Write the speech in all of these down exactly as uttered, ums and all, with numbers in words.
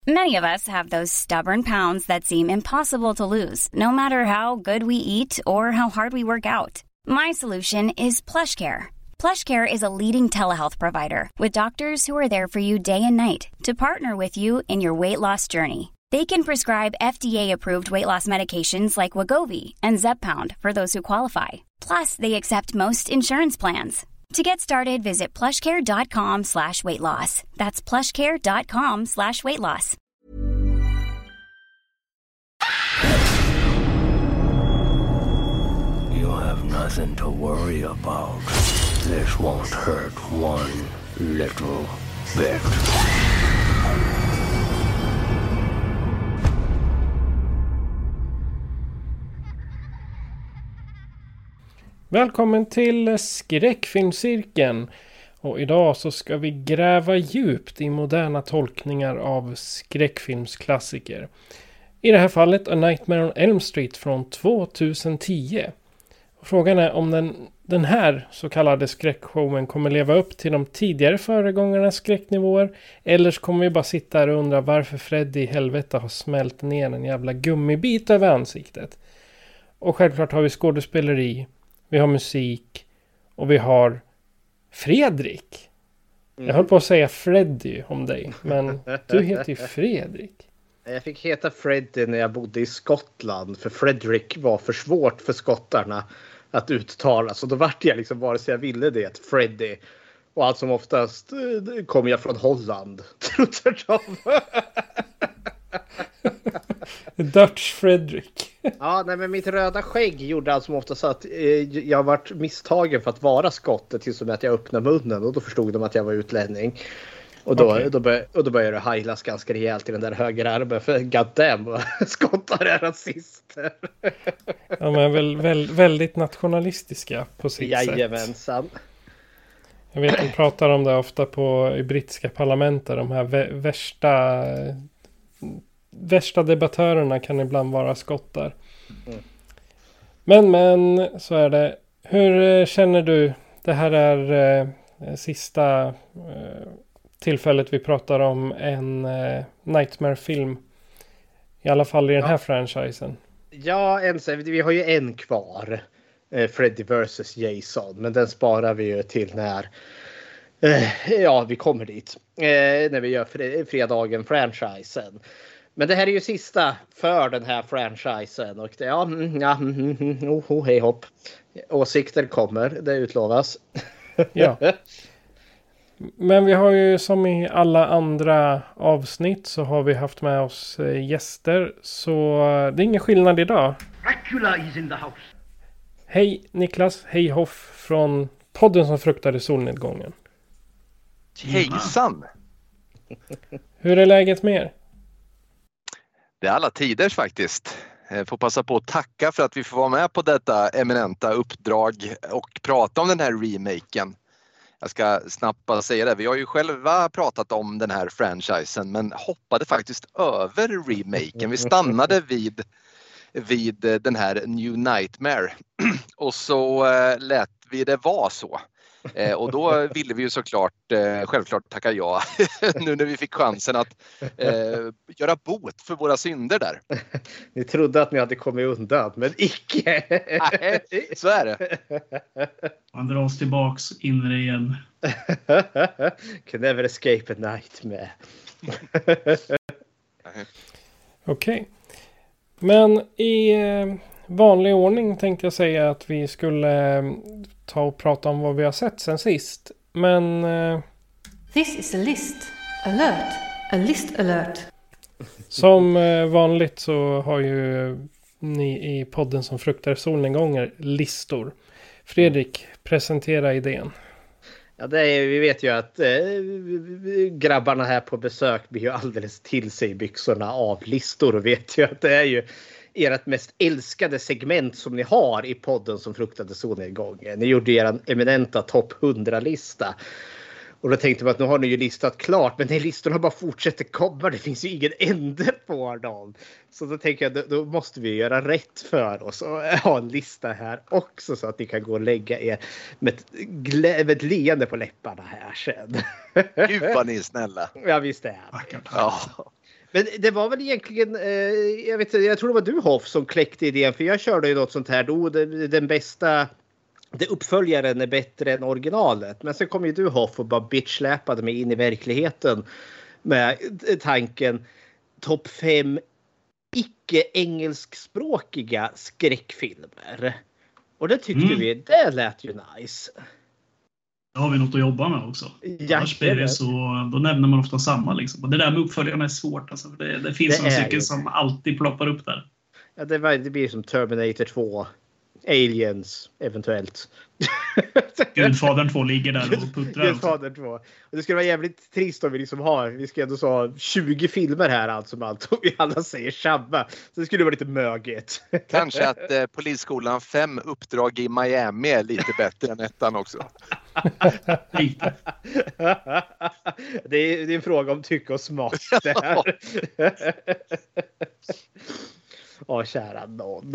Many of us have those stubborn pounds that seem impossible to lose, no matter how good we eat or how hard we work out. My solution is PlushCare. PlushCare is a leading telehealth provider with doctors who are there for you day and night to partner with you in your weight loss journey. They can prescribe F D A-approved weight loss medications like Wegovy and Zepbound for those who qualify. Plus, they accept most insurance plans. To get started, visit plushcare.com slash weight loss. That's plushcare.com slash weight loss. You have nothing to worry about. This won't hurt one little bit. Välkommen till Skräckfilmscirkeln. Och idag så ska vi gräva djupt i moderna tolkningar av skräckfilmsklassiker. I det här fallet A Nightmare on Elm Street från tjugohundratio. Och frågan är om den, den här så kallade skräckshowen kommer leva upp till de tidigare föregångarnas skräcknivåer. Eller så kommer vi bara sitta här och undra varför Freddy i helvete har smält ner en jävla gummibit över ansiktet. Och självklart har vi skådespeleri. Vi har musik och vi har Fredrik. Mm. Jag höll på att säga Freddy om dig, men du heter ju Fredrik. Jag fick heta Freddy när jag bodde i Skottland, för Fredrik var för svårt för skottarna att uttala. Så då vart jag liksom, vare sig jag ville det, ett Freddy. Och allt som oftast kom jag från Holland. Dutch Fredrik. Ja, nej, men mitt röda skägg gjorde allt som oftast att eh, jag vart misstagen för att vara skotte tills att jag öppnade munnen, och då förstod de att jag var utlänning. Och då, okay. då, bör, och då började det hajlas ganska rejält i den där högerarmen, för goddamn, skottar är rasister. Ja, men väl, väl, väldigt nationalistiska på sitt Jajamensan. sätt. Jag vet att de pratar om det ofta på i brittiska parlamentet, de här vä- värsta... Värsta debattörerna kan ibland vara skottar. Mm. Men, men, så är det. Hur känner du? Det här är eh, sista eh, tillfället vi pratar om en eh, Nightmare-film. I alla fall i den ja. här franchisen. Ja, en, vi har ju en kvar. Eh, Freddy versus Jason. Men den sparar vi ju till när... Eh, ja, vi kommer dit. Eh, när vi gör fre- fredagen-franchisen. Men det här är ju sista för den här franchisen. Och det, ja, ja, oh, oh, hej hopp. Åsikter kommer, det utlovas. Ja. Men vi har ju som i alla andra avsnitt så har vi haft med oss gäster. Så det är ingen skillnad idag. Dracula is in the house. Hej Niklas, hej Hoff från podden som fruktade solnedgången. Hejsan! Hur är läget med er? Det är alla tiders faktiskt. Jag får passa på att tacka för att vi får vara med på detta eminenta uppdrag och prata om den här remaken. Jag ska snabbt bara säga det. Vi har ju själva pratat om den här franchisen, men hoppade faktiskt över remaken. Vi stannade vid, vid den här New Nightmare och så lät vi det vara så. Eh, och då ville vi ju såklart eh, självklart tacka ja nu när vi fick chansen att eh, göra bot för våra synder där. Ni trodde att ni hade kommit undan, men icke. Nej, så är det. Man dras tillbaks in igen. Can never escape a nightmare. Okej. Okay. Men i eh, vanlig ordning tänkte jag säga att vi skulle eh, ta och prata om vad vi har sett sen sist. Men... Eh, This is a list. Alert. A list alert. Som eh, vanligt så har ju ni i podden som fruktar solnedgångar listor. Fredrik, presentera idén. Ja, det är, vi vet ju att eh, grabbarna här på besök blir ju alldeles till sig byxorna av listor, och vet ju att det är ju ert mest älskade segment som ni har i podden som fruktade solnedgången. Ni gjorde er eminenta topp hundra-lista. Och då tänkte man att nu har ni ju listat klart, men de listorna bara fortsätter komma. Det finns ju ingen ände på dem. Så då tänker jag, då, då måste vi göra rätt för oss och ha en lista här också, så att ni kan gå och lägga er med ett, glä- med ett leende på läpparna här sen. Gud vad ni är snälla. Ja, visst är det. Ja. Men det var väl egentligen, eh, jag vet inte, jag tror det var du Hoff som kläckte idén, för jag körde ju något sånt här då, det, den bästa, det uppföljaren är bättre än originalet. Men sen kom ju du Hoff och bara bitchläpade mig in i verkligheten med tanken topp fem icke-engelskspråkiga skräckfilmer. Och det tyckte mm. vi, det lät ju nice. Då har vi något att jobba med också. Ja, Annars blir det så, då nämner man ofta samma. Liksom. Och det där med uppföljarna är svårt. Alltså, för det, det finns några stycken som alltid ploppar upp där. Ja, det, var, det blir som Terminator två. Aliens, eventuellt. Gudfadern två ligger där och puttrar. Gudfadern två. Och det skulle vara jävligt trist om vi liksom har, vi ska ändå ha tjugo filmer här alltså, med allt. Och vi alla säger samma. Så det skulle vara lite möget. Kanske att eh, Polisskolan fem uppdrag i Miami är lite bättre än ettan också. Lite. Det är, det är en fråga om tycke och smak där. Åh, kära någon.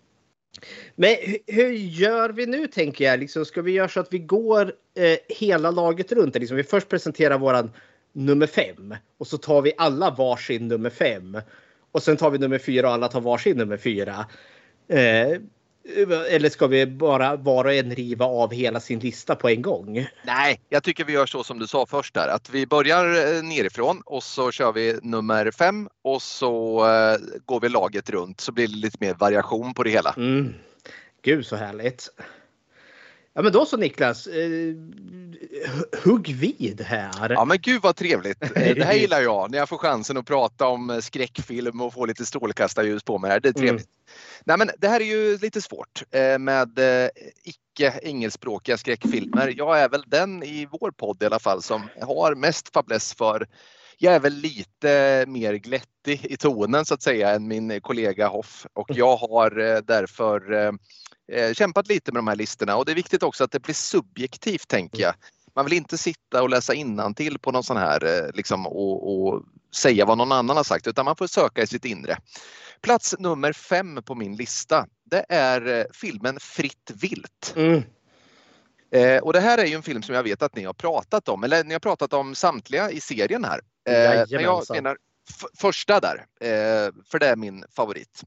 Men hur gör vi nu, tänker jag? Liksom, ska vi göra så att vi går eh, hela laget runt? Liksom, vi först presenterar våran nummer fem. Och så tar vi alla varsin nummer fem. Och sen tar vi nummer fyra och alla tar varsin nummer fyra. Eh, eller ska vi bara var och en riva av hela sin lista på en gång? Nej, jag tycker vi gör så som du sa först där. Att vi börjar nerifrån och så kör vi nummer fem. Och så eh, går vi laget runt, så blir det lite mer variation på det hela. Mm. Gud, så härligt. Ja, men då så Niklas, eh, hugg vid här. Ja, men gud vad trevligt. Det här gillar jag, när jag får chansen att prata om skräckfilm och få lite strålkastarljus på mig här. Det är trevligt. Mm. Nej, men det här är ju lite svårt med icke-engelskspråkiga skräckfilmer. Jag är väl den i vår podd i alla fall som har mest fäbless för. Jag är väl lite mer glättig i tonen så att säga än min kollega Hoff. Och jag har därför kämpat lite med de här listorna. Och det är viktigt också att det blir subjektivt, tänker jag. Man vill inte sitta och läsa innantill på någon sån här liksom, och, och säga vad någon annan har sagt, utan man får söka i sitt inre. Plats nummer fem på min lista, det är filmen Fritt vilt. Mm. Eh, och det här är ju en film som jag vet att ni har pratat om, eller ni har pratat om samtliga i serien här. Eh, men jag menar f- första där, eh, för det är min favorit.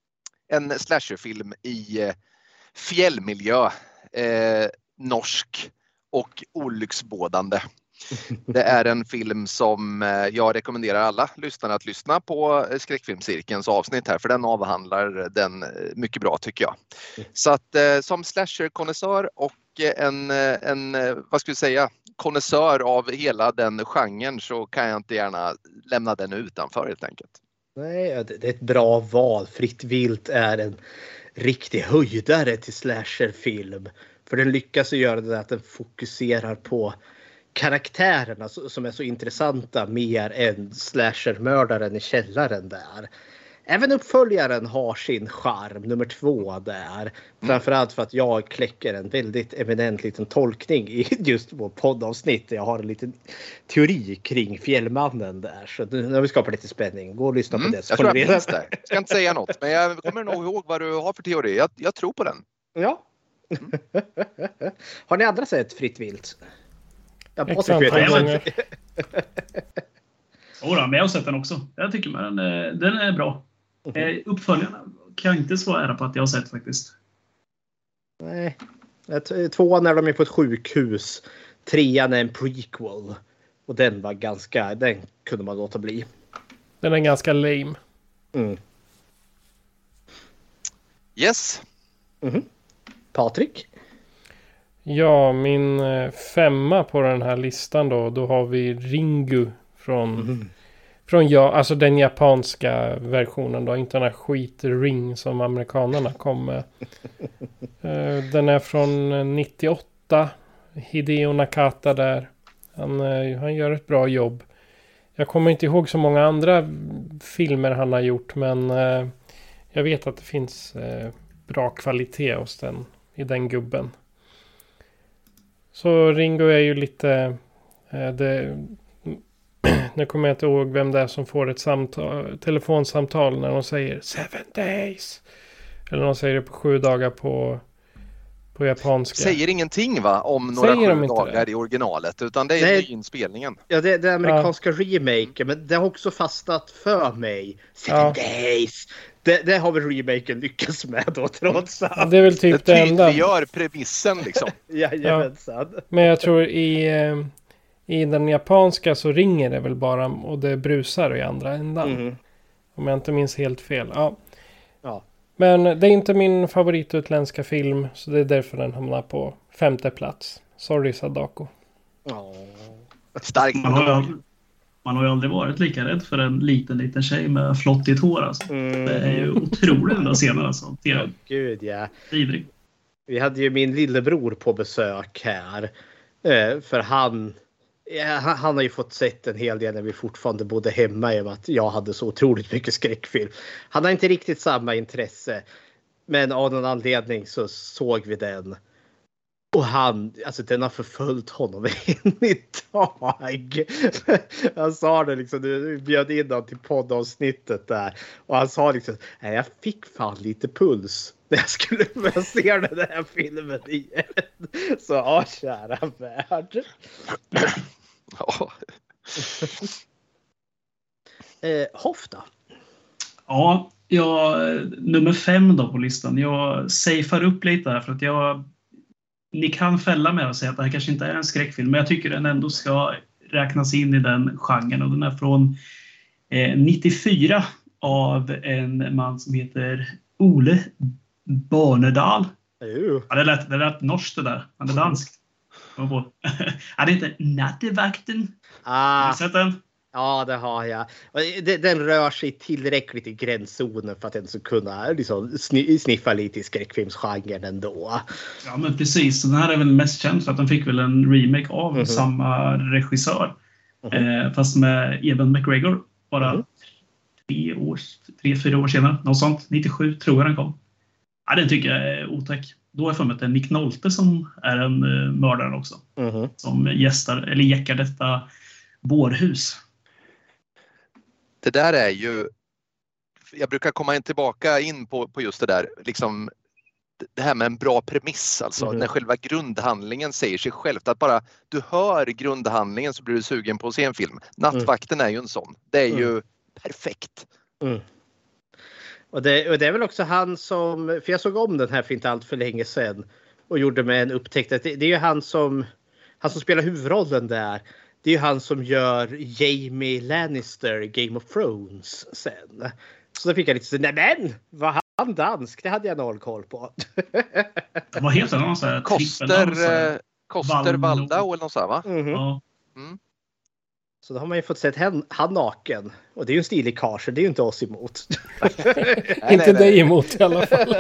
En slasherfilm i eh, fjällmiljö, eh, norsk och olycksbådande. Det är en film som jag rekommenderar alla lyssnare att lyssna på Skräckfilmscirkelns avsnitt här, för den avhandlar den mycket bra tycker jag. Så att som slasher-konnässör och en, en, vad ska vi säga, konnässör av hela den genren, så kan jag inte gärna lämna den utanför helt enkelt. Nej, det är ett bra val. Fritt vilt är en riktig höjdare till slasherfilm. För den lyckas göra det att den fokuserar på karaktärerna som är så intressanta mer än slashermördaren i källaren där. Även uppföljaren har sin charm, nummer två där. Framförallt för att jag kläcker en väldigt eminent liten tolkning i just vår poddavsnitt. Jag har en liten teori kring fjällmannen där. Så nu har vi skapat lite spänning. Gå och lyssna mm, på det. Så jag tror jag minns det. Jag ska inte säga något, men jag kommer nog ihåg vad du har för teori. Jag, jag tror på den. Ja. Mm. Har ni andra sett Fritt vilt? Jag måste gånger. Jodå, men jag har sett den också. Jag tycker den, den är bra. Mm-hmm. Uppföljarna kan jag inte svara ära på att jag har sett faktiskt. Nej. Tvåan när de är på ett sjukhus. Trean är en prequel. Och den var ganska, den kunde man låta bli. Den är ganska lame. Mm. Yes. Mm-hmm. Patrik? Ja, min femma på den här listan då, då har vi Ringu från, mm. från ja, alltså den japanska versionen då, inte den här skit Ring som amerikanerna kom med. Den är från nittioåtta, Hideo Nakata där. Han, han gör ett bra jobb. Jag kommer inte ihåg så många andra filmer han har gjort, men jag vet att det finns bra kvalitet hos den, i den gubben. Så Ringo är ju lite eh, det, nu kommer jag inte ihåg vem det är som får ett samtal, telefonsamtal när de säger seven days. Eller de säger det på sju dagar på på japanska. Säger ingenting va om några Säger sju dagar det? i originalet, utan det är Nej. inspelningen. Ja, det, det är amerikanska ja. remake, men det har också fastnat för mig. Seven ja. days. Det, det har väl remaken lyckats med då, trots allt. Ja, det är väl typ det, det enda. Det gör premissen liksom. Jajamensan. Ja. Men jag tror i, i den japanska så ringer det väl bara och det brusar i andra ändan. Mm. Om jag inte minns helt fel. Ja. Ja. Men det är inte min favoritutländska film, så det är därför den hamnar på femte plats. Sorry Sadako. Oh. Starkt. Man har, ju, man har ju aldrig varit lika rädd för en liten liten tjej med flottigt hår. Alltså. Mm. Det är ju otroligt den där scenen. Alltså. Det är Gud, ja. Vidrig. Vi hade ju min lillebror på besök här. För han... Ja, han har ju fått sett en hel del när vi fortfarande bodde hemma i och med att jag hade så otroligt mycket skräckfilm. Han har inte riktigt samma intresse. Men av någon anledning så såg vi den. Och han, alltså den har förföljt honom in i dag. Han sa det liksom, du bjöd in honom till poddavsnittet där. Och han sa liksom, nej jag fick fan lite puls när jag skulle börja se den här filmen igen. Så ja, kära värld. Ja. eh, Hofta. Ja, jag, nummer fem då på listan. Jag safear upp lite här för att jag... Ni kan fälla med och säga att det här kanske inte är en skräckfilm, men jag tycker den ändå ska räknas in i den genren. Och den är från eh, nittiofyra av en man som heter Ole Barnedal. Uh. Ja, det lät, det lät norskt det där. Han är dansk. Ja, det heter Nattevakten. Ah. Har du sett den? Ja, det har jag. Den rör sig tillräckligt i gränszonen för att den ska kunna liksom sniffa lite i skräckfilmsgenren ändå. Ja, men precis. Den här är väl mest känd för att den fick väl en remake av mm-hmm. samma regissör. Mm-hmm. Eh, fast med Ewan McGregor. Bara mm-hmm. tre, år, tre, fyra år senare. Något sånt. nittiosju tror jag den kom. Ja, den tycker jag är otäck. Då är för mig att det är Nick Nolte som är en uh, mördare också. Mm-hmm. Som gästar, eller jäckar detta bårhus. Det där är ju, jag brukar komma in tillbaka in på, på just det där, liksom det här med en bra premiss, alltså mm. när själva grundhandlingen säger sig självt, att bara du hör grundhandlingen så blir du sugen på att se en film. Nattvakten mm. är ju en sån, det är mm. ju perfekt. Mm. Och, det, och det är väl också han som, för jag såg om den här för inte allt för länge sedan och gjorde med en upptäckt att det, det är ju han som, han som spelar huvudrollen där. Det är ju han som gör Jaime Lannister i Game of Thrones sen. Så då fick jag lite så, nej men, var han dansk? Det hade jag noll koll på. Det var helt annan så här Koster, eh, Koster Valdau eller något så här, va? Mm-hmm. Ja. Mm. Så då har man ju fått sett han, han naken. Och det är ju en stilig karl, det är ju inte oss emot. nej, inte nej, dig emot i alla fall.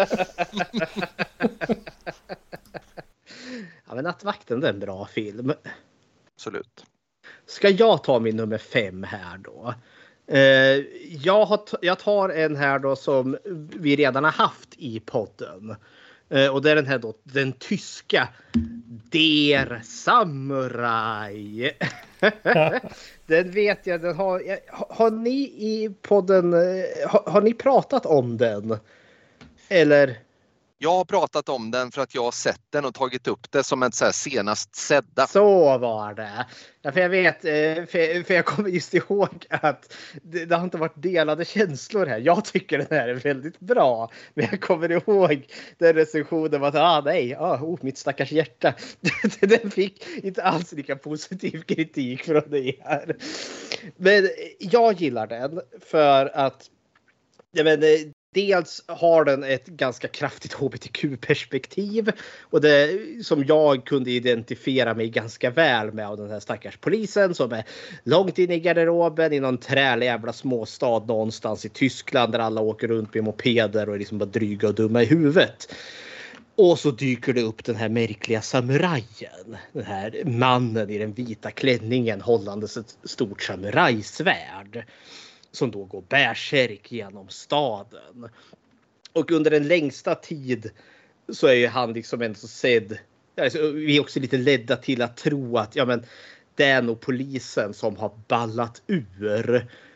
Ja, men Nattvakten, det är en bra film. Absolut. Ska jag ta min nummer fem här då? Eh, jag, har t- jag tar en här då som vi redan har haft i podden. Eh, och det är den här då, den tyska Der Samurai. Den vet jag, den har, har, har ni i podden, har, har ni pratat om den? Eller... Jag har pratat om den för att jag har sett den och tagit upp det som ett så här senast sedda. Så var det. Ja, för jag vet, för, för jag kommer just ihåg att det, det har inte varit delade känslor här. Jag tycker den här är väldigt bra. Men jag kommer ihåg den recensionen var att, ah nej, ah, oh, mitt stackars hjärta. Den fick inte alls lika positiv kritik från det här. Men jag gillar den för att, jag menar, dels har den ett ganska kraftigt H B T Q-perspektiv och det som jag kunde identifiera mig ganska väl med av den här stackars polisen som är långt in i garderoben i någon trälig jävla småstad någonstans i Tyskland där alla åker runt med mopeder och är liksom bara dryga och dumma i huvudet. Och så dyker det upp den här märkliga samurajen. Den här mannen i den vita klänningen hållandes ett stort samurajsvärd. Som då går bärsärk genom staden. Och under den längsta tid så är ju han liksom ändå så sedd. Alltså, vi är också lite ledda till att tro att ja, men, det är nog polisen som har ballat ur.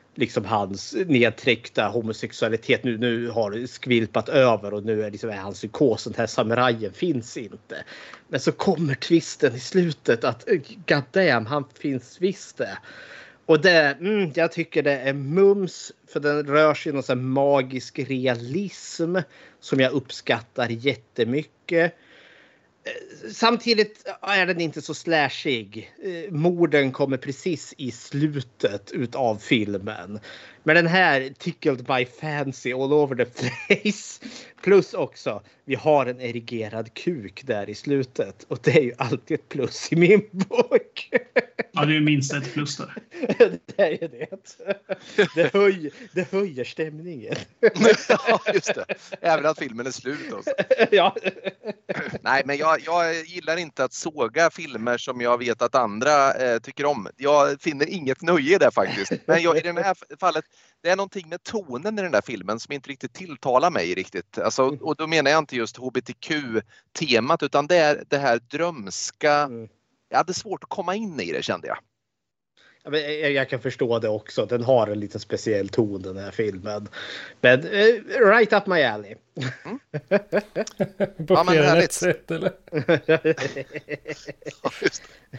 liksom hans nedtryckta homosexualitet nu, nu har det skvilpat över och nu är, liksom, är hans psykos, den här samurajen finns inte. Men så kommer twisten i slutet att god damn, han finns visst det. Och det, mm, jag tycker det är mums, för den rör sig i någon sån här magisk realism som jag uppskattar jättemycket. Samtidigt är den inte så slashig. Morden kommer precis i slutet utav filmen. Men den här tickled my fancy all over the place. Plus också, vi har en erigerad kuk där i slutet. Och det är ju alltid ett plus i min bok. Ja, det är ju minst ett plus där. Det är ju det. Det höjer, det höjer stämningen. Ja, just det. Även att filmen är slut också. Ja. Nej, men jag, jag gillar inte att såga filmer som jag vet att andra eh, tycker om. Jag finner inget nöje där faktiskt. Men jag, i det här fallet, det är någonting med tonen i den där filmen som inte riktigt tilltalar mig riktigt. Alltså, och då menar jag inte just H B T Q-temat, utan det är det här drömska. Jag hade svårt att komma in i det, kände jag. Jag kan förstå det också. Den har en lite speciell ton, den här filmen. Men uh, right up my alley. Mm. På ja, flera rätt sätt, eller? Ja, just det.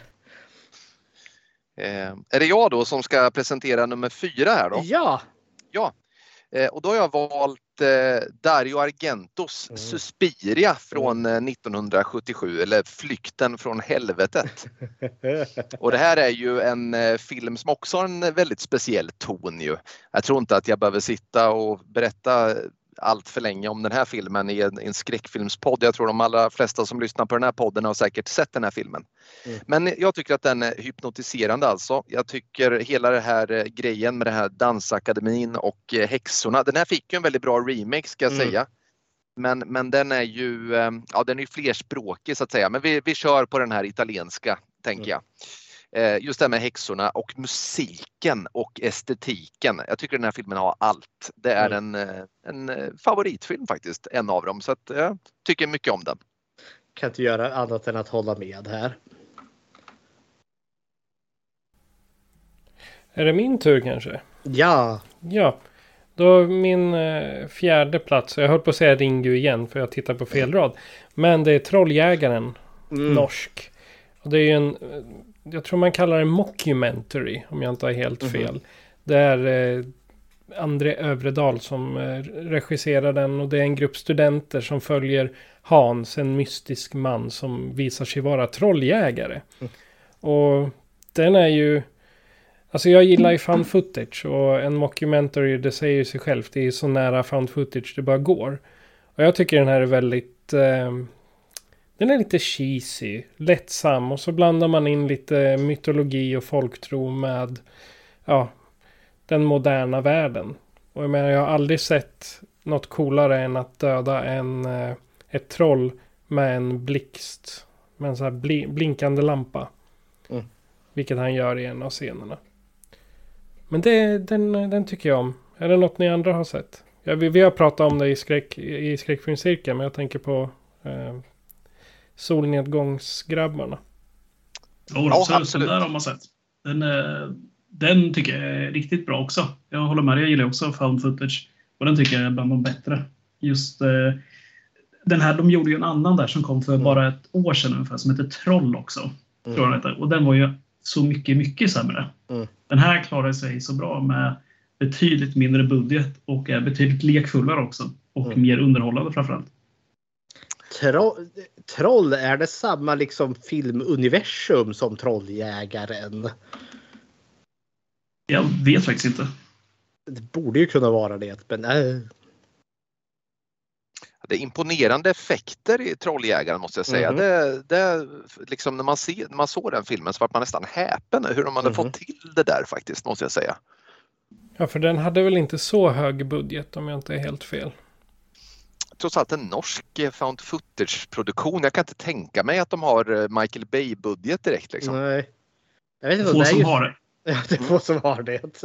Eh, är det jag då som ska presentera nummer fyra här då? Ja. Ja. Eh, och då har jag valt eh, Dario Argentos mm. Suspiria från eh, nittonhundrasjuttiosju, eller Flykten från helvetet. Och det här är ju en eh, film som också har en väldigt speciell ton ju. Jag tror inte att jag behöver sitta och berätta allt för länge om den här filmen i en, en skräckfilmspodd. Jag tror de allra flesta som lyssnar på den här podden har säkert sett den här filmen. Mm. Men jag tycker att den är hypnotiserande alltså. Jag tycker hela det här eh, grejen med det här dansakademin och eh, häxorna. Den här fick ju en väldigt bra remake, ska jag mm. säga. Men, men den är ju eh, ja, den är ju flerspråkig så att säga. Men vi, vi kör på den här italienska, tänker mm. jag. Just det här med häxorna och musiken och estetiken. Jag tycker den här filmen har allt. Det är mm. en, en favoritfilm faktiskt, en av dem. Så att jag tycker mycket om den. Kan inte göra annat än att hålla med här. Är det min tur kanske? Ja. Ja. Då min eh, fjärde plats. Jag höll på att säga Ringu igen för jag tittar på fel rad. Men det är Trolljägaren. Mm. Norsk. Och det är ju en... Jag tror man kallar det mockumentary, om jag inte har helt fel. Mm-hmm. Det är eh, André Övredal som eh, regisserar den. Och det är en grupp studenter som följer Hans, en mystisk man som visar sig vara trolljägare. Mm. Och den är ju... Alltså jag gillar ju found footage. Och en mockumentary, det säger sig självt. Det är så nära found footage det bara går. Och jag tycker den här är väldigt... Eh, Den är lite cheesy, lättsam och så blandar man in lite mytologi och folktro med ja, den moderna världen. Och jag menar, jag har aldrig sett något coolare än att döda en, ett troll med en blixt, med en så här bli, blinkande lampa. Mm. Vilket han gör i en av scenerna. Men det, den, den tycker jag om. Är det något ni andra har sett? Ja, vi, vi har pratat om det i, skräck, i skräckfilmscirkeln, men jag tänker på... Eh, Solnedgångsgrabbarna. Ja, ja absolut. Där har man sett. Den, den tycker jag är riktigt bra också. Jag håller med dig, jag gillar också found footage. Och den tycker jag är bland de bättre. Just eh, den här, de gjorde ju en annan där som kom för mm. bara ett år sedan ungefär, som heter Troll också. Mm. Tror jag. Och den var ju så mycket, mycket sämre. Mm. Den här klarar sig så bra med betydligt mindre budget och är betydligt lekfullare också. Och mm. mer underhållande framförallt. Troll, troll, är det samma liksom filmuniversum som Trolljägaren? Jag vet faktiskt inte. Det borde ju kunna vara det, men nej. Det är imponerande effekter i Trolljägaren, måste jag säga. Mm. Det, det, liksom när, man ser, när man såg den filmen så var man nästan häpen hur de hade mm. fått till det där faktiskt, måste jag säga. Ja, för den hade väl inte så hög budget om jag inte är helt fel. Trots allt en norsk found footage-produktion. Jag kan inte tänka mig att de har Michael Bay-budget direkt. Liksom. Nej. Jag vet inte få vad som det är. Har det. Ja, det är få som har det.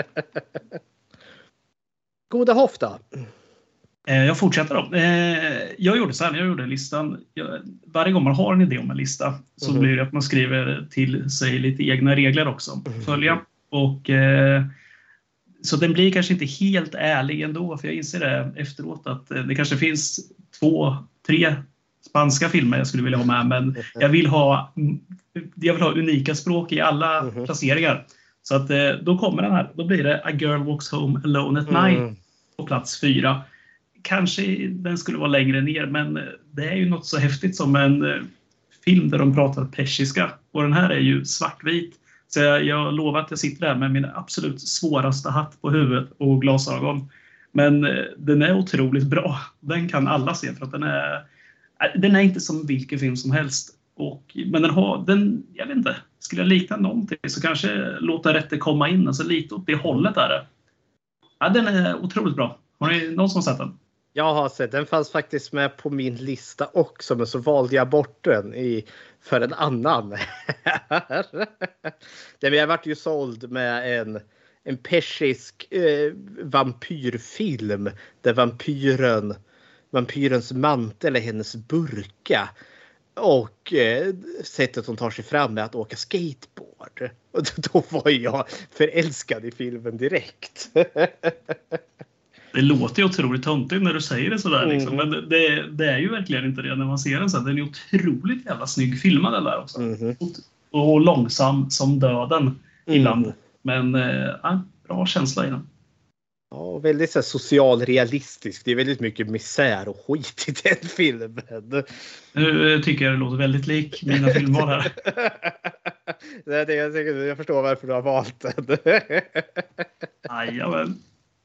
Goda Hoff då? Jag fortsätter då. Jag gjorde så här, jag gjorde listan. Varje gång man har en idé om en lista så mm. blir det att man skriver till sig lite egna regler också. Följa. Och så den blir kanske inte helt ärlig ändå, för jag inser det efteråt att det kanske finns två, tre spanska filmer jag skulle vilja ha med, men jag vill ha, jag vill ha unika språk i alla mm-hmm. placeringar. Så att då kommer den här, då blir det A Girl Walks Home Alone at Night mm. på plats fyra. Kanske den skulle vara längre ner, men det är ju något så häftigt som en film där de pratar persiska. Och den här är ju svartvit. Så jag, jag lovar att jag sitter där med min absolut svåraste hatt på huvudet och glasögon. Men eh, den är otroligt bra. Den kan alla se, för att den är, äh, den är inte som vilken film som helst. Och, men den har, den, jag vet inte, skulle jag likna någonting så kanske låta rätte komma in. Alltså lite åt det hållet där. Ja, den är otroligt bra. Har ni någon som har sett den? Jag har sett, den fanns faktiskt med på min lista också, men så valde jag bort den i, för en annan. Jag varit ju såld med en, en persisk eh, vampyrfilm där vampyren, vampyrens mantel är hennes burka. Och eh, sättet hon tar sig fram med att åka skateboard. Och då var jag förälskad i filmen direkt. Det låter ju otroligt töntigt när du säger det sådär. Liksom. Mm. Men det, det är ju verkligen inte det när man ser den så. Den är otroligt jävla snygg filmad den där också. Mm. Och, och långsam som döden mm. ibland. Men äh, bra känsla i den. Ja, väldigt så här, socialrealistisk. Det är väldigt mycket misär och skit i den filmen. Nu tycker jag det låter väldigt lik mina filmer här. Det är, jag, jag förstår varför du har valt den. Jajamän.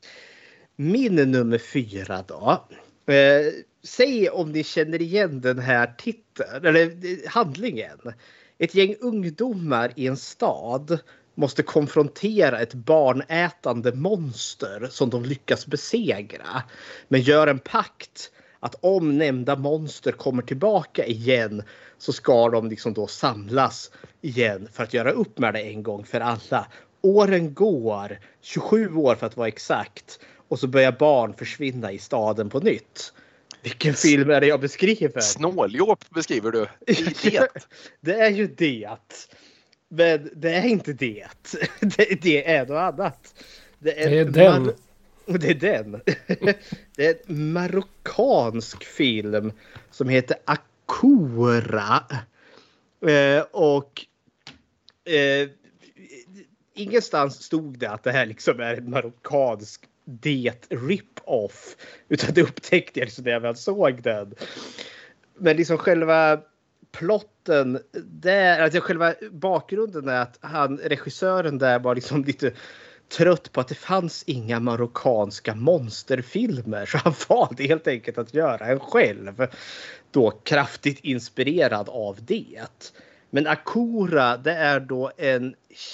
Min nummer fyra då. Eh, säg om ni känner igen den här titeln, eller handlingen. Ett gäng ungdomar i en stad måste konfrontera ett barnätande monster som de lyckas besegra. Men gör en pakt att om nämnda monster kommer tillbaka igen så ska de liksom då samlas igen för att göra upp med det en gång för alla. Åren går, tjugosju år för att vara exakt. Och så börjar barn försvinna i staden på nytt. Vilken film är det jag beskriver? Snåljåp beskriver du. Det. Det är ju det. Men det är inte det. Det, det är något annat. Det är, det är den. Mar- det är den. Det är en marockansk film som heter Akura. Eh, och... Eh, ingenstans stod det att det här liksom är en marockansk det rip-off. Utan det upptäckte jag liksom när jag väl såg den. Men liksom själva plotten där, alltså själva bakgrunden är att han, regissören där var liksom lite trött på att det fanns inga marockanska monsterfilmer. Så han valde helt enkelt att göra en själv. Då kraftigt inspirerad av det. Men Akura, det är då en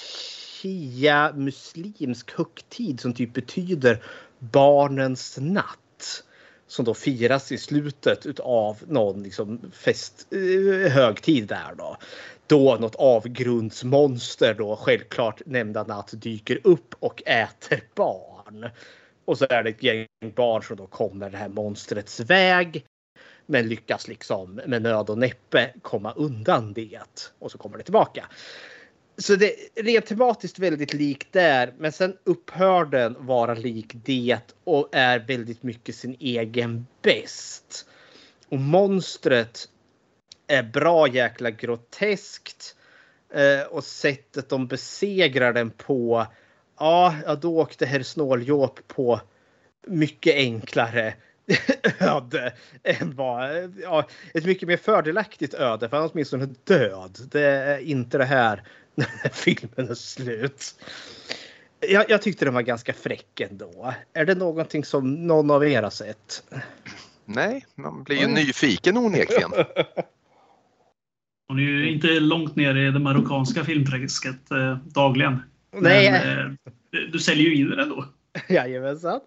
shia muslimsk högtid som typ betyder barnens natt. Som då firas i slutet av någon liksom fest, högtid där då. Då något avgrundsmonster då självklart nämnda natt dyker upp och äter barn. Och så är det ett gäng barn som då kommer det här monstrets väg. Men lyckas liksom med nöd och näppe komma undan det. Och så kommer det tillbaka. Så det är rent tematiskt väldigt likt där. Men sen upphör den vara lik det. Och är väldigt mycket sin egen bäst. Och monstret är bra jäkla groteskt. Och sättet de besegrar den på. Ja, då åkte herr Snåljåp på mycket enklare öde än vad, ja, ett mycket mer fördelaktigt öde, för han är åtminstone död. Det är inte det här när den här filmen är slut. Jag, jag tyckte den var ganska fräck ändå. Är det någonting som någon av er har sett? Nej, man blir ju mm. nyfiken onekligen. Hon är ju inte långt ner i det marockanska filmträsket eh, dagligen. Nej. Men, eh, du säljer ju in den då. Jajamensan.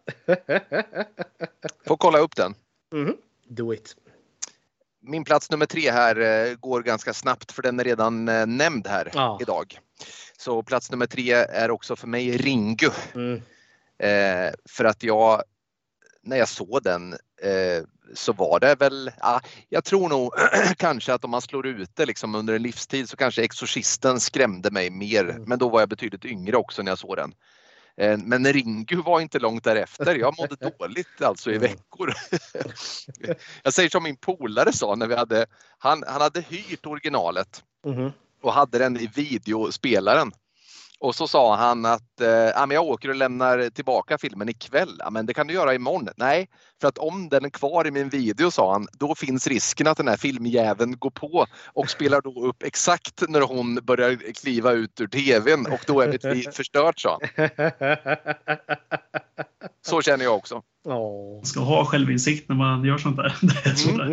Får kolla upp den. Mm. Do it. Min plats nummer tre här går ganska snabbt för den är redan nämnd här ah. idag. Så plats nummer tre är också för mig Ringu. Mm. Eh, för att jag, när jag såg den eh, så var det väl, ja, jag tror nog kanske att om man slår ut det liksom under en livstid så kanske Exorcisten skrämde mig mer. Mm. Men då var jag betydligt yngre också när jag såg den. Men Ringu var inte långt därefter. Jag mådde dåligt alltså i veckor. Jag säger som min polare sa när vi hade, han, han hade hyrt originalet mm. och hade den i videospelaren. Och så sa han att eh, jag åker och lämnar tillbaka filmen ikväll. Ja, men det kan du göra imorgon. Nej, för att om den är kvar i min video, sa han, då finns risken att den här filmjäveln går på och spelar då upp exakt när hon börjar kliva ut ur tvn. Och då är det förstört, sa han. Så känner jag också. Man ska ha självinsikt när man gör sånt där. Det är sådär.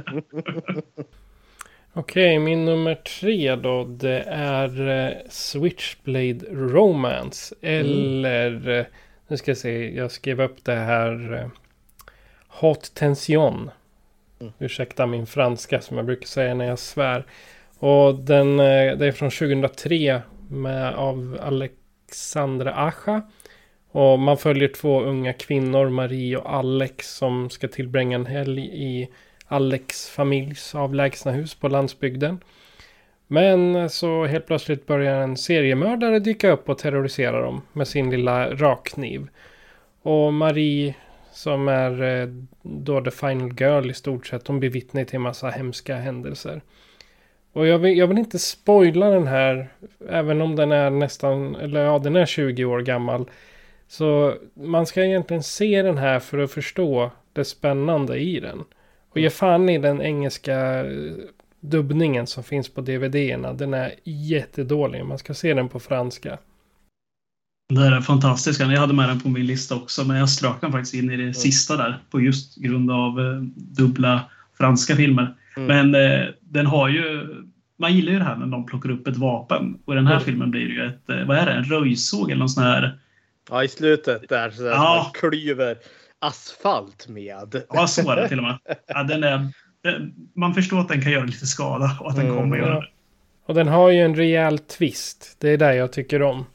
Okej, min nummer tre då, det är uh, Switchblade Romance. Mm. Eller, uh, nu ska jag se, jag skrev upp det här, uh, Haute Tension. Mm. Ursäkta min franska som jag brukar säga när jag svär. Och den, uh, det är från tjugohundratre med, av Alexandra Aja. Och man följer två unga kvinnor, Marie och Alex, som ska tillbringa en helg i Alex familjs avlägsna hus på landsbygden. Men så helt plötsligt börjar en seriemördare dyka upp och terrorisera dem med sin lilla rakkniv. Och Marie, som är då the final girl i stort sett, hon blir vittne till en massa hemska händelser. Och jag vill, jag vill inte spoila den här, även om den är nästan, eller ja, den är tjugo år gammal. Så man ska egentligen se den här för att förstå det spännande i den. Och ge fan i den engelska dubbningen som finns på D V D-erna. Den är jättedålig. Man ska se den på franska. Det här är fantastiskt. Jag hade med den på min lista också. Men jag strök den faktiskt in i det mm. sista där. På just grund av eh, dubbla franska filmer. Mm. Men eh, den har ju... Man gillar ju det här när de plockar upp ett vapen. Och i den här mm. filmen blir det ju ett... Eh, vad är det? En röjsåg eller någon sån här... Ja, i slutet där. Så ja. Man klyver asfalt med. Ja, så är det till och med. Ja, den är, den, man förstår att den kan göra lite skada och att den mm, kommer göra det. Och den har ju en rejäl twist. Det är det jag tycker om.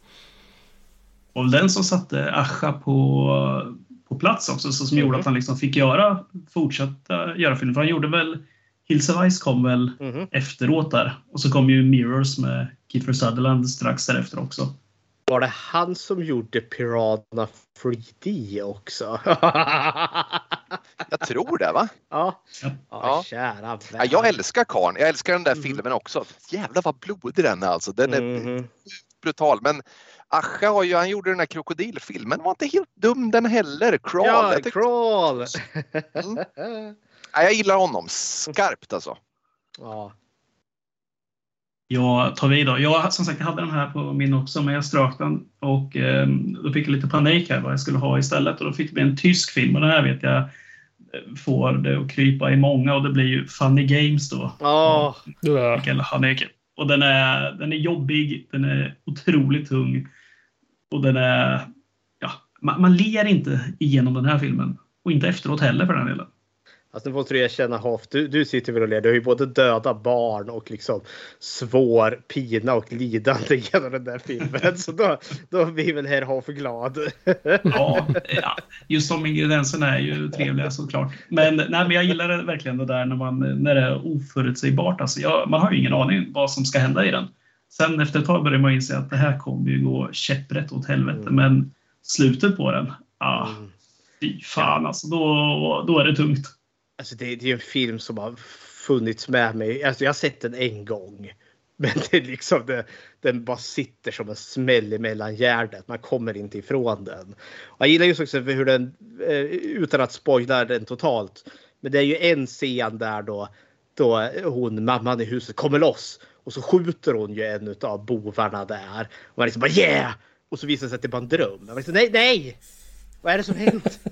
Och den som satte Aja på, på plats också, så som mm. gjorde att han liksom fick göra, fortsätta göra film. För han gjorde väl, Hills of Ice kom väl mm. efteråt där. Och så kom ju Mirrors med Kiefer Sutherland strax därefter också. Var det han som gjorde Piranha tre D också? Jag tror det, va? Ja. Ja, ja. Kära ja, jag älskar Karn. Jag älskar den där mm. filmen också. Jävlar vad blodig den är alltså. Den är mm. brutal. Men Aja har ju, han gjorde den där krokodilfilmen. Var inte helt dum den heller. Crawl. Ja, jag Crawl. Mm. Ja, jag gillar honom. Skarpt alltså. Ja. Jag tar vid då. Jag som sagt jag hade den här på min också, men jag strök den och eh, då fick jag lite panik här vad jag skulle ha istället, och då fick vi en tysk film, och den här vet jag får det att krypa i många, och det blir ju Funny Games då. Oh. Mikael Haneke. Och den är, den är jobbig, den är otroligt tung, och den är, ja, man, man ler inte igenom den här filmen, och inte efteråt heller för den delen. Alltså nu måste du erkänna, Hoff, du, du sitter väl och ler. Du har ju både döda barn och liksom svår pina och lidande genom den där filmen. Så då, då blir vi väl här Hoff glad. Ja, ja, just de ingredienserna är ju trevliga såklart. Men, nej, men jag gillar det verkligen det där när, man, när det är oförutsägbart. Alltså, jag, man har ju ingen aning vad som ska hända i den. Sen efter ett tag börjar man inse att det här kommer ju gå käpprätt åt helvete. Mm. Men slutet på den, ah, mm. fy fan alltså, då, då är det tungt. Alltså det, det är en film som har funnits med mig. Alltså jag har sett den en gång. Men det är liksom det, den bara sitter som en smäll mellan hjärtat. Man kommer inte ifrån den. Och jag gillar just också hur den, utan att spoila den totalt. Men det är ju en scen där då, då hon, mamman i huset, kommer loss. Och så skjuter hon ju en av bovarna där. Och man liksom bara yeah! Och så visar det sig att det är bara en dröm. Jag liksom, nej, nej! Vad är det som hänt?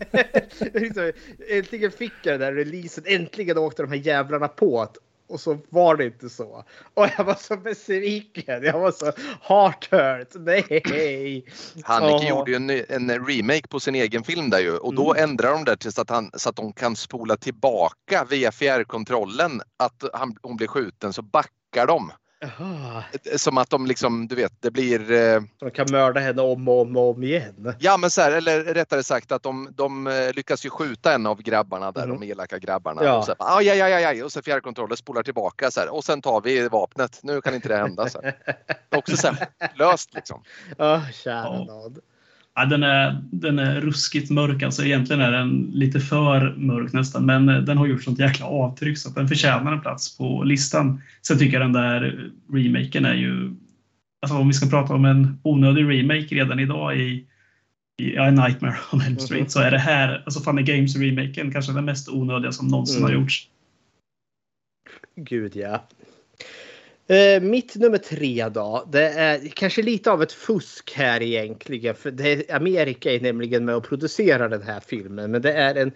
Äntligen fick jag den där releasen. Äntligen åkte de här jävlarna på det. Och så var det inte så. Och jag var så besviken. Jag var så heart hurt. Nej. Haneke oh. gjorde ju en, en remake på sin egen film där ju. Och då mm. ändrar de det tills att, han, så att de kan spola tillbaka via fjärrkontrollen. Att han, hon blir skjuten, så backar de. Aha. Som att de liksom, du vet, det blir... Eh... De kan mörda henne om och om och om igen. Ja, men så här, eller rättare sagt att de, de lyckas ju skjuta en av grabbarna där, mm. de elaka grabbarna. Ja. Och så här, aj, aj, aj, aj, och så fjärrkontrollen spolar tillbaka så här, och sen tar vi vapnet. Nu kan inte det hända så här. Också så här, löst liksom. Åh, oh, kära nåd. Ja, den, är, den är ruskigt mörk, alltså egentligen är den lite för mörk nästan, men den har gjort sånt jäkla avtryck så att den förtjänar en plats på listan. Sen tycker jag den där remaken är ju, alltså om vi ska prata om en onödig remake redan idag i, i A Nightmare on Elm Street, mm. så är det här, alltså Funny Games-remaken kanske den mest onödiga som någonsin mm. har gjorts. Gud ja. Uh, mitt nummer tre då, det är kanske lite av ett fusk här egentligen, för det, Amerika är nämligen med att producera den här filmen, men det är en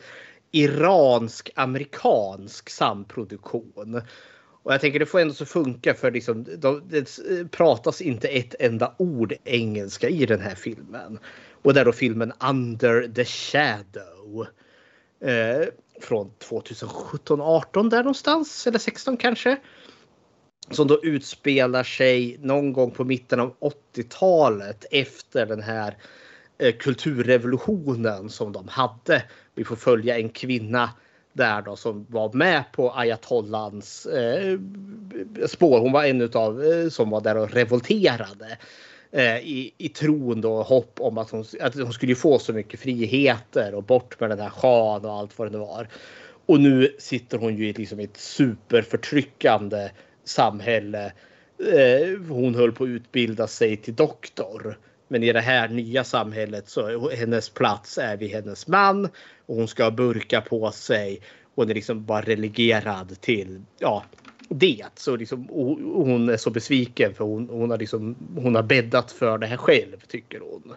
iransk-amerikansk samproduktion. Och jag tänker det får ändå så funka, för liksom, de, det pratas inte ett enda ord engelska i den här filmen. Och det är då filmen Under the Shadow. Uh, från tjugosjutton arton där någonstans, eller sexton kanske. Som då utspelar sig någon gång på mitten av åttiotalet efter den här eh, kulturrevolutionen som de hade. Vi får följa en kvinna där då som var med på ayatollans eh, spår. Hon var en utav eh, som var där och revolterade eh, i, i tron då, hopp om att hon, att hon skulle få så mycket friheter och bort med den här shan och allt vad det nu var. Och nu sitter hon ju i liksom ett superförtryckande samhälle. Hon höll på att utbilda sig till doktor. Men i det här nya samhället så är hennes plats är vid hennes man. Och hon ska burka på sig. Och hon är liksom bara relegerad till ja, det. Så liksom, hon är så besviken för hon, hon, har liksom, hon har bäddat för det här själv, tycker hon.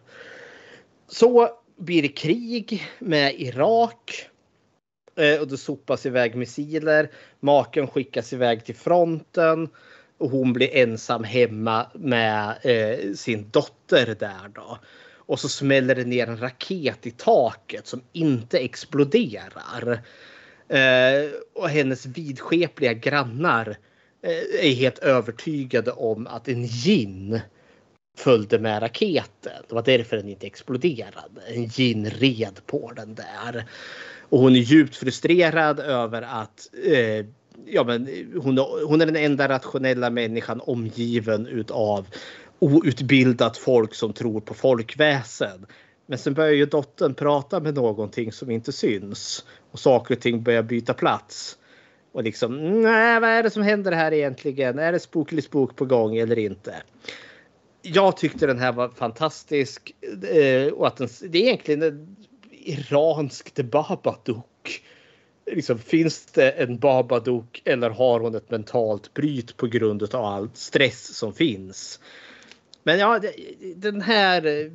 Så blir det krig med Irak. Och det sopas iväg missiler. Maken skickas iväg till fronten. Och hon blir ensam hemma med eh, sin dotter där då. Och så smäller det ner en raket i taket som inte exploderar. Eh, och hennes vidskepliga grannar eh, är helt övertygade om att en djinn följde med raketen. Det var därför den inte exploderade. En djinn red på den där. Och hon är djupt frustrerad över att eh, ja, men hon, hon är den enda rationella människan omgiven utav outbildat folk som tror på folkväsen. Men sen börjar ju dottern prata med någonting som inte syns. Och saker och ting börjar byta plats. Och liksom, nej, vad är det som händer här egentligen? Är det spooky spook på gång eller inte? Jag tyckte den här var fantastisk. Eh, och att den, det är egentligen en iransk Babadook. Liksom, finns det en Babadook eller har hon ett mentalt bryt på grund av all stress som finns? Men ja, den här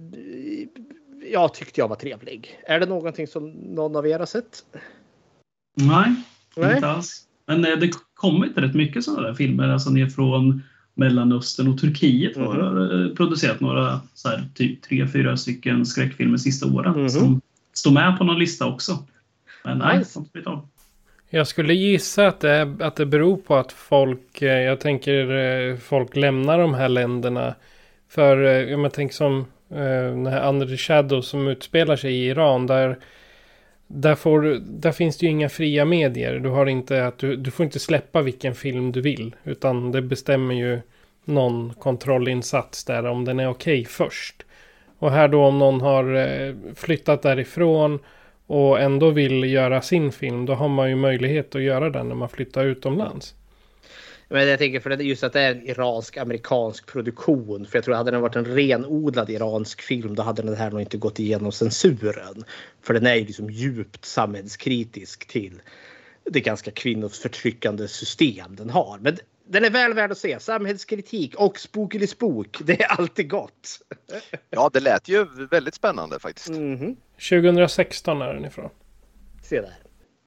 jag tyckte jag var trevlig. Är det någonting som någon av er har sett? Nej, Nej. inte alls. Men det kommer inte rätt mycket sådana där filmer, alltså ner från Mellanöstern och Turkiet har mm. producerat några så här, typ tre, fyra stycken skräckfilmer sista åren mm. som står med på någon lista också. Men nej, nice. Inte jag skulle gissa att det, att det beror på att folk, jag tänker folk lämnar de här länderna för, jag tänker som den här Under the Shadow som utspelar sig i Iran, där där, får, där finns det ju inga fria medier. Du har inte att du, du får inte släppa vilken film du vill, utan det bestämmer ju någon kontrollinsats där om den är okej först. Och här då om någon har flyttat därifrån och ändå vill göra sin film, då har man ju möjlighet att göra den när man flyttar utomlands. Men jag tänker för det just att det är en iransk-amerikansk produktion. För jag tror att hade den varit en renodlad iransk film, då hade den här nog inte gått igenom censuren. För den är ju liksom djupt samhällskritisk till det ganska kvinnoförtryckande system den har. Men den är väl värd att se. Samhällskritik och spooky spook, det är alltid gott. Ja, det lät ju väldigt spännande faktiskt. Mm-hmm. tjugohundrasexton är den ifrån. Se där.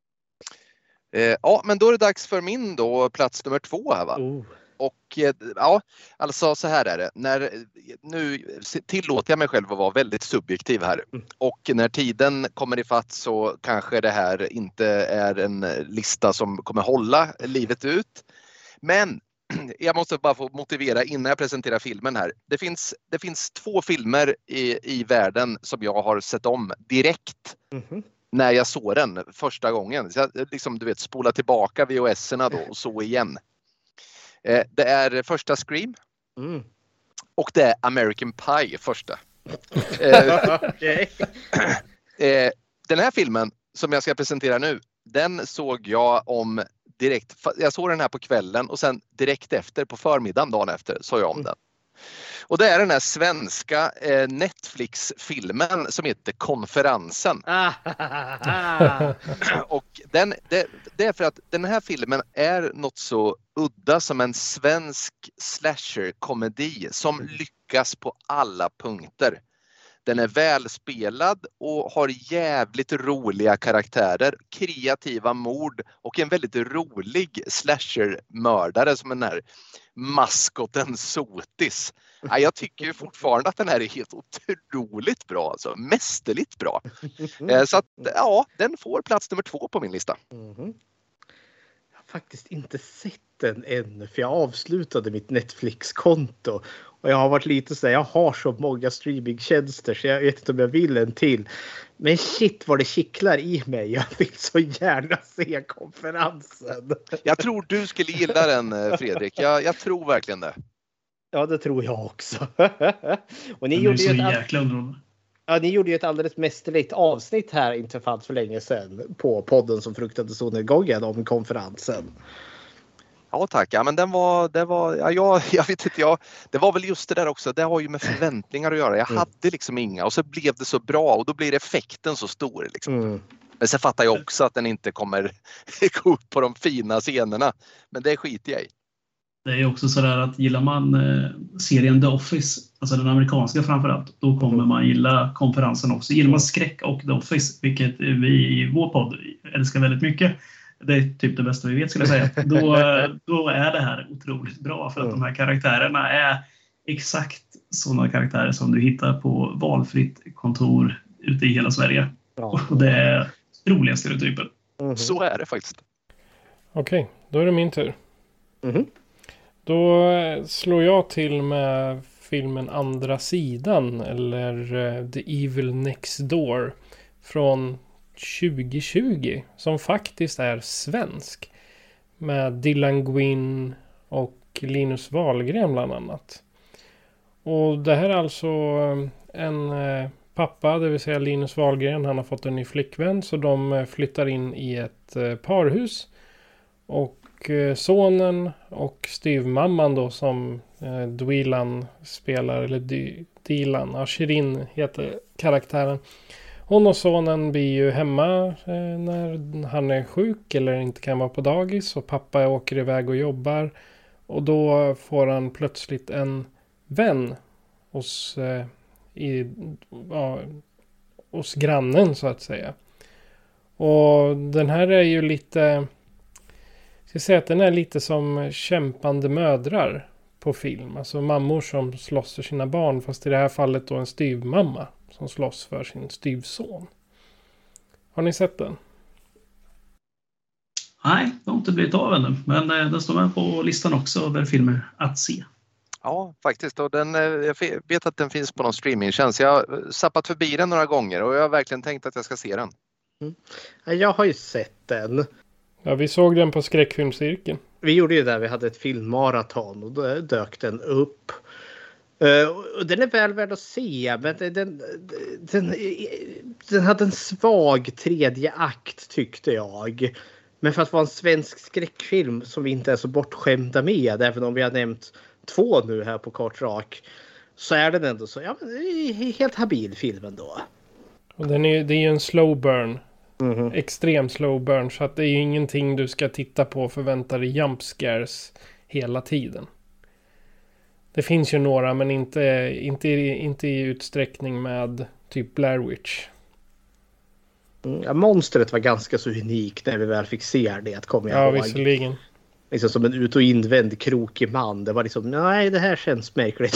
Eh, ja, men då är det dags för min då plats nummer två här va. Oh. Och eh, ja, alltså så här är det. När, nu tillåter jag mig själv att vara väldigt subjektiv här. Mm. Och när tiden kommer i fatt så kanske det här inte är en lista som kommer hålla livet ut. Men jag måste bara få motivera innan jag presenterar filmen här. Det finns, det finns två filmer i, i världen som jag har sett om direkt. Mm-hmm. När jag såg den första gången. Så jag liksom, du vet, spola tillbaka V H S-erna då och så igen. Eh, det är första Scream. Mm. Och det är American Pie första. eh, Okej. eh, den här filmen som jag ska presentera nu, den såg jag om direkt. Jag såg den här på kvällen och sen direkt efter på förmiddagen dagen efter såg jag om den. Och det är den här svenska eh, Netflix-filmen som heter Konferensen. Och den, det, det är för att den här filmen är något så udda som en svensk slasher-komedi som lyckas på alla punkter. Den är välspelad och har jävligt roliga karaktärer, kreativa mord och en väldigt rolig slasher-mördare som den här maskoten Sotis. Ja, jag tycker ju fortfarande att den här är helt otroligt bra, alltså mästerligt bra. Så att ja, den får plats nummer två på min lista. Mm-hmm. Jag har faktiskt inte sett den än, för jag avslutade mitt Netflix-konto. Och jag har varit lite så här, jag har så många streamingtjänster så jag vet inte om jag vill en till. Men shit vad det kittlar i mig. Jag vill så gärna se Konferensen. Jag tror du skulle gilla den, Fredrik. Jag, jag tror verkligen det. Ja, det tror jag också. Och ni Den gjorde, är så ju ett jäkla underhållande. ja, ni gjorde ju ett alldeles mästerligt avsnitt här inte för allt för länge sedan på podden som fruktade solnedgången om Konferensen. Ja tack, ja, men den var, det var, ja, jag, jag vet inte, jag, det var väl just det där också, det har ju med förväntningar att göra. Jag Mm. hade liksom inga och så blev det så bra och då blir effekten så stor liksom. Mm. Men sen fattar jag också att den inte kommer gå upp på de fina scenerna, men det skiter jag i. Det är också sådär att gillar man eh, serien The Office, alltså den amerikanska framförallt, då kommer man gilla Konferensen också. Gillar man skräck och The Office, vilket vi i vår podd älskar väldigt mycket, det är typ det bästa vi vet skulle jag säga, då, då är det här otroligt bra för att de här karaktärerna är exakt sådana karaktärer som du hittar på valfritt kontor ute i hela Sverige. Ja. Och det är roliga stereotyper. Mm. Så är det faktiskt. Okej, då är det min tur. Mm. Då slår jag till med filmen Andra sidan eller uh, The Evil Next Door från tjugo tjugo som faktiskt är svensk med Dylan Gwynn och Linus Wahlgren bland annat. Och det här är alltså en uh, pappa, det vill säga Linus Wahlgren, han har fått en ny flickvän så de flyttar in i ett uh, parhus och sonen och styvmamman då som eh, Dylan spelar, eller Dy- Dylan, ja, Shirin heter karaktären. Hon och sonen blir ju hemma eh, när han är sjuk eller inte kan vara på dagis och pappa åker iväg och jobbar och då får han plötsligt en vän hos, eh, i, ja, hos grannen så att säga. Och den här är ju lite... Jag ska säga att den är lite som kämpande mödrar på film. Alltså mammor som slåss för sina barn. Fast i det här fallet då en styvmamma som slåss för sin styvson. Har ni sett den? Nej, det har inte blivit av ännu. Men eh, den står med på listan också över filmer att se. Ja, faktiskt. Och den, jag vet att den finns på någon streamingtjänst. Jag har sappat förbi den några gånger och jag har verkligen tänkt att jag ska se den. Mm. Jag har ju sett den. Ja, vi såg den på skräckfilmscirkeln. Vi gjorde ju det, vi hade ett filmmaraton och då dök den upp. Uh, och den är väl värd att se, men den, den, den, den hade en svag tredje akt tyckte jag. Men för att vara en svensk skräckfilm som vi inte är så bortskämda med, även om vi har nämnt två nu här på kort rak, så är den ändå så, ja, men det är helt habil film ändå. Och den är, det är ju en slow burn. Mm-hmm. Extrem slow burn. Så att det är ju ingenting du ska titta på och förvänta dig jump scares hela tiden. Det finns ju några men inte, inte, inte i utsträckning med typ Blair Witch. Mm, ja, monstret var ganska så unik när vi väl fick se det, kommer jag Ja, ihåg. visserligen. Liksom som en ut- och invänd krokig man. Det var liksom, nej det här känns märkligt.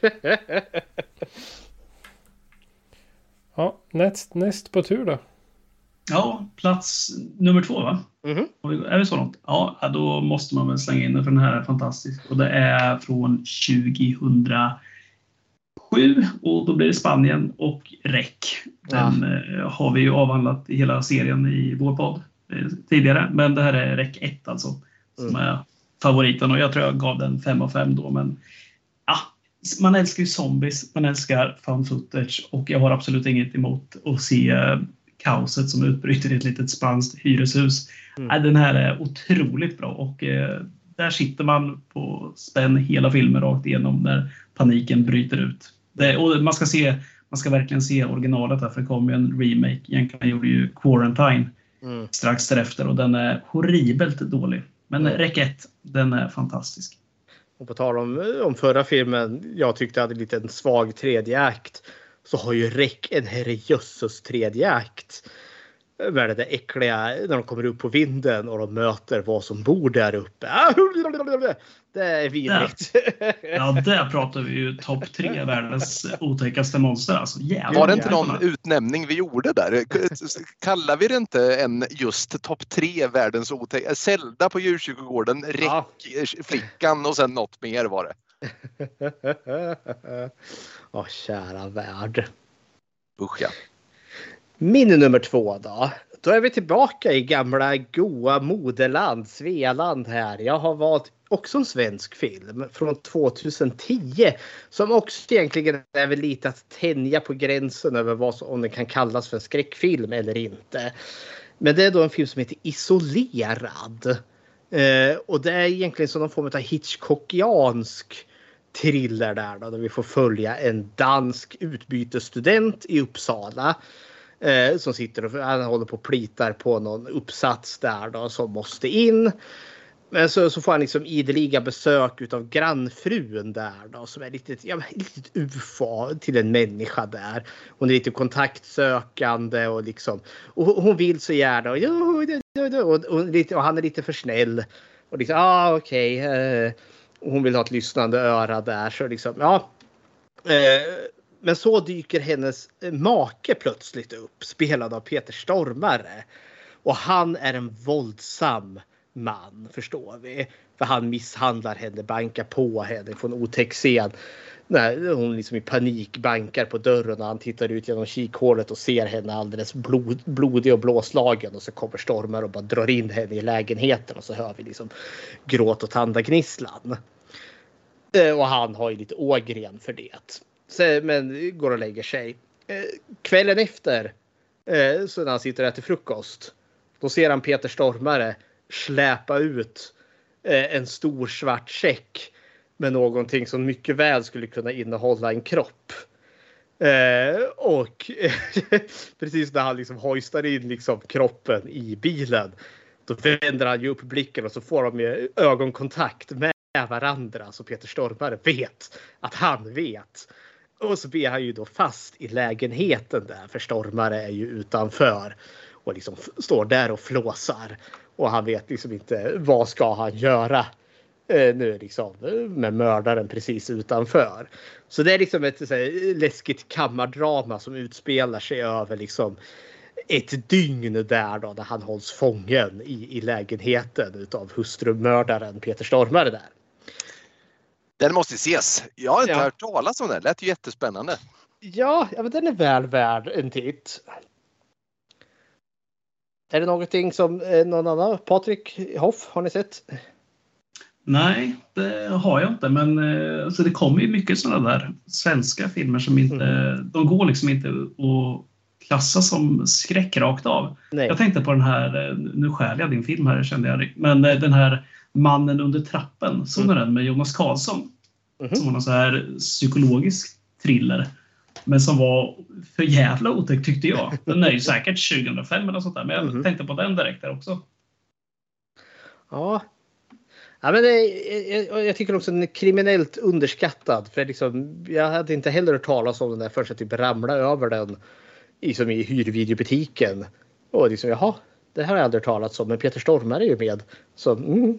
Ja, näst, näst på tur då. Ja, plats nummer två va? Mm-hmm. Är vi så långt? Ja, då måste man väl slänga in den för den här är fantastisk. Och det är från tjugohundrasju och då blir det Spanien och R E C. Den ja. har vi ju avhandlat i hela serien i vår podd tidigare. Men det här är R E C ett alltså. Som mm. är favoriten och jag tror jag gav den fem av fem då. Men ja, man älskar ju zombies, man älskar found footage och jag har absolut inget emot att se kaoset som utbryter i ett litet spanskt hyreshus. Mm. Den här är otroligt bra och eh, där sitter man på spänn hela filmen rakt igenom när paniken bryter ut. Det, och man ska se, man ska verkligen se originalet här, för det kom ju en remake. Egentligen gjorde ju Quarantine mm. strax därefter och den är horribelt dålig. Men mm. Rec ett, den är fantastisk. Och på tal om, om förra filmen, jag tyckte hade lite en svag tredje akt, så har ju Rec en herrejösses tredje akt. Med det där äckliga när de kommer upp på vinden och de möter vad som bor där uppe. Det är vidrigt. Ja, där pratar vi ju topp tre världens otäckaste monster. Alltså, jävlar, var det inte någon jävlar. utnämning vi gjorde där? Kallar vi det inte en just topp tre världens otäckaste? Zelda på djurkyrkogården, ja. Räckflickan och sen något mer var det. Åh, kära värld. Usch ja. Min nummer två då. Då är vi tillbaka i gamla goa moderland, Svealand här. Jag har valt också en svensk film från tjugohundratio som också egentligen är väl lite att tänja på gränsen över vad som, om den kan kallas för en skräckfilm eller inte. Men det är då en film som heter Isolerad. Eh, och det är egentligen som någon form av Hitchcockiansk thriller där då, där vi får följa en dansk utbytesstudent i Uppsala. Eh, som sitter och han håller på och plitar på någon uppsats där då, som måste in. Men så, så får han liksom ideliga besök utav grannfrun där då, som är lite, ja, lite U F O till en människa där. Hon är lite kontaktsökande och liksom, och hon vill så gärna och, och, och, lite, och han är lite för snäll och liksom, ja ah, okej okay, eh, hon vill ha ett lyssnande öra där, så liksom, ja eh, men så dyker hennes make plötsligt upp, spelad av Peter Stormare. Och han är en våldsam man, förstår vi. För han misshandlar henne, bankar på henne från otäck scen. När hon liksom i panik bankar på dörren och han tittar ut genom kikhålet och ser henne alldeles blod, blodig och blåslagen. Och så kommer Stormare och bara drar in henne i lägenheten och så hör vi liksom gråt och tandagnisslan. Och han har ju lite ågren för det. Men går och lägger sig. Eh, kvällen efter, eh, så när han sitter och äter frukost, då ser han Peter Stormare släpa ut eh, en stor svart säck med någonting som mycket väl skulle kunna innehålla en kropp. Eh, och precis när han liksom hoistar in liksom kroppen i bilen, då vänder han ju upp blicken och så får de ju ögonkontakt med varandra, så Peter Stormare vet att han vet. Och så blir han ju då fast i lägenheten där, för Stormare är ju utanför och liksom står där och flåsar. Och han vet liksom inte vad ska han göra eh, nu liksom med mördaren precis utanför. Så det är liksom ett så här, läskigt kammardrama som utspelar sig över liksom ett dygn där då, där han hålls fången i, i lägenheten utav hustrumördaren Peter Stormare där. Den måste ses. Jag har inte ja. hört talas om den. Det lät ju jättespännande. Ja, ja, men den är väl värd en titt. Är det någonting som eh, någon annan? Patrik Hoff, har ni sett? Nej, det har jag inte. Men eh, alltså, det kommer ju mycket sådana där svenska filmer som inte... Mm. De går liksom inte att klassa som skräck rakt av. Nej. Jag tänkte på den här... Nu skär jag din film här, kände jag. Men eh, den här... Mannen under trappen, såg mm. den med Jonas Karlsson. Mm. Som var någon så här psykologisk thriller. Men som var för jävla otäck, tyckte jag. Den är ju säkert tjugohundrafem eller sånt där. Men jag mm. tänkte på den direkt där också. Ja. Ja, men det, jag, jag tycker också den är kriminellt underskattad. För liksom, jag hade inte heller hört talas om den där förrän jag typ ramlade över den i, som i hyrvideobutiken. Och liksom, jaha. Det här har jag aldrig talat om, men Peter Stormare är ju med. Så, mm.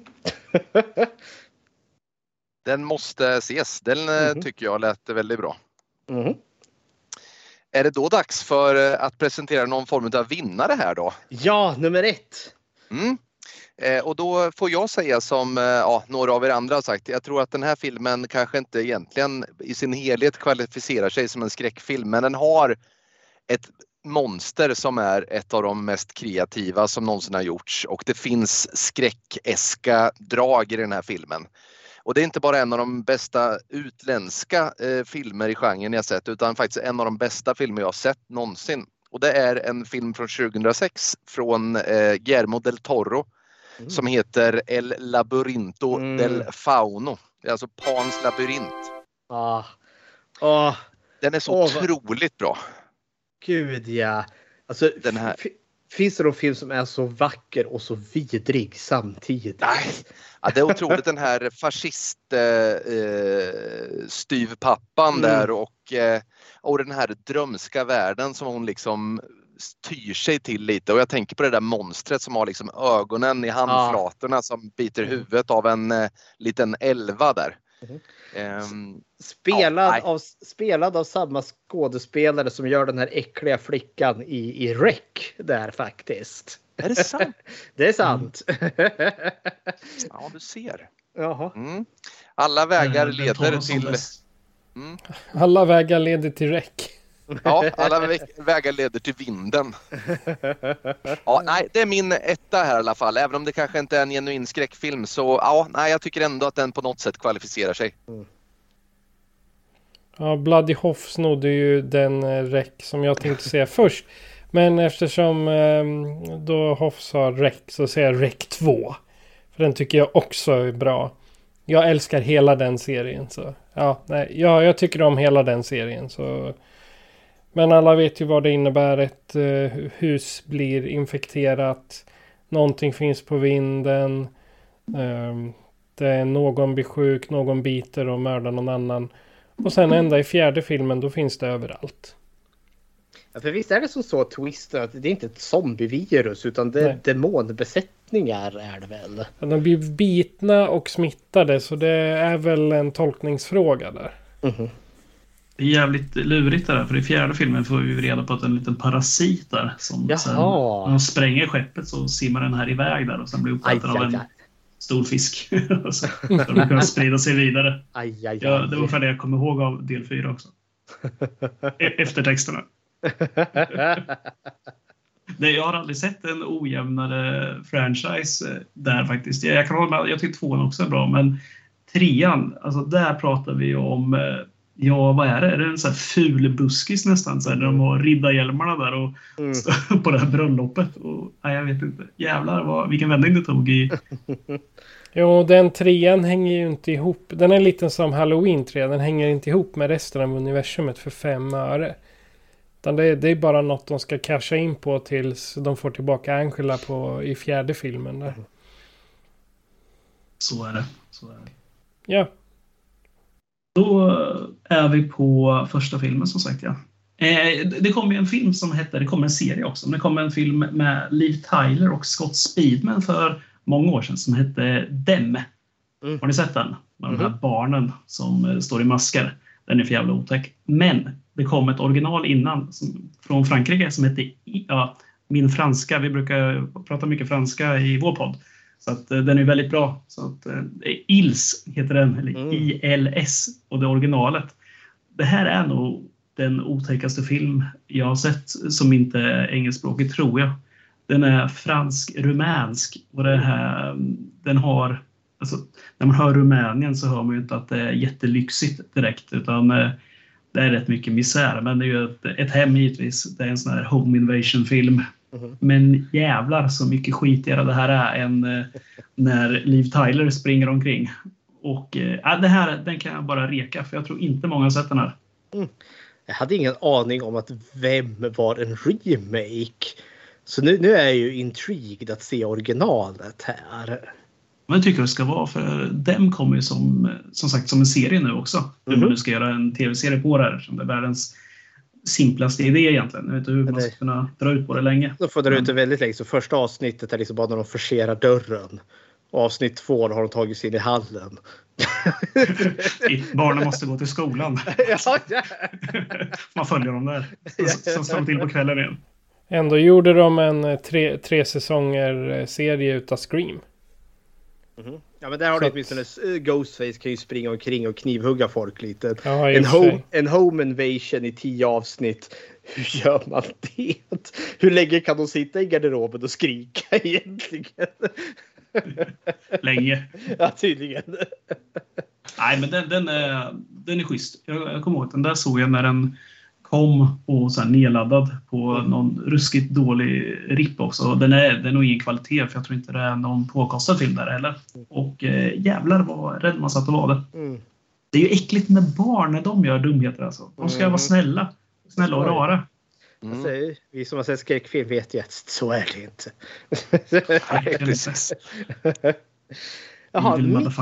Den måste ses. Den mm. tycker jag lät väldigt bra. Mm. Är det då dags för att presentera någon form av vinnare här då? Ja, nummer ett. Mm. Eh, och då får jag säga som eh, ja, några av er andra har sagt. Jag tror att den här filmen kanske inte egentligen i sin helhet kvalificerar sig som en skräckfilm. Men den har ett monster som är ett av de mest kreativa som någonsin har gjorts, och det finns skräckeska drag i den här filmen. Och det är inte bara en av de bästa utländska eh, filmer i genren jag sett, utan faktiskt en av de bästa filmer jag sett någonsin. Och det är en film från tjugohundrasex från eh, Guillermo del Toro mm. som heter El Labyrinto mm. del Fauno. Det är alltså Pans labyrint. Ah. Ah. Den är så oh, otroligt bra. Gud ja. Alltså, den här... f- finns det någon film som är så vacker och så vidrig samtidigt? Nej. Ja, det är otroligt, den här fascist eh, styvpappan mm. där och, eh, och den här drömska världen som hon liksom styr sig till lite. Och jag tänker på det där monstret som har liksom ögonen i handflatorna ah. som biter huvudet av en eh, liten elva där. Mm. Um, spelad, ja, av, spelad av samma skådespelare som gör den här äckliga flickan i, i Rec där faktiskt. Är det sant? Det är sant. Mm. Ja, du ser. Jaha. Mm. Alla vägar mm, leder till... Mm. Alla vägar leder till Rec. Ja, alla vä- vägar leder till vinden. Ja, nej, det är min etta här i alla fall. Även om det kanske inte är en genuin skräckfilm så ja, nej, jag tycker ändå att den på något sätt kvalificerar sig. Mm. Ja, Bloody Hoff snodde ju den Rec som jag tänkte säga först. Men eftersom eh, då Hoff sa Rec så säger jag Rec två. För den tycker jag också är bra. Jag älskar hela den serien. Så ja, nej, ja, jag tycker om hela den serien så... Men alla vet ju vad det innebär. Ett uh, hus blir infekterat. Någonting finns på vinden. Um, det är någon blir sjuk. Någon biter och mördar någon annan. Och sen ända i fjärde filmen då finns det överallt. Ja, för visst är det som så twist att det är inte ett zombievirus utan det är Nej. demonbesättningar är det väl? Ja, de blir bitna och smittade så det är väl en tolkningsfråga där. Mm-hmm. Det är jävligt lurigt där, för i fjärde filmen får vi reda på att en liten parasit där som Jaha. sen, när de spränger skeppet så simmar den här iväg där och sen blir uppäten av en stor fisk. Så de kan sprida sig vidare. Aj, aj, aj. Ja, det var för det jag kommer ihåg av del fyra också. E- eftertexterna. Nej, jag har aldrig sett en ojämnare franchise där faktiskt. Jag kan hålla med, jag tycker tvåan också är bra, men trean, alltså där pratar vi om, ja vad är det? Är det en sån här ful buskis nästan? Så här, där de har riddarhjälmarna där och mm. står på det här bröllopet. Och, nej, jag vet inte. Jävlar vad, vilken vändning det tog i. Jo, den trean hänger ju inte ihop. Den är lite som Halloween tre. Den hänger inte ihop med resten av universumet för fem öre. Utan det är, det är bara något de ska casha in på tills de får tillbaka Angela på, i fjärde filmen där. Så är det. Så är det. Ja. Då är vi på första filmen som sagt, ja. Eh, det kommer en film som heter, det kommer en serie också. Det kommer en film med Liv Tyler och Scott Speedman för många år sedan som hette Dem. Mm. Har ni sett den? Med mm. de här barnen som står i masker. Den är för jävla otäck. Men det kom ett original innan som, från Frankrike som heter ja, Min franska. Vi brukar prata mycket franska i vår podd. Så att, uh, den är väldigt bra. Så att, uh, Ils heter den, eller mm. I L S och det originalet. Det här är nog den otäckaste film jag har sett som inte är engelskspråkig, tror jag. Den är fransk-rumänsk och det här, den har, alltså, när man hör Rumänien så hör man ju inte att det är jättelyxigt direkt, utan uh, det är rätt mycket misär. Men det är ju ett, ett hem givetvis. Det är en sån här home invasion film. Mm-hmm. Men jävlar så mycket skitigare det här är än eh, när Liv Tyler springer omkring. Och eh, det här, den kan jag bara reka, för jag tror inte många har sett den här. Mm. Jag hade ingen aning om att Vem var en remake. Så nu, nu är jag ju intrigued att se originalet här. Men jag tycker det ska vara, för den kommer ju som, som sagt som en serie nu också. Mm-hmm. Hur man nu ska göra en tv-serie på det här, som det är världens simplaste idé egentligen. Jag vet inte hur man ska kunna dra ut på det länge. Då får dra ut det väldigt länge. Så första avsnittet är liksom bara när de forcerar dörren. Och avsnitt två har de tagit sig in i hallen. Barnen måste gå till skolan. Ja, ja. Man följer dem där. Sen står de till på kvällen igen. Ändå gjorde de en tre, tre säsonger serie utav Scream. Mm-hmm. Ja, men där har du åtminstone Ghostface kan ju springa omkring och knivhugga folk lite. Ja, en, home, en home invasion i tio avsnitt. Hur gör man det? Hur länge kan de sitta i garderoben och skrika egentligen? Länge. Ja, tydligen. Nej, men den, den, är, den är schysst. Jag, jag kommer ihåg att den där såg jag när den kom och så här nedladdad på mm. någon ruskigt dålig ripp också. Den är, den är nog ingen kvalitet, för jag tror inte det är någon påkostad film där heller. Och eh, jävlar vad rädd man satt och var det. Mm. Det är ju äckligt med barn när de gör dumheter alltså. De ska mm. vara snälla. Snälla och rara. Mm. Alltså, vi som har sett skräckfilm vet ju att så är det inte. Nej, precis. Jaha, mitt,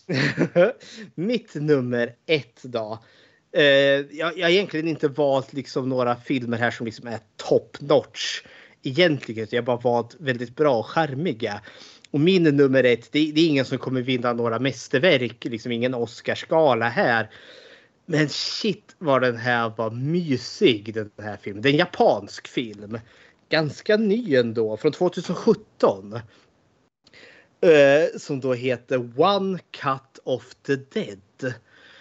mitt nummer ett då. Uh, jag, jag har egentligen inte valt liksom några filmer här som liksom är top notch. Egentligen, jag har bara valt väldigt bra och charmiga. Och min nummer ett, det, det är ingen som kommer vinna några mästerverk. Liksom ingen Oscarsgala här. Men shit vad den här var mysig, den här filmen. Det är en japansk film. Ganska ny ändå, från tjugohundrasjutton. Uh, som då heter One Cut of the Dead.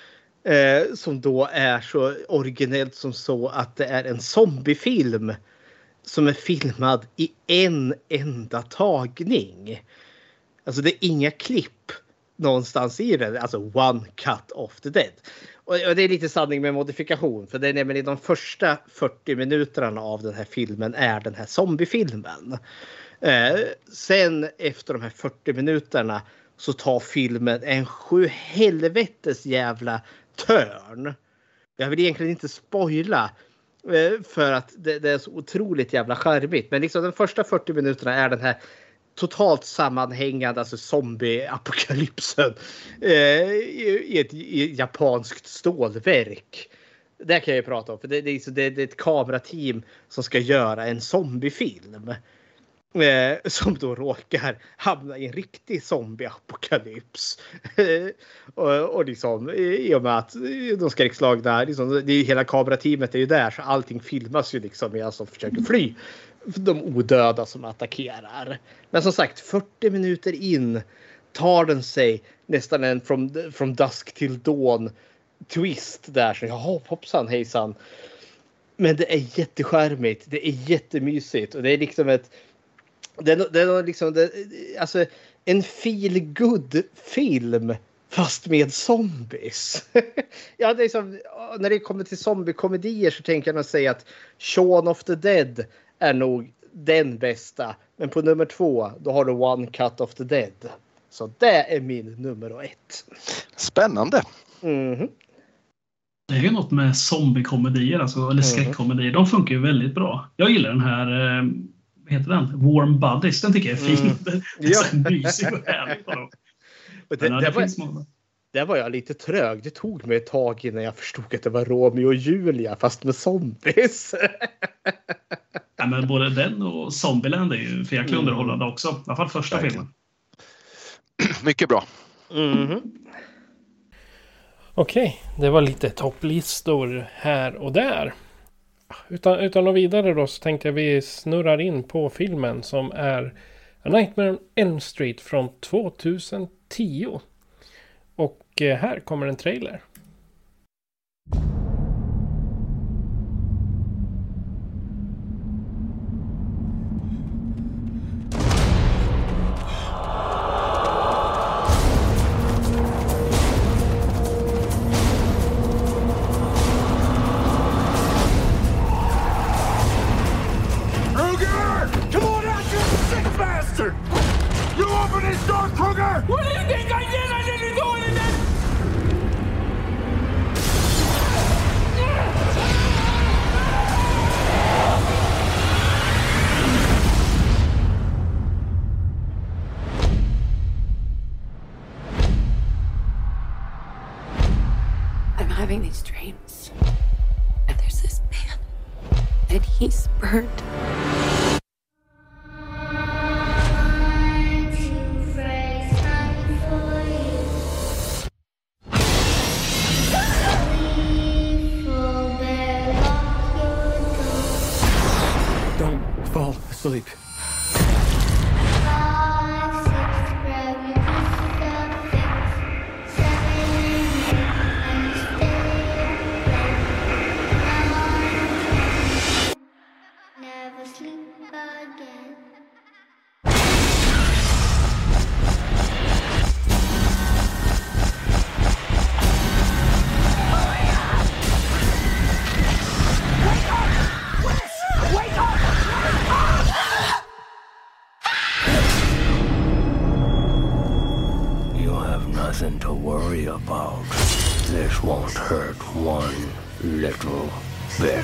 Uh, som då är så originellt som så att det är en zombiefilm som är filmad i en enda tagning. Alltså det är inga klipp någonstans i den. Alltså One Cut of the Dead. Och det är lite sanning med modifikation. För det är nämligen de första fyrtio minuterna av den här filmen är den här zombiefilmen. Eh, sen efter de här fyrtio minuterna så tar filmen en sju helvetes jävla törn. Jag vill egentligen inte spoila eh, för att det, det är så otroligt jävla charmigt. Men liksom de första fyrtio minuterna är den här totalt sammanhängande, alltså zombie-apokalypsen eh, i, i, ett, i ett japanskt stålverk. Det kan jag ju prata om, för det, det, är, det, det är ett kamerateam som ska göra en zombiefilm. Eh, som då råkar hamna i en riktig zombie-apokalyps. och, och liksom, i och med att de skräckslagna, liksom, det är ju, hela kamerateamet är ju där, så allting filmas ju liksom medan de försöker fly. De odöda som attackerar. Men som sagt, fyrtio minuter in tar den sig nästan en from, from dusk till dawn twist där. Så jaha, hoppsan, hejsan. Men det är jätteskärmigt. Det är jättemysigt. Och det är liksom ett... Det är, det är liksom... Det, alltså, en feel good film fast med zombies. Ja, det är som, när det kommer till zombie-komedier så tänker jag nog säga att Shaun of the Dead är nog den bästa. Men på nummer två, då har du One Cut of the Dead. Så det är min nummer ett. Spännande. Mm-hmm. Det är ju något med zombie-komedier, alltså, eller skräckkomedier. De funkar ju väldigt bra. Jag gillar den här, eh, vad heter den? Warm Buddies, den tycker jag är fin. Mm. Den är så mysig och härlig på dem. Och det, det, det, var, det var jag lite trög. Det tog mig ett tag innan jag förstod att det var Romeo och Julia fast med zombies. Ja, men både den och Zombieland är ju för jäkla underhållande också. I alla fall första Verkligen. filmen. Mycket bra. Mm-hmm. Okej, det var lite topplistor här och där. Utan, utan att vidare då så tänkte jag vi snurrar in på filmen som är A Nightmare on Elm Street från tjugohundratio. Och här kommer en trailer. Having these dreams, and there's this man, and he's burned. Don't fall asleep. Nothing to worry about. This won't hurt one little bit.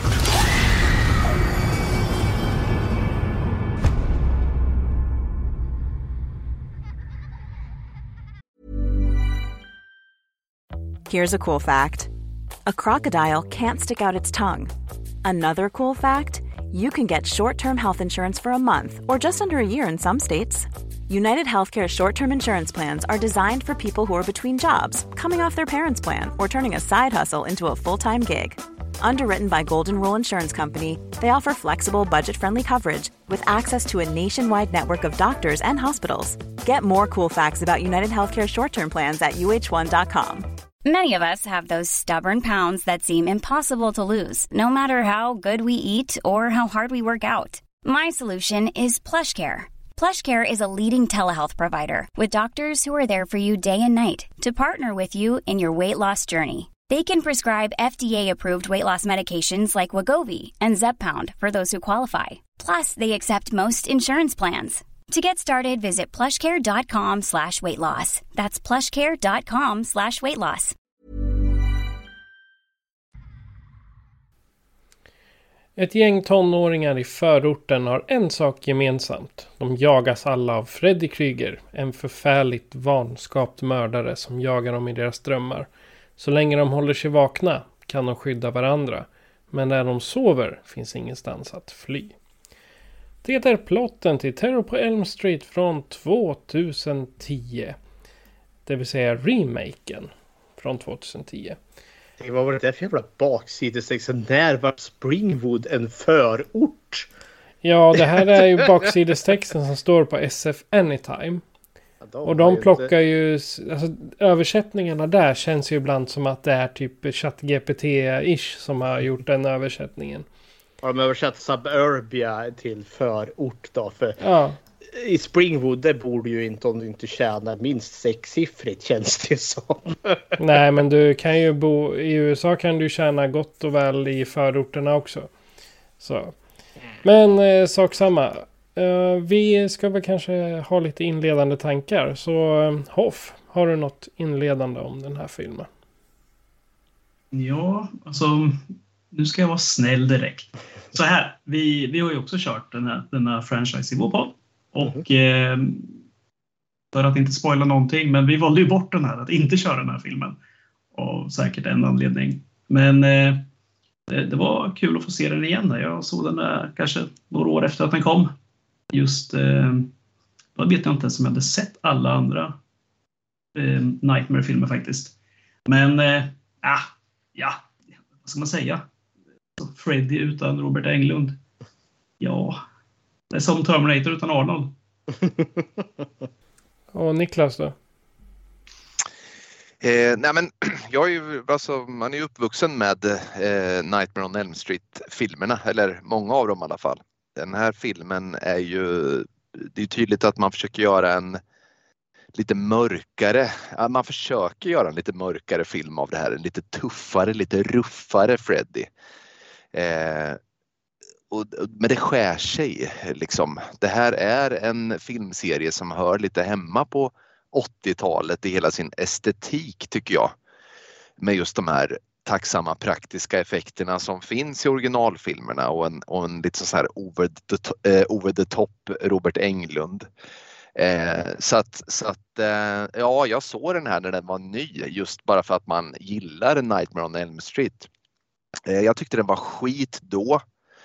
Here's a cool fact. A crocodile can't stick out its tongue. Another cool fact, you can get short-term health insurance for a month or just under a year in some states. United Healthcare short-term insurance plans are designed for people who are between jobs, coming off their parents' plan, or turning a side hustle into a full-time gig. Underwritten by Golden Rule Insurance Company, they offer flexible, budget-friendly coverage with access to a nationwide network of doctors and hospitals. Get more cool facts about United Healthcare short-term plans at U H one dot com. Many of us have those stubborn pounds that seem impossible to lose, no matter how good we eat or how hard we work out. My solution is PlushCare. PlushCare is a leading telehealth provider with doctors who are there for you day and night to partner with you in your weight loss journey. They can prescribe F D A-approved weight loss medications like Wegovy and Zepbound for those who qualify. Plus, they accept most insurance plans. To get started, visit plushcare.com slash weight loss. That's plushcare.com slash weight loss. Ett gäng tonåringar i förorten har en sak gemensamt. De jagas alla av Freddy Krueger, en förfärligt vanskapt mördare som jagar dem i deras drömmar. Så länge de håller sig vakna kan de skydda varandra. Men när de sover finns ingenstans att fly. Det är plotten till Terror på Elm Street från tjugohundratio. Det vill säga remaken från tjugohundratio. Det var väl därför jävla baksidestexten. När var Springwood en förort? Ja, det här är ju baksidestexten som står på S F Anytime. Ja, och de plockar inte... ju... Alltså, översättningarna där känns ju ibland som att det är typ ChatGPT-ish som har gjort den översättningen. Har de översatt suburbia till förort då? För ja. I Springwood det borde ju inte, om du inte tjänar minst sexsiffrigt, känns det som. Nej, men du kan ju bo i U S A, kan du tjäna gott och väl i förorterna också. Så. Men eh, sak samma. Eh, vi ska väl kanske ha lite inledande tankar. Så eh, Hoff, har du något inledande om den här filmen? Ja, alltså nu ska jag vara snäll direkt. Så här, vi, vi har ju också kört den här, den här franchise i vår podd. Och eh, för att inte spoila någonting, men vi valde ju bort den här, att inte köra den här filmen. Av säkert en anledning. Men eh, det, det var kul att få se den igen. Jag såg den där kanske några år efter att den kom. Just, eh, då vet jag inte ens om jag hade sett alla andra eh, Nightmare-filmer faktiskt. Men, eh, ah, ja, vad ska man säga? Freddy utan Robert Englund. Ja, det är som Terminator utan Arnold. Och Niklas då? Eh, nej men, jag är ju, alltså, man är ju uppvuxen med eh, Nightmare on Elm Street-filmerna. Eller många av dem i alla fall. Den här filmen är ju... Det är tydligt att man försöker göra en lite mörkare... Ja, man försöker göra en lite mörkare film av det här. En lite tuffare, lite ruffare Freddy. Eh, och, men det skär sig liksom. Det här är en filmserie som hör lite hemma på åttiotalet i hela sin estetik tycker jag. Med just de här tacksamma praktiska effekterna som finns i originalfilmerna och en, och en lite så här over the, uh, over the top Robert Englund. Eh, så att, så att eh, ja, jag såg den här när den var ny just bara för att man gillar Nightmare on Elm Street. Eh, jag tyckte den var skit då.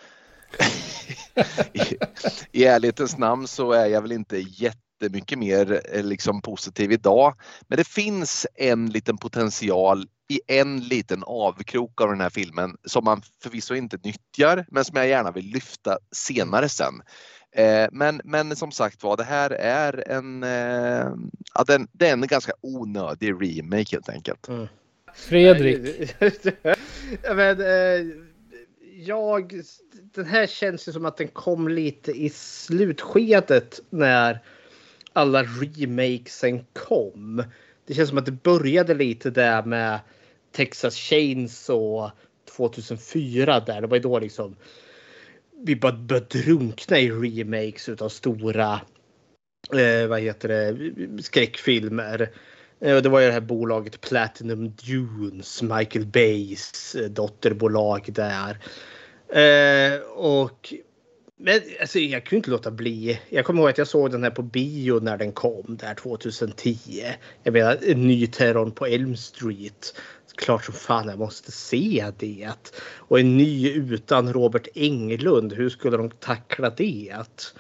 I, I ärlighetens namn så är jag väl inte jättemycket mer eh, liksom positiv idag. Men det finns en liten potential i en liten avkrok av den här filmen som man förvisso inte nyttjar men som jag gärna vill lyfta senare sen. Eh, men, men som sagt var, det här är en, eh, ja, den, det är en ganska onödig remake helt enkelt. Mm. Fredrik. men, eh, jag, den här känns ju som att den kom lite i slutskedet när alla remakesen kom. Det känns som att det började lite där med Texas Chainsaw tjugohundrafyra där. Det var ju då liksom vi bara började drunkna i remakes utav stora eh, vad heter det, skräckfilmer. Och det var ju det här bolaget Platinum Dunes, Michael Bays dotterbolag där. Eh, och men alltså, jag kunde inte låta bli. Jag kommer ihåg att jag såg den här på bio när den kom där tjugohundratio. Jag menar, en ny Terrorn på Elm Street. Klart som fan jag måste se det. Och en ny utan Robert Englund. Hur skulle de tackla det?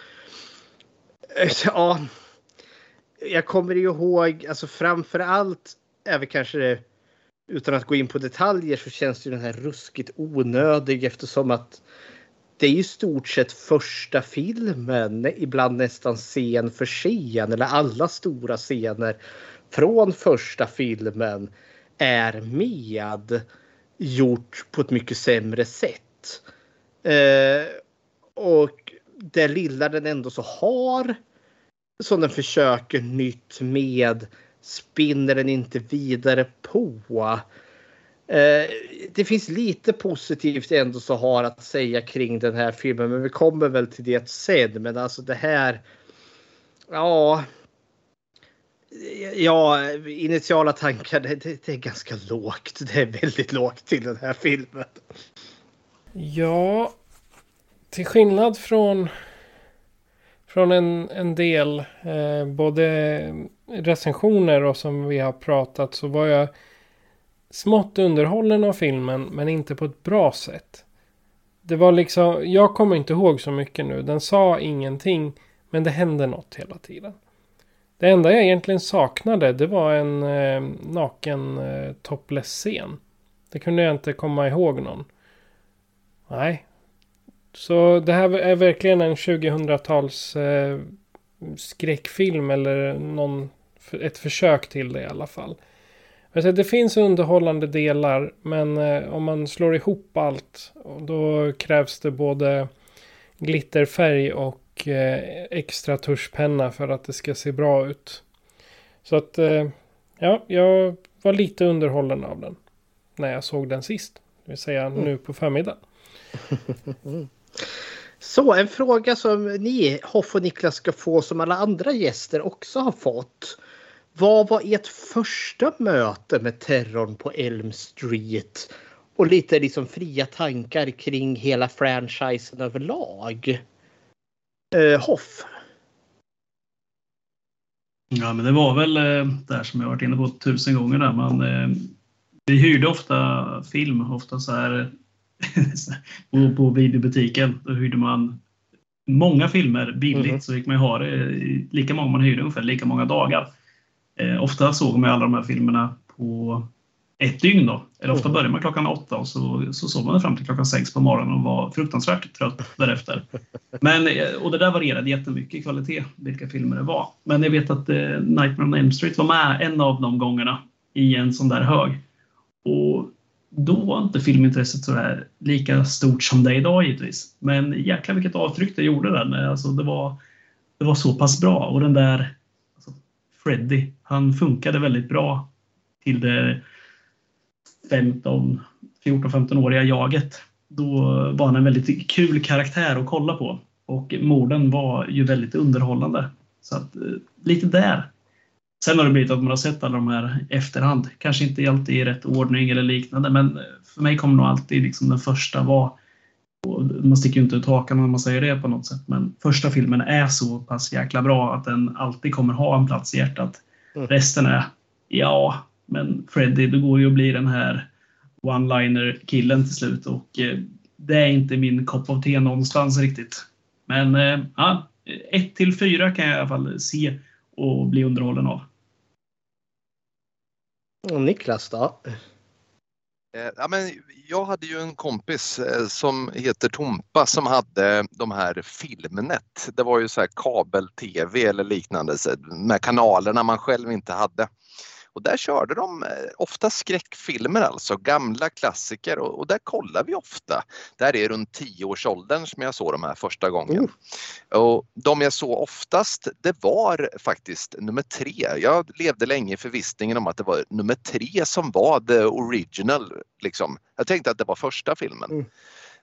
Ja, jag kommer ihåg, alltså framförallt även kanske det, utan att gå in på detaljer, så känns det ju den här ruskigt onödig, eftersom att det är i stort sett första filmen, ibland nästan scen för scen, eller alla stora scener från första filmen är med gjort på ett mycket sämre sätt. Eh, och det lilla den ändå så har, som den försöker nytt med, spinner den inte vidare på. Eh, det finns lite positivt ändå så har att säga kring den här filmen, men vi kommer väl till det sen. Men alltså det här, ja, ja initiala tankar, det, det, det är ganska lågt. Det är väldigt lågt till den här filmen. Ja, till skillnad från från en, en del eh, både recensioner och som vi har pratat, så var jag smått underhållen av filmen, men inte på ett bra sätt. Det var liksom, jag kommer inte ihåg så mycket nu. Den sa ingenting, men det hände något hela tiden. Det enda jag egentligen saknade, det var en eh, naken eh, topless-scen. Det kunde jag inte komma ihåg någon. Nej. Så det här är verkligen en tjugohundratals eh, skräckfilm, eller någon, ett försök till det i alla fall. Alltså, det finns underhållande delar, men eh, om man slår ihop allt, då krävs det både glitterfärg och eh, extra tuschpenna för att det ska se bra ut. Så att eh, ja, jag var lite underhållen av den när jag såg den sist. Det vill säga mm. nu på förmiddagen. Så en fråga som ni, Hoff och Niklas, ska få, som alla andra gäster också har fått. Vad var ert första möte med Terrorn på Elm Street? Och lite liksom fria tankar kring hela franchisen överlag. Uh, Hoff? Ja, men det var väl eh, där som jag varit inne på tusen gånger där. Man, eh, vi hyrde ofta film, ofta så här på, på videobutiken. Då hyrde man många filmer billigt, mm. så gick man ju ha det lika många man hyrde, ungefär lika många dagar. Eh, ofta såg man alla de här filmerna på ett dygn då. Eller ofta började man klockan åtta och så, så sov man fram till klockan sex på morgonen och var fruktansvärt trött därefter. Men, och det där varierade jättemycket i kvalitet, vilka filmer det var. Men jag vet att eh, Nightmare on Elm Street var med en av de gångerna i en sån där hög. Och då var inte filmintresset så här lika stort som det är idag givetvis. Men jäklar vilket avtryck det gjorde den. Alltså det var, det var så pass bra. Och den där alltså Freddy, han funkade väldigt bra till det femton, fjorton, femton-åriga jaget. Då var han en väldigt kul karaktär att kolla på. Och morden var ju väldigt underhållande. Så att, lite där. Sen har det blivit att man har sett alla de här efterhand. Kanske inte alltid i rätt ordning eller liknande. Men för mig kommer nog alltid liksom den första vara. Man sticker ju inte ut hakan när man säger det på något sätt. Men första filmen är så pass jäkla bra att den alltid kommer ha en plats i hjärtat. Mm. Resten är, ja, men Freddy, då går ju att bli den här one-liner-killen till slut. Och eh, det är inte min kopp av te någonstans riktigt. Men eh, ja, ett till fyra kan jag i alla fall se och bli underhållen av. Och Niklas då? Ja, men jag hade ju en kompis som heter Tompa som hade de här Filmnet. Det var ju så här kabel-tv eller liknande med kanalerna man själv inte hade. Och där körde de ofta skräckfilmer, alltså gamla klassiker, och, och där kollar vi ofta. Där är runt tioårsåldern som jag såg de här första gången. Mm. Och de jag såg oftast, det var faktiskt nummer tre. Jag levde länge i förvissningen om att det var nummer tre som var the original. Liksom. Jag tänkte att det var första filmen. Mm.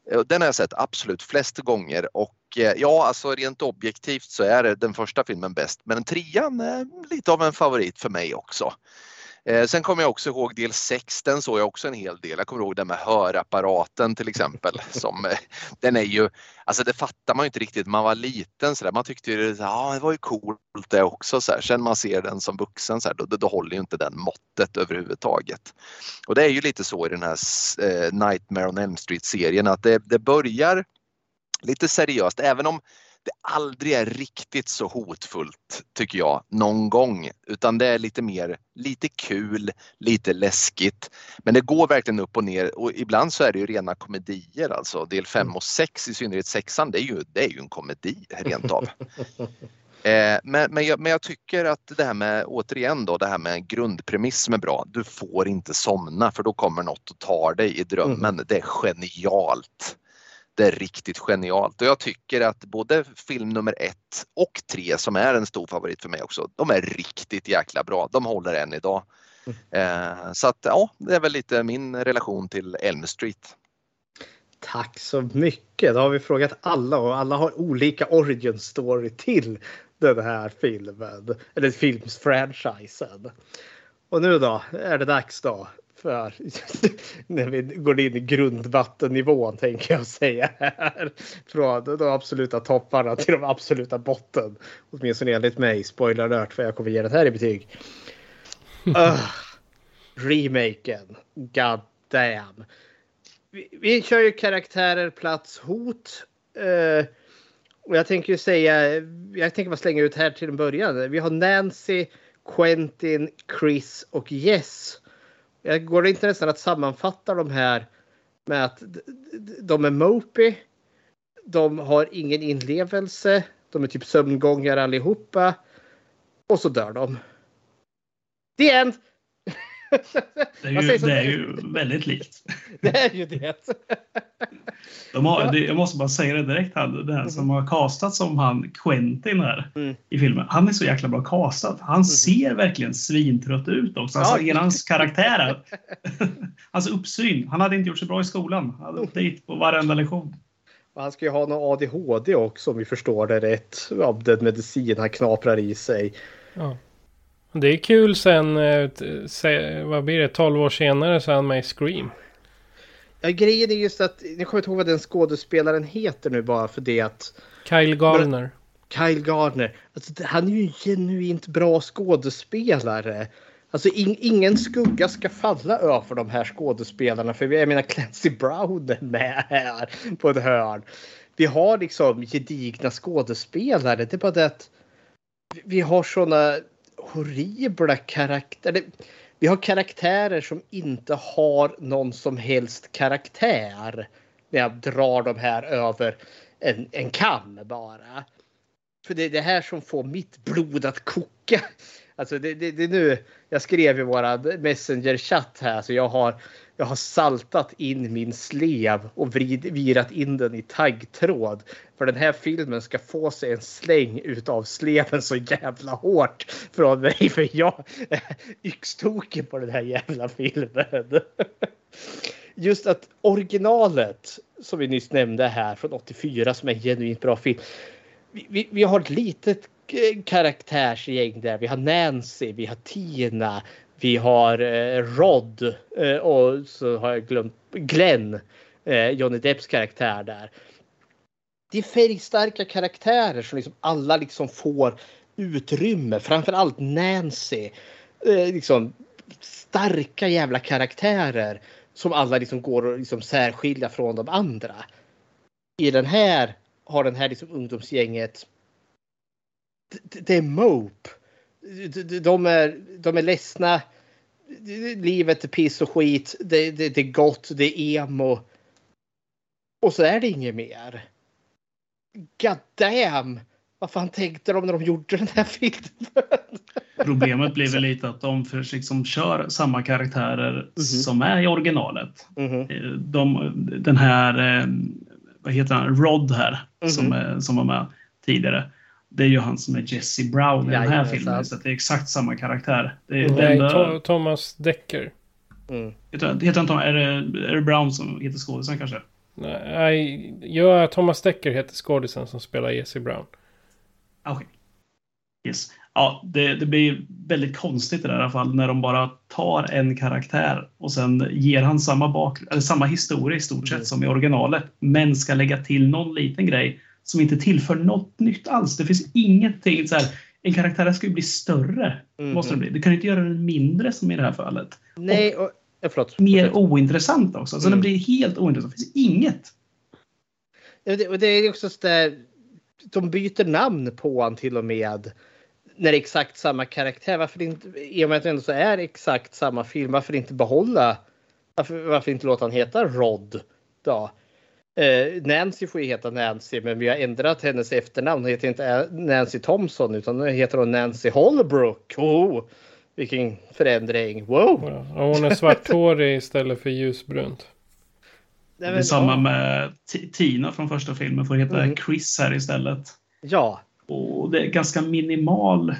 Den har jag sett absolut flest gånger och ja, alltså rent objektivt så är det den första filmen bäst. Men trean är lite av en favorit för mig också. Eh, sen kommer jag också ihåg del sex, den såg jag också en hel del. Jag kommer ihåg det med hörapparaten till exempel. Som, eh, den är ju, alltså det fattar man ju inte riktigt, man var liten så där. Man tyckte ju, ja det var ju coolt det också så här. Sen man ser den som vuxen så här, då, då håller ju inte den måttet överhuvudtaget. Och det är ju lite så i den här eh, Nightmare on Elm Street-serien att det, det börjar lite seriöst, även om det aldrig är riktigt så hotfullt tycker jag någon gång, utan det är lite mer, lite kul, lite läskigt, men det går verkligen upp och ner och ibland så är det ju rena komedier, alltså del fem och sex, i synnerhet sexan, det är ju, det är ju en komedi rent av. eh, men, men, jag, men jag tycker att det här med, återigen då, det här med grundpremiss som är bra, du får inte somna för då kommer något att ta dig i drömmen, mm. det är genialt. Det är riktigt genialt och jag tycker att både film nummer ett och tre som är en stor favorit för mig också, de är riktigt jäkla bra. De håller än idag. Mm. Eh, så att ja, det är väl lite min relation till Elm Street. Tack så mycket. Då har vi frågat alla och alla har olika origin story till den här filmen. Eller filmsfranchisen. Och nu då är det dags då. För när vi går in i grundvattennivån tänker jag säga här. Från de absoluta topparna till de absoluta botten. Åtminstone enligt mig. Spoiler alert för jag kommer ge det här i betyg. Uh, remaken. God damn. Vi, vi kör ju karaktärer, plats, hot. Uh, och jag tänker ju säga. Jag tänker bara slänga ut här till en början. Vi har Nancy, Quentin, Chris och Jess. Jag går inte nästan att sammanfatta de här med att de är mopey, de har ingen inlevelse, de är typ sömngångare allihopa och så dör de. The end! Det är ju, det är ju väldigt likt. Det är ju det. De har, jag måste bara säga det direkt här. Den här som har castat som han Quentin här mm. i filmen. Han är så jäkla bra castat. Han mm. ser verkligen svintrött ut också. Alltså ja. Hans karaktär. Hans uppsyn. Han hade inte gjort så bra i skolan. Han hade update på varenda lektion. Och han ska ju ha någon A D H D också om vi förstår det rätt. Av den medicin han knaprar i sig. Ja. Det är kul sen, vad blir det, tolv år senare så är han med i Scream. Ja, grejen är just att, jag kommer inte ihåg vad den skådespelaren heter nu bara för det att... Kyle Gardner. Kyle Gardner. Alltså, han är ju en genuint bra skådespelare. Alltså in, ingen skugga ska falla över de här skådespelarna. För jag menar Clancy Brown är med här på ett hörn. Vi har liksom gedigna skådespelare. Det är bara det att vi har såna horribla karaktärer. Vi har karaktärer som inte har någon som helst karaktär. När jag drar de här över en, en kam bara. För det är det här som får mitt blod att koka. Alltså det, det, det är nu, jag skrev i våra Messenger-chatt här så jag har, jag har saltat in min slev och vrid, virat in den i taggtråd. För den här filmen ska få sig en släng utav sleven så jävla hårt från mig. För jag är yxtoken på den här jävla filmen. Just att originalet som vi nyss nämnde här från åttiofyra som är en genuint bra film. Vi, vi, vi har ett litet karaktärsgäng där. Vi har Nancy, vi har Tina, vi har eh, Rod eh, och så har jag glömt Glenn, eh, Johnny Depps karaktär där. Det är färgstarka karaktärer som liksom alla liksom får utrymme. Framförallt Nancy. Eh, liksom starka jävla karaktärer som alla liksom går att liksom särskilja från de andra. I den här har den här liksom ungdomsgänget det, det är mope. De, de är de är ledsna. Livet är piss och skit. Det, det, det är gott, det är emo. Och så är det inget mer. God damn! Vad fan tänkte de när de gjorde den här filmen? Problemet blir väl lite att de för liksom kör samma karaktärer mm-hmm. som är i originalet. Mm-hmm. De, den här, vad heter han, Rod här mm-hmm. som, som var med tidigare. Det är ju han som är Jesse Brown i ja, den här filmen. Sant. Så det är exakt samma karaktär. Det är, Nej, enda... Thomas Decker. Mm. Heter, heter han, är, det, är det Brown som heter skådespelaren kanske? Nej, ja, Thomas Dekker heter skådisen som spelar Jesse Brown. Okej. Okay. Yes. Ja, det, det blir väldigt konstigt i det här i alla fall när de bara tar en karaktär och sen ger han samma, bak, eller samma historia i stort sett mm. som i originalet, men ska lägga till någon liten grej som inte tillför något nytt alls. Det finns ingenting så här, en karaktär ska ju bli större, mm. måste det bli. Du kan inte göra den mindre som i det här fallet. Nej, och, och förlåt. Mer ointressant också. Så mm. det blir helt ointressant. Det finns inget. Ja, det, och det är också så där, de byter namn på han till och med. När det är exakt samma karaktär. Varför inte, i och med att det ändå så är exakt samma film, varför inte behålla, varför, varför inte låta han heta Rod då? Eh, Nancy får ju heta Nancy, men vi har ändrat hennes efternamn. Hon heter inte Nancy Thompson, utan nu heter hon Nancy Holbrook. Oh, vilken förändring. Wow! Ja, hon är svarthårig istället för ljusbrunt. Det är samma med T- Tina från första filmen, får heta mm. Chris här istället. Ja. Och det är ganska minimal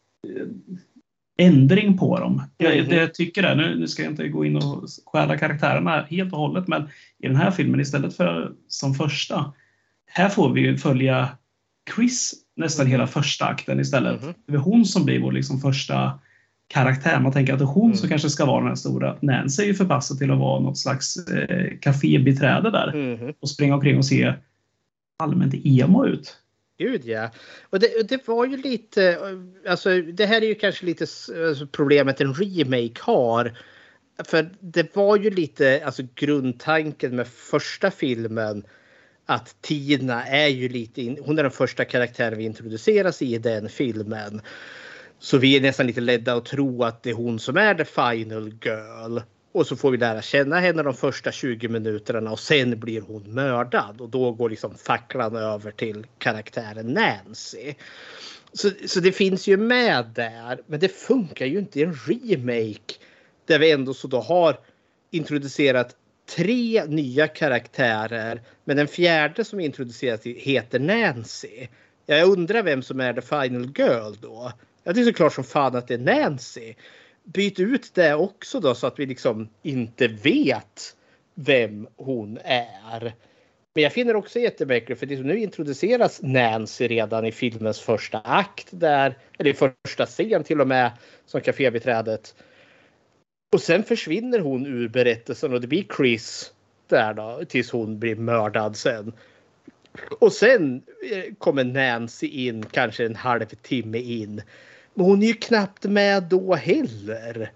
ändring på dem. Jag, mm. det jag tycker är, nu, nu ska jag inte gå in och stjäla karaktärerna helt och hållet, men i den här filmen istället för som första, här får vi ju följa Chris nästan mm. hela första akten istället. Mm. Det är hon som blir vår liksom första karaktär. Man tänker att det är hon mm. som kanske ska vara den här stora. Nancy är ju förpassad till att vara något slags eh, kafébiträde där mm. och springa omkring och se allmänt emo ut. Gud, ja. Och det, det var ju lite, alltså det här är ju kanske lite alltså, problemet en remake har. För det var ju lite, alltså grundtanken med första filmen att Tina är ju lite, in, hon är den första karaktären vi introduceras i den filmen. Så vi är nästan lite ledda att tro att det är hon som är the final girl. Och så får vi lära känna henne de första tjugo minuterna och sen blir hon mördad. Och då går liksom facklan över till karaktären Nancy. Så, så det finns ju med där. Men det funkar ju inte i en remake. Där vi ändå så då har introducerat tre nya karaktärer. Men den fjärde som introduceras heter Nancy. Jag undrar vem som är the final girl då. Ja, det är så klart som fan att det är Nancy. Byt ut det också då så att vi liksom inte vet vem hon är. Men jag finner också jättemärkligt för det som nu introduceras Nancy redan i filmens första akt där, eller i första scen till och med som kafébiträdet. Och sen försvinner hon ur berättelsen och det blir Chris där då tills hon blir mördad sen. Och sen kommer Nancy in kanske en halvtimme in. Men hon är ju knappt med då heller.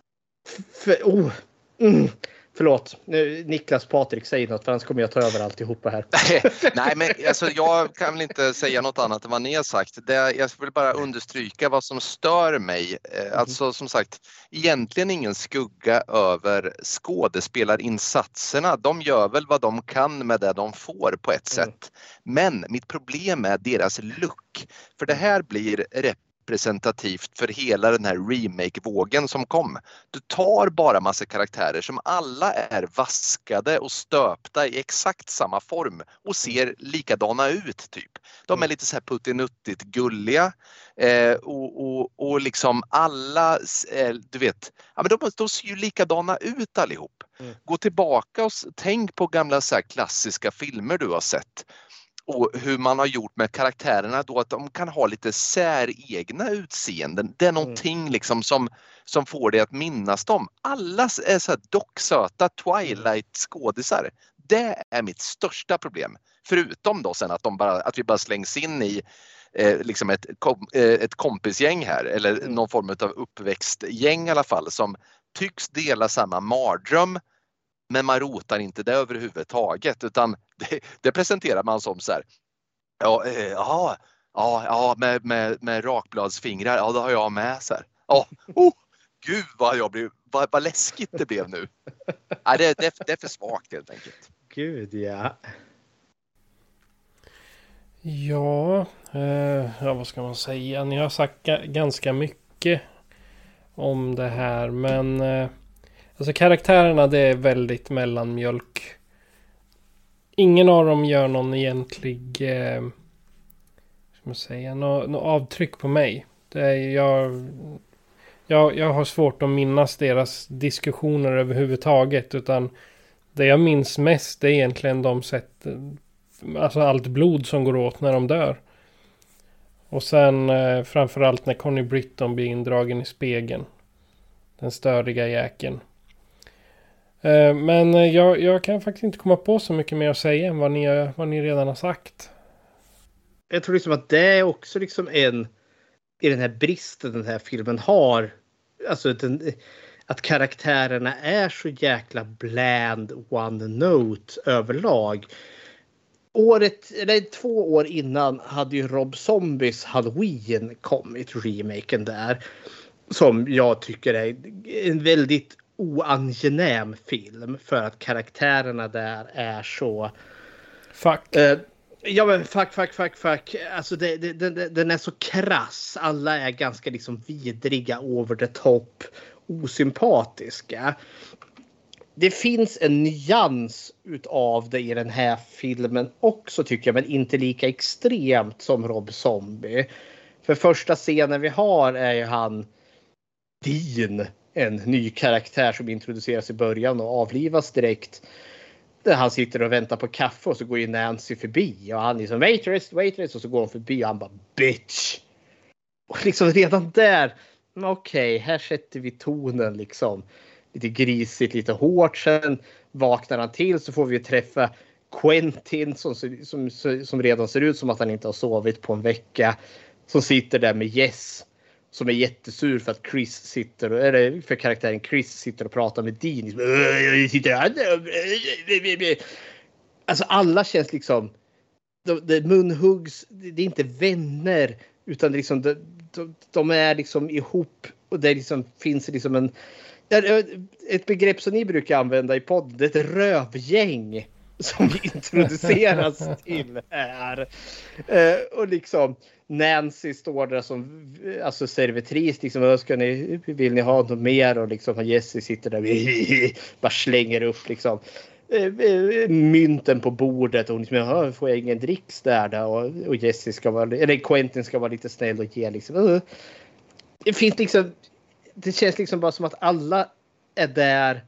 För, oh, mm, förlåt, Niklas Patrik säger något för annars kommer jag ta över alltihopa här. Nej, men alltså, jag kan väl inte säga något annat än vad ni har sagt. Det, jag vill bara understryka vad som stör mig. Alltså som sagt, egentligen ingen skugga över skådespelarinsatserna. De gör väl vad de kan med det de får på ett mm. sätt. Men mitt problem är deras look. För det här blir representativt för hela den här remake-vågen som kom. Du tar bara massa karaktärer som alla är vaskade och stöpta i exakt samma form och ser likadana ut typ. De är lite så här puttinuttigt gulliga eh, och, och, och liksom alla, eh, du vet, ja, men de, de ser ju likadana ut allihop. Mm. Gå tillbaka och tänk på gamla så här klassiska filmer du har sett. Och hur man har gjort med karaktärerna då att de kan ha lite säregna utseenden. Det är någonting liksom som, som får dig att minnas dem. Alla är så här docksöta Twilight-skådisar. Det är mitt största problem. Förutom då sen att, de bara, att vi bara slängs in i eh, liksom ett, kom, eh, ett kompisgäng här. Eller någon form av uppväxtgäng i alla fall. Som tycks dela samma mardröm. Men man rotar inte det överhuvudtaget utan det, det presenterar man som så här. Ja, eh, ja, ja, ja med, med, med rakbladsfingrar. Ja, det har jag med så här. Ja, oh, gud vad jag blev, vad, vad läskigt det blev nu. Ja, det, det, det är för svagt helt enkelt. Gud, ja. Ja, eh, ja, vad ska man säga? Ni har sagt g- ganska mycket om det här, men eh, alltså karaktärerna, det är väldigt mellanmjölk. Ingen av dem gör någon egentlig eh, ska man säga, nå, nå avtryck på mig. Det är, jag, jag, jag har svårt att minnas deras diskussioner överhuvudtaget, utan det jag minns mest är egentligen de sätt, alltså allt blod som går åt när de dör. Och sen eh, framförallt när Connie Britton blir indragen i spegeln. Den störiga jäkeln. Eh, men jag, jag kan faktiskt inte komma på så mycket mer att säga än vad ni, vad ni redan har sagt. Jag tror liksom att det är också liksom en i den här bristen den här filmen har. Alltså den, att karaktärerna är så jäkla bland one note överlag. Året, eller två år innan hade ju Rob Zombies Halloween kommit, remaken där. Som jag tycker är en väldigt oangenäm film. För att karaktärerna där är så... Fuck. Eh, ja men fuck, fuck, fuck, fuck. Alltså det, det, det, den är så krass. Alla är ganska liksom vidriga, over the top, osympatiska. Det finns en nyans utav det i den här filmen också tycker jag. Men inte lika extremt som Rob Zombie. För första scenen vi har är ju han Dean. En ny karaktär som introduceras i början och avlivas direkt. Där han sitter och väntar på kaffe och så går ju Nancy förbi. Och han är liksom waitress, waitress. Och så går hon förbi och han bara bitch. Och liksom redan där. Okej, okay, här sätter vi tonen liksom. Lite grisigt, lite hårt. Sen vaknar han till så får vi träffa Quentin som, som, som redan ser ut som att han inte har sovit på en vecka. Som sitter där med Jess. Som är jättesur för att Chris sitter, eller för karaktären Chris sitter och pratar med Dean. Alltså alla känns liksom, de, de munhuggs, det är inte vänner utan liksom de, de, de är liksom ihop och det liksom finns liksom en, ett begrepp som ni brukar använda i podden, det är ett rövgäng som introduceras till här. Och liksom Nancy står där som alltså servitris liksom, ska ni, vill ni ha något mer och liksom Jesse sitter där bara slänger upp liksom mynten på bordet och hon liksom, får jag ingen dricks där då? och, och Jesse ska vara, eller Quentin ska vara lite snäll och ge liksom, det finns liksom, det känns liksom bara som att alla är där,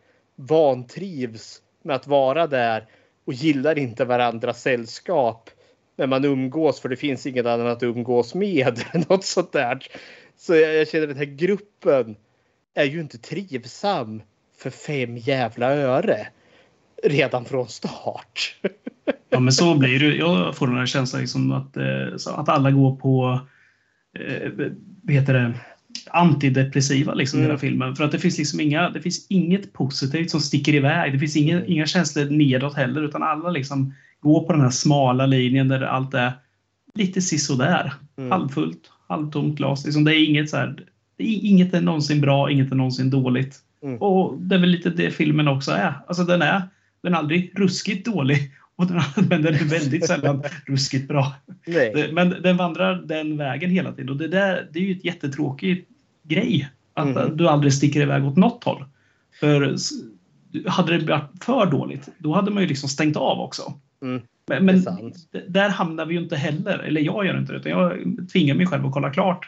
vantrivs med att vara där och gillar inte varandras sällskap. Men man umgås för det finns ingen annan att umgås med. Något sånt där. Så jag, jag känner att den här gruppen är ju inte trivsam för fem jävla öre. Redan från start. Ja men så blir det. Jag får den här känslan liksom att, eh, att alla går på eh, vad heter det, antidepressiva liksom i mm. hela filmen. För att det finns liksom inga, det finns inget positivt som sticker iväg. Det finns inga, mm. inga känslor nedåt heller utan alla liksom gå på den här smala linjen där allt är lite sisådär. Mm. Halvfullt, halvtomt glas. Liksom det är inget så här, det är inget är någonsin bra, inget är någonsin dåligt. Mm. Och det är väl lite det filmen också är. Alltså den är, den är aldrig ruskigt dålig. Och den, men den är väldigt sällan ruskigt bra. Nej. Men den vandrar den vägen hela tiden. Och det, där, det är ju ett jättetråkigt grej. Att mm. du aldrig sticker iväg åt något håll. För hade det varit för dåligt, då hade man ju liksom stängt av också. Mm. Men, men där hamnar vi ju inte heller. Eller jag gör inte det. Utan jag tvingar mig själv att kolla klart.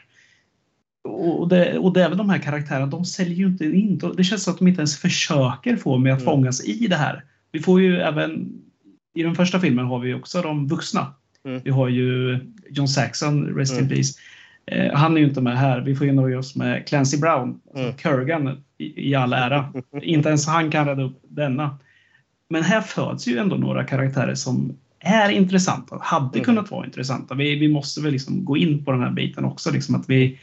Och det, och det är väl de här karaktärerna, de säljer ju inte in. Det känns som att de inte ens försöker få mig att mm. fångas i det här. Vi får ju även, i den första filmen har vi också de vuxna. Mm. Vi har ju John Saxon, Rest mm. in Peace. Eh, han är ju inte med här. Vi får ju nöja oss med Clancy Brown, mm. Kurgan i, i all ära. Inte ens han kan rädda upp denna. Men här föds ju ändå några karaktärer som är intressanta. Hade mm. kunnat vara intressanta. Vi, vi måste väl liksom gå in på den här biten också. Liksom att vi,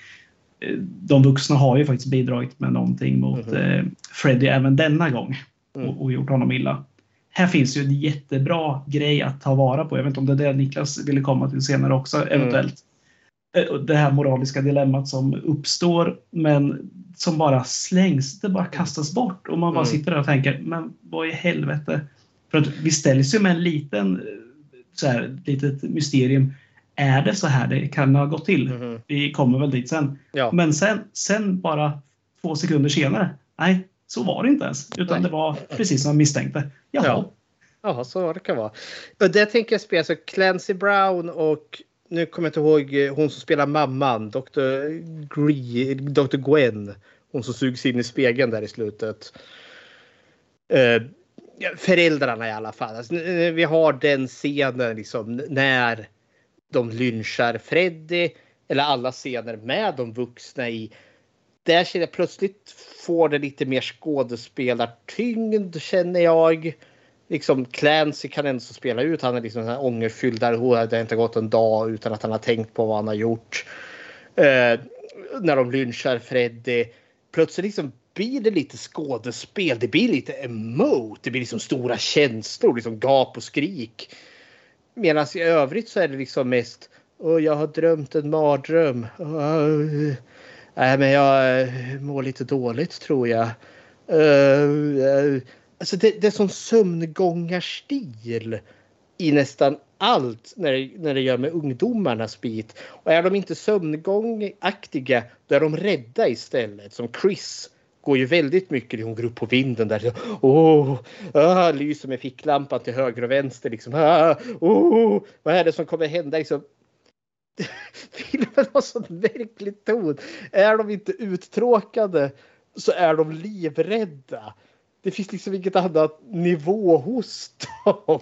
de vuxna har ju faktiskt bidragit med någonting mot mm. eh, Freddy även denna gång. Mm. Och, och gjort honom illa. Här finns ju en jättebra grej att ta vara på. Jag vet inte om det är det Niklas ville komma till senare också eventuellt. Mm. Det här moraliska dilemmat som uppstår men som bara slängs, det bara kastas bort och man bara mm. sitter där och tänker, men vad i helvete? För att vi ställs ju med en liten så här, litet mysterium. Är det så här det kan ha gått till? Mm. Vi kommer väl dit sen. Ja. Men sen, sen bara två sekunder senare, nej, så var det inte ens. Utan nej. Det var precis som jag misstänkte. Jaha. Ja. Jaha, så det kan vara. Och det tänker jag spela så Clancy Brown och nu kommer jag inte ihåg hon som spelar mamman, doktor Gree, doktor Gwen. Hon som sugs in i spegeln där i slutet. Eh, ja, föräldrarna i alla fall. Alltså, vi har den scenen liksom när de lynchar Freddy. Eller alla scener med de vuxna i. Där känner jag plötsligt får det lite mer skådespelartyngd känner jag. Liksom Clancy kan ändå spela ut. Han är liksom en ångerfylld där. Det har inte gått en dag utan att han har tänkt på vad han har gjort. Eh, när de lynchar Freddy. Plötsligt liksom blir det lite skådespel. Det blir lite emote. Det blir liksom stora känslor. Liksom gap och skrik. Medan i övrigt så är det liksom mest. Och jag har drömt en mardröm. Uh, nej, men jag uh, mår lite dåligt tror jag. Uh, uh, alltså det, det är sån sömngångarstil i nästan allt när det, när det gör med ungdomarnas bit. Och är de inte sömngångaktiga då är de rädda istället. Som Chris går ju väldigt mycket. Hon går upp på vinden där. Åh, ah, lyser med ficklampan till höger och vänster. Liksom. Ah, oh, vad är det som kommer hända? Liksom. Filmen har sån verklig ton. Är de inte uttråkade så är de livrädda. Det finns liksom inget annat nivå hos dem.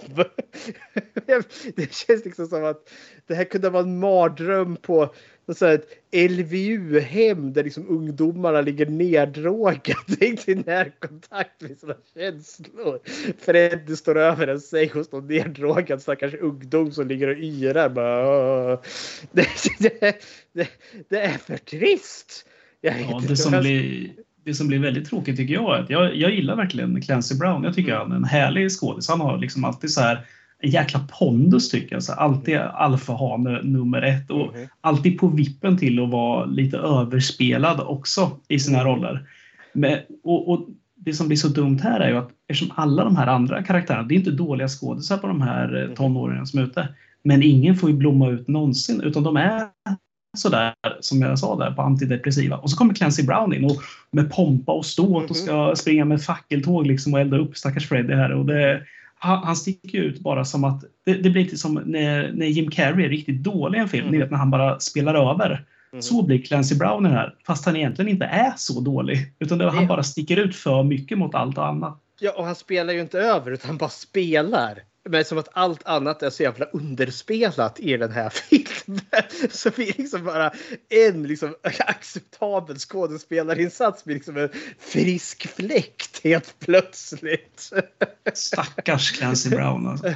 Det känns liksom som att det här kunde vara en mardröm på så här, ett L V U-hem där liksom ungdomarna ligger neddrogade. Inte i närkontakt med sina känslor. Freddy står över en säng hos någon neddrogad stackars ungdom som ligger och yrar. Bara, det, det, det, det är för trist. Jag ja, det, som blir, det som blir väldigt tråkigt tycker jag är att jag, jag gillar verkligen Clancy Brown. Jag tycker han är en härlig skådis. Han har liksom alltid så här en jäkla pondus tycker jag. Så alltid alfahane nummer ett. Och mm. alltid på vippen till att vara lite överspelad också i sina roller. Men, och, och det som blir så dumt här är ju att eftersom alla de här andra karaktärerna, det är inte dåliga skådisar på de här tonåringarna som är ute. Men ingen får ju blomma ut någonsin. Utan de är sådär som jag sa där på antidepressiva. Och så kommer Clancy Brown in och med pompa och ståt och ska springa med fackeltåg liksom och elda upp stackars Freddy här. Och det han sticker ut bara som att det, det blir lite som när, när Jim Carrey är riktigt dålig i en film. Mm. Ni vet när han bara spelar över. Mm. Så blir Clancy Brown här. Fast han egentligen inte är så dålig. Utan det, han bara sticker ut för mycket mot allt annat. Ja, och han spelar ju inte över utan han bara spelar. Men som att allt annat är så jävla underspelat i den här filmen. Så vi liksom bara en liksom acceptabel skådespelarinsats blir liksom en frisk fläkt helt plötsligt. Stackars Clancy Brown alltså.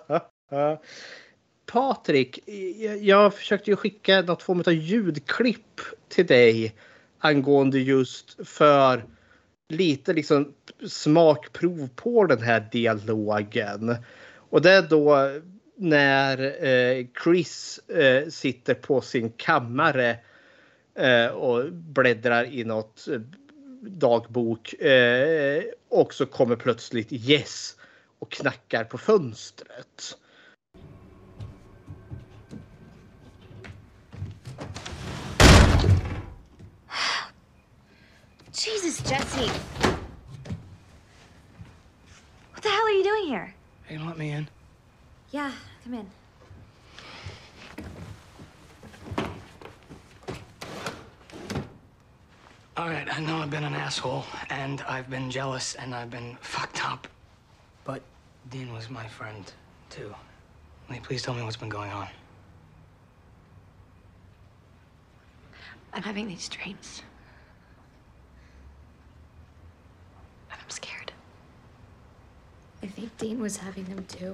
Patrik, jag försökte ju skicka något form av ljudklipp till dig angående just för lite liksom smakprov på den här dialogen. Och det är då när eh, Chris eh, sitter på sin kammare eh, och bläddrar i något eh, dagbok. Eh, och så kommer plötsligt Jess och knackar på fönstret. Jesus, Jesse. What the hell are you doing here? Hey, you let me in? Yeah, come in. All right, I know I've been an asshole, and I've been jealous, and I've been fucked up. But Dean was my friend, too. Will you please tell me what's been going on? I'm having these dreams. And I'm scared. I think Dean was having them too.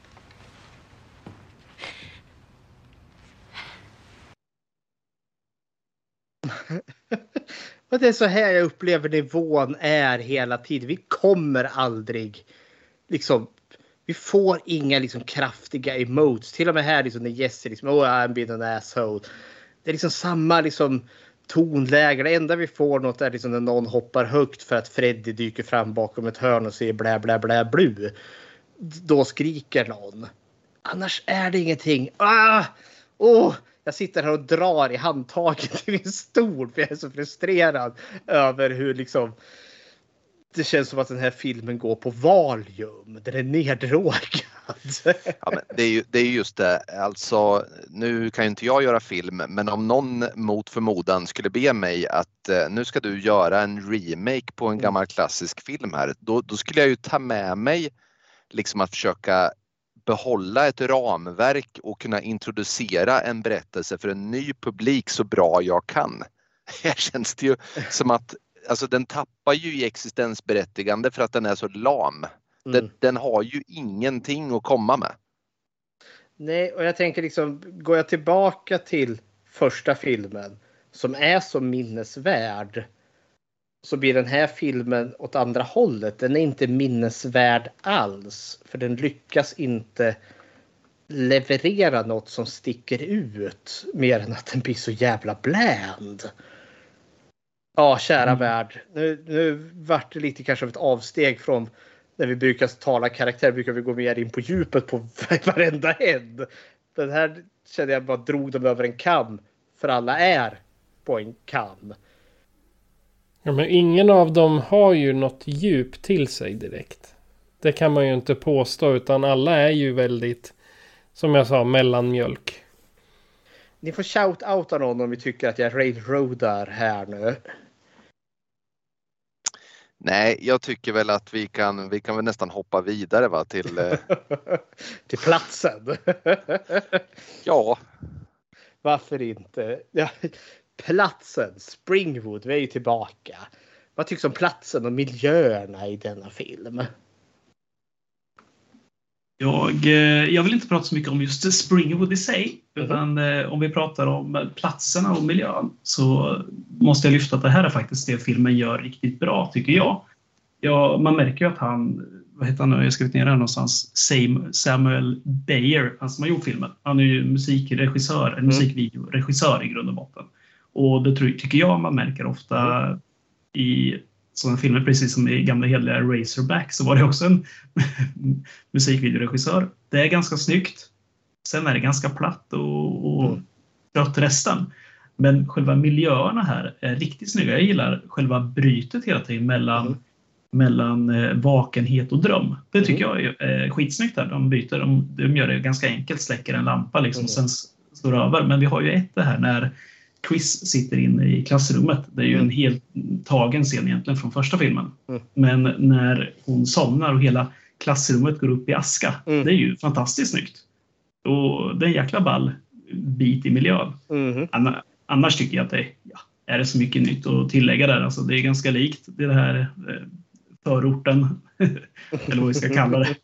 Och det är så här jag upplever nivån är hela tiden. Vi kommer aldrig liksom, vi får inga liksom kraftiga emotes. Till och med här liksom när Jesse liksom, oh I'm being an asshole. Det är liksom samma liksom tonläge. Det enda vi får något är liksom när någon hoppar högt för att Freddy dyker fram bakom ett hörn och säger blä blä blä blu. Då skriker någon. Annars är det ingenting. Ah! Åh! Jag sitter här och drar i handtaget i min stol för jag är så frustrerad över hur liksom det känns som att den här filmen går på Valium. Den är neddrogad. Ja, men det, är ju, det är just det. Alltså, nu kan ju inte jag göra film, men om någon mot förmodan skulle be mig att eh, nu ska du göra en remake på en gammal klassisk film här, då, då skulle jag ju ta med mig liksom att försöka behålla ett ramverk och kunna introducera en berättelse för en ny publik så bra jag kan. Här känns det ju som att alltså, den tappar ju i existensberättigande för att den är så lam. Mm. Den, den har ju ingenting att komma med. Nej, och jag tänker liksom, går jag tillbaka till första filmen som är så minnesvärd, så blir den här filmen åt andra hållet. Den är inte minnesvärd alls. För den lyckas inte leverera något som sticker ut. Mer än att den blir så jävla bland. Ja, kära mm. värld. Nu, nu vart det lite kanske av ett avsteg från när vi brukar tala karaktär. Brukar vi gå mer in på djupet på varenda en. Den här kände jag bara drog dem över en kam. För alla är på en kam. Ja, men ingen av dem har ju något djup till sig direkt. Det kan man ju inte påstå, utan alla är ju väldigt, som jag sa, mellanmjölk. Ni får shout-outa någon om vi tycker att jag railroadar här nu. Nej, jag tycker väl att vi kan, vi kan väl nästan hoppa vidare va, till... Eh... till platsen. Ja. Varför inte? Ja. Platsen, Springwood, vi är ju tillbaka. Vad tycks om platsen och miljöerna i denna film? Jag, jag vill inte prata så mycket om just Springwood i sig. Mm. Utan om vi pratar om platserna och miljön så måste jag lyfta att det här är faktiskt det filmen gör riktigt bra, tycker jag. Ja, man märker ju att han, vad heter han nu, jag har skrivit ner det här någonstans, Samuel Bayer, han som har gjort filmen. Han är ju musikregissör, en mm. musikvideoregissör i grund och botten. Och det tycker jag man märker ofta mm. i sådana filmer, precis som i gamla heliga Razorback, så var det också en musikvideoregissör. Det är ganska snyggt. Sen är det ganska platt och, och mm. trött resten. Men själva miljöerna här är riktigt snygga. Jag gillar själva brytet hela tiden mellan, mm. mellan eh, vakenhet och dröm. Det tycker mm. jag är eh, skitsnyggt där. De byter, de, de gör det ganska enkelt, släcker en lampa liksom, mm. och sen står över. Men vi har ju ett det här när Chris sitter inne i klassrummet. Det är ju en helt tagen scen egentligen från första filmen. Mm. Men när hon somnar och hela klassrummet går upp i aska. Mm. Det är ju fantastiskt snyggt. Och det är en jäkla ball bit i miljön. Mm. Annars tycker jag att det ja, är det så mycket nytt att tillägga där. Alltså det är ganska likt det, det här förorten. Eller vad vi ska kalla det.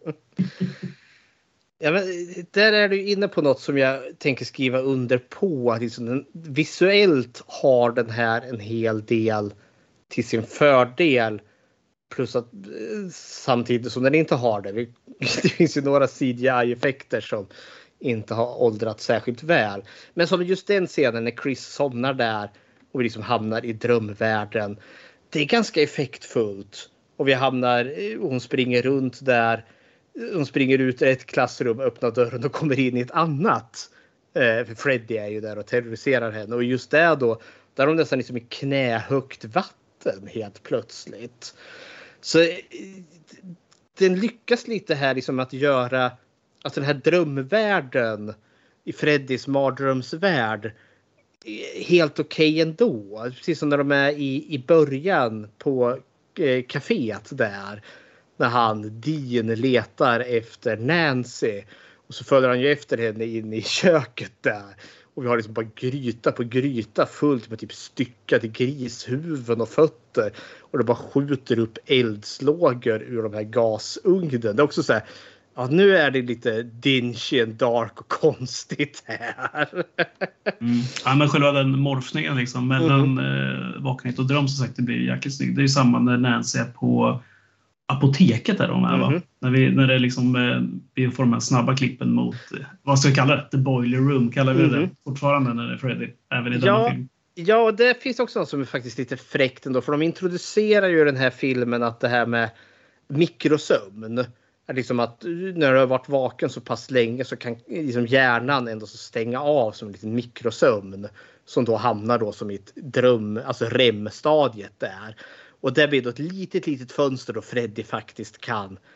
Ja, men där är du inne på något som jag tänker skriva under på. Att liksom den, visuellt har den här en hel del till sin fördel. Plus att samtidigt som den inte har det. Det finns ju några C G I-effekter som inte har åldrats särskilt väl. Men som just den scenen när Chris somnar där och vi liksom hamnar i drömvärlden. Det är ganska effektfullt. Och vi hamnar, hon springer runt där. Hon springer ut i ett klassrum, öppnar dörren och kommer in i ett annat. Eh, för Freddy är ju där och terroriserar henne. Och just där då, där är hon nästan liksom i knähögt vatten helt plötsligt. Så eh, den lyckas lite här liksom att göra alltså den här drömvärlden i Freddys mardrömsvärld helt okej okay ändå. Precis som när de är i, i början på eh, kaféet där. När han, Dean, letar efter Nancy. Och så följer han ju efter henne in i köket där. Och vi har liksom bara gryta på gryta fullt med typ styckade grishuvuden och fötter. Och det bara skjuter upp eldslågor ur de här gasugnen. Det är också så här, ja nu är det lite dingy and dark och konstigt här. Mm. Ja, men själva den morfningen liksom mellan mm. eh, vakenhet och dröm, som sagt, det blir jäkligt snyggt. Det är ju samma när Nancy är på apoteket där de är, va? Mm-hmm. När, vi, när det liksom eh, vi får de här snabba klippen mot, eh, vad ska vi kalla det? The boiler room kallar vi mm-hmm. det fortfarande när det är Freddy, även i ja, denna film. Ja, det finns också något som är faktiskt lite fräckt ändå, för de introducerar ju den här filmen att det här med mikrosömn är liksom att när du har varit vaken så pass länge så kan liksom hjärnan ändå så stänga av som en liten mikrosömn som då hamnar då som i ett dröm, alltså R E M-stadiet där. Och det blir då ett litet, litet fönster då Freddy faktiskt kan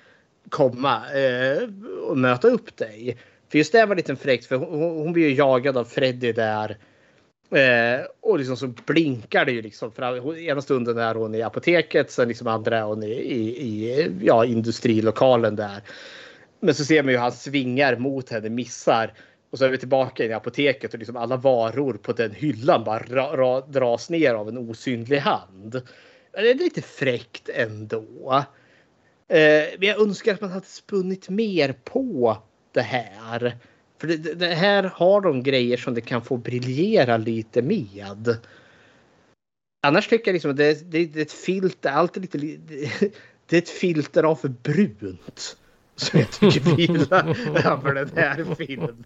komma eh, och möta upp dig. För just det var lite fräckt, för hon, hon blir ju jagad av Freddy där. Eh, och liksom så blinkar det ju liksom. För ena stunden är hon i apoteket, sen liksom andra är hon i, i, i ja, industrilokalen där. Men så ser man ju han svingar mot henne, missar. Och så är vi tillbaka i apoteket och liksom alla varor på den hyllan bara ra, ra, dras ner av en osynlig hand. Det är lite fräckt ändå. Eh, men jag önskar att man hade spunnit mer på det här. För det, det här har de grejer som det kan få briljera lite med. Annars tycker jag liksom att det, det, det är ett filter, alltid lite, det är ett filter av för brunt. Så jag tycker vi gillar för den här filmen.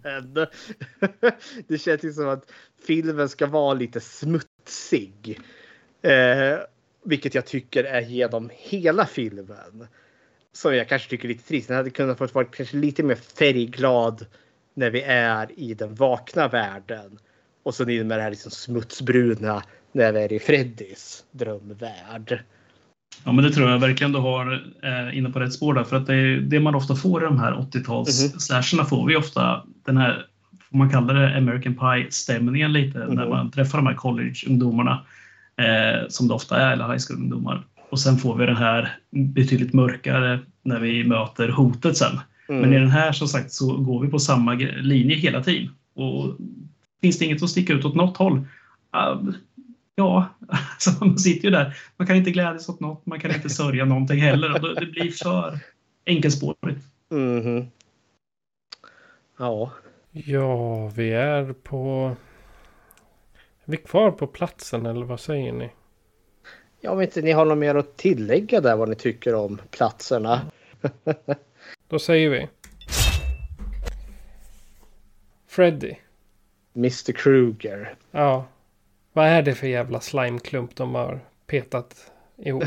Det känns ju som att filmen ska vara lite smutsig. Eh, vilket jag tycker är genom hela filmen. Som jag kanske tycker är lite trist. Den hade kunnat få vara kanske lite mer färgglad när vi är i den vakna världen. Och så med det här liksom smutsbruna när vi är i Freddys drömvärld. Ja, men det tror jag verkligen du har eh, inne på rätt spår där. För att det, är, det man ofta får i de här åttio-tals-slasherna får vi ofta den här, får man kalla det American Pie-stämningen lite. Mm. När man träffar de här college-ungdomarna eh, som det ofta är, eller high school-ungdomar. Och sen får vi den här betydligt mörkare när vi möter hotet sen. Mm. Men i den här som sagt så går vi på samma linje hela tiden. Och finns det inget att sticka ut åt något håll? Uh, ja, alltså man sitter ju där. Man kan inte glädjas åt något. Man kan inte sörja någonting heller. Det blir för enkelspårigt. Mm. Ja. Ja, vi är på... Är vi kvar på platsen eller vad säger ni? Ja, om inte ni har något mer att tillägga där vad ni tycker om platserna. Då säger vi Freddy. mister Krueger. Ja. Vad är det för jävla slimeklump de har petat ihop?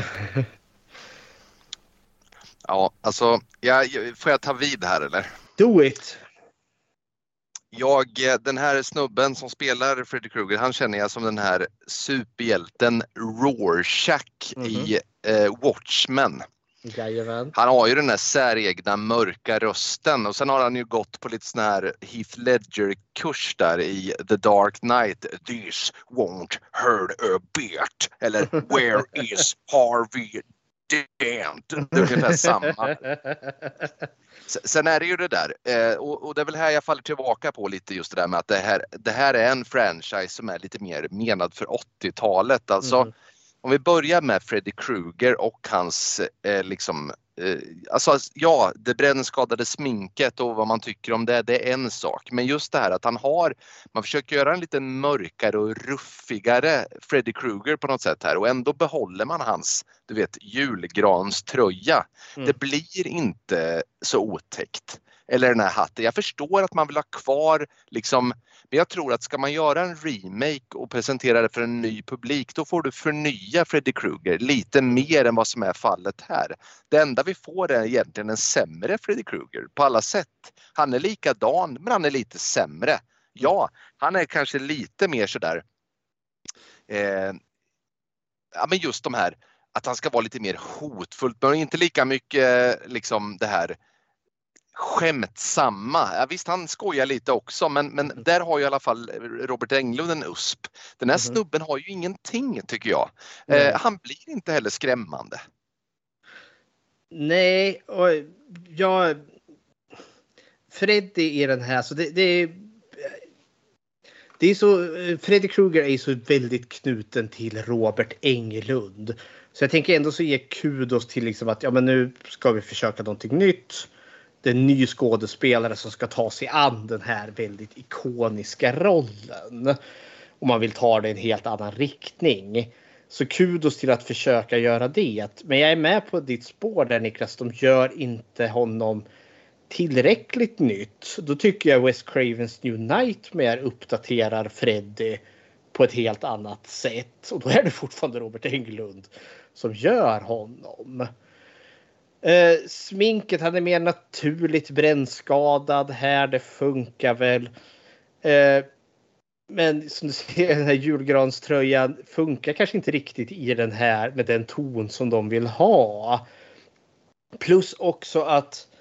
Ja, alltså jag, får jag ta vid här eller? Do it! Jag, den här snubben som spelar Freddy Krueger, han känner jag som den här superhjälten Rorschach mm-hmm. i eh, Watchmen. Jajamän. Han har ju den här säregna mörka rösten och sen har han ju gått på lite sån här Heath Ledger-kurs där i The Dark Knight. This won't hurt a bit. Eller where is Harvey Dent? Det är ungefär samma. Sen är det ju det där, och det är väl här jag faller tillbaka på lite just det där med att det här, det här är en franchise som är lite mer menad för åttio-talet. Alltså mm. om vi börjar med Freddy Krueger och hans eh, liksom, eh, alltså ja, det brännskadade sminket och vad man tycker om det, det är en sak. Men just det här att han har, man försöker göra en lite mörkare och ruffigare Freddy Krueger på något sätt här. Och ändå behåller man hans, du vet, julgranströja. Mm. Det blir inte så otäckt. Eller den här hatten. Jag förstår att man vill ha kvar liksom, men jag tror att ska man göra en remake och presentera det för en ny publik, då får du förnya Freddy Krueger lite mer än vad som är fallet här. Det enda vi får är egentligen en sämre Freddy Krueger på alla sätt. Han är likadan, men han är lite sämre. Ja, han är kanske lite mer sådär eh, ja, men just de här att han ska vara lite mer hotfullt, men inte lika mycket liksom det här skämtsamma. Ja, visst, han skojar lite också, men, men där har ju i alla fall Robert Englund en usp. Den här mm. snubben har ju ingenting, tycker jag. Mm. Eh, han blir inte heller skrämmande. Nej, och jag... Freddy i den här, så det, det är... Det är så, Freddy Krueger är så väldigt knuten till Robert Englund. Så jag tänker ändå så ge kudos till liksom att ja, men nu ska vi försöka någonting nytt. Det är en ny skådespelare som ska ta sig an den här väldigt ikoniska rollen. Om man vill ta det i en helt annan riktning. Så kudos till att försöka göra det. Men jag är med på ditt spår där, Niklas. De gör inte honom tillräckligt nytt. Då tycker jag Wes Cravens New Nightmare uppdaterar Freddy på ett helt annat sätt. Och då är det fortfarande Robert Englund som gör honom. Eh, sminket hade mer naturligt brännskadad här. Det funkar väl. Eh, men som du ser, den här julgranströjan funkar kanske inte riktigt i den här med den ton som de vill ha. Plus också att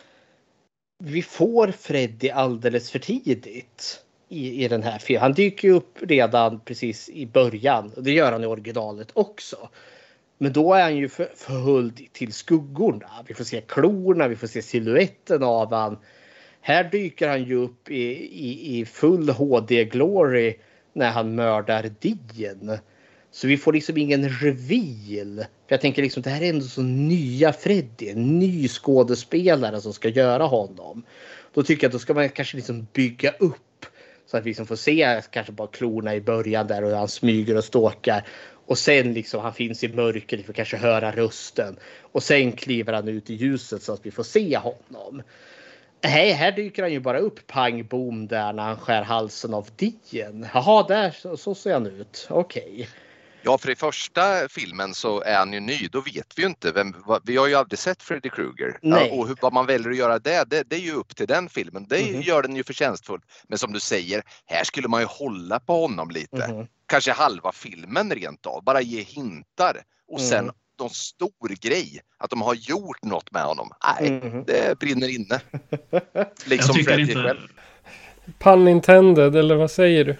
vi får Freddy alldeles för tidigt i, i den här filmen. Han dyker ju upp redan precis i början. Och det gör han i originalet också. Men då är han ju för, förhöljd till skuggorna. Vi får se klorna, vi får se siluetten av han. Här dyker han ju upp i, i, i full H D-glory när han mördar Dean. Så vi får liksom ingen reveal. För jag tänker liksom, det här är ändå så nya Freddy. En ny skådespelare som ska göra honom. Då tycker jag att då ska man kanske liksom bygga upp. Så att vi liksom får se kanske bara klorna i början där och han smyger och ståkar. Och sen liksom han finns i mörker, vi får kanske höra rösten. Och sen kliver han ut i ljuset så att vi får se honom. Hej, här dyker han ju bara upp pang boom där när han skär halsen av Dean. Jaha, där så, så ser han ut. Okej. Okay. Ja, för i första filmen så är han ju ny. Då vet vi ju inte. Vem, vi har ju aldrig sett Freddy Krueger. Ja, och hur, vad man väljer att göra det, det, det är ju upp till den filmen. Det mm-hmm. gör den ju förtjänstfullt. Men som du säger, här skulle man ju hålla på honom lite. Mm-hmm. Kanske halva filmen rent av. Bara ge hintar. Och sen mm. någon stor grej. Att de har gjort något med honom. Nej, mm-hmm. det brinner inne. Liksom Freddy inte... själv. Pun intended, eller vad säger du?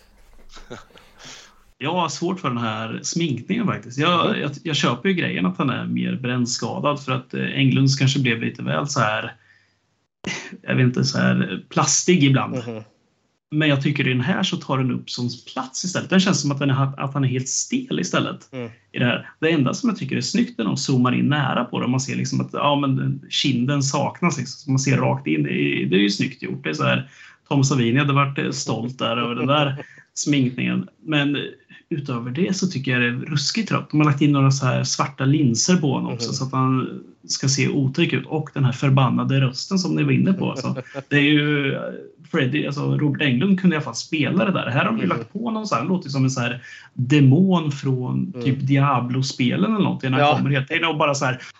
Jag har svårt för den här sminkningen faktiskt. Jag, jag, jag köper ju grejen att han är mer brännskadad för att Englunds kanske blev lite väl så här, jag vet inte, så här plastig ibland. Mm-hmm. Men jag tycker i den här så tar den upp som plats istället. Den känns som att, den är, att han är helt stel istället. Mm. I det här. Det enda som jag tycker är snyggt är när de zoomar in nära på det. Man ser liksom att ja, men kinden saknas. Liksom. Man ser rakt in. Det är, det är ju snyggt gjort. Det är så här, Tom Savini hade varit stolt där över den där sminkningen. Men utöver det så tycker jag det är ruskigt trött. De har lagt in några så här svarta linser på honom också. Mm. Så att han ska se otäck ut. Och den här förbannade rösten som ni var inne på. Så det är ju Freddy, alltså Robert Englund kunde i alla fall spela det där. Här har de ju lagt på någon så här, låter som en så här demon från typ mm. Diablo-spelen eller någonting. När han ja. kommer helt enkelt och bara så här.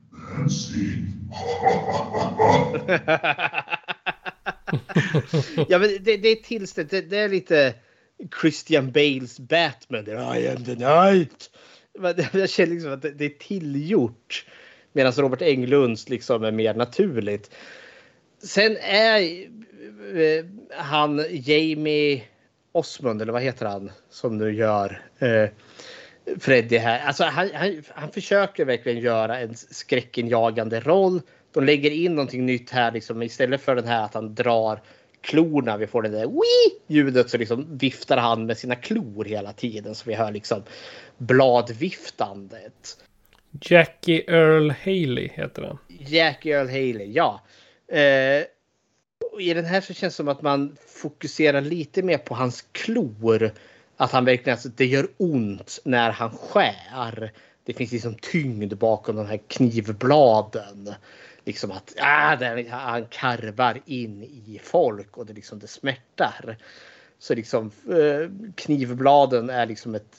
Ja, men det, det är tillställt. Det, det är lite Christian Bales Batman. Där, I am the night. Men jag känner liksom att det, det är tillgjort. Medan Robert Englunds liksom är mer naturligt. Sen är eh, han Jamie Osmond, eller vad heter han, som nu gör eh, Freddy här. Alltså han, han, han försöker verkligen göra en skräckinjagande roll. De lägger in någonting nytt här liksom, istället för den här att han drar klorna, vi får det där ljudet, så liksom viftar han med sina klor hela tiden, så vi hör liksom bladviftandet. Jackie Earl Haley heter han. Jackie Earl Haley, ja. Eh, och i den här så känns det som att man fokuserar lite mer på hans klor. Att han verkligen, alltså, det gör ont när han skär. Det finns liksom tyngd bakom de här knivbladen. Liksom att ah, där, han karvar in i folk och det liksom det smärtar. Så liksom eh, knivbladen är liksom ett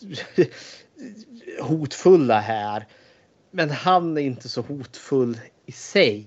hotfulla här. Men han är inte så hotfull i sig.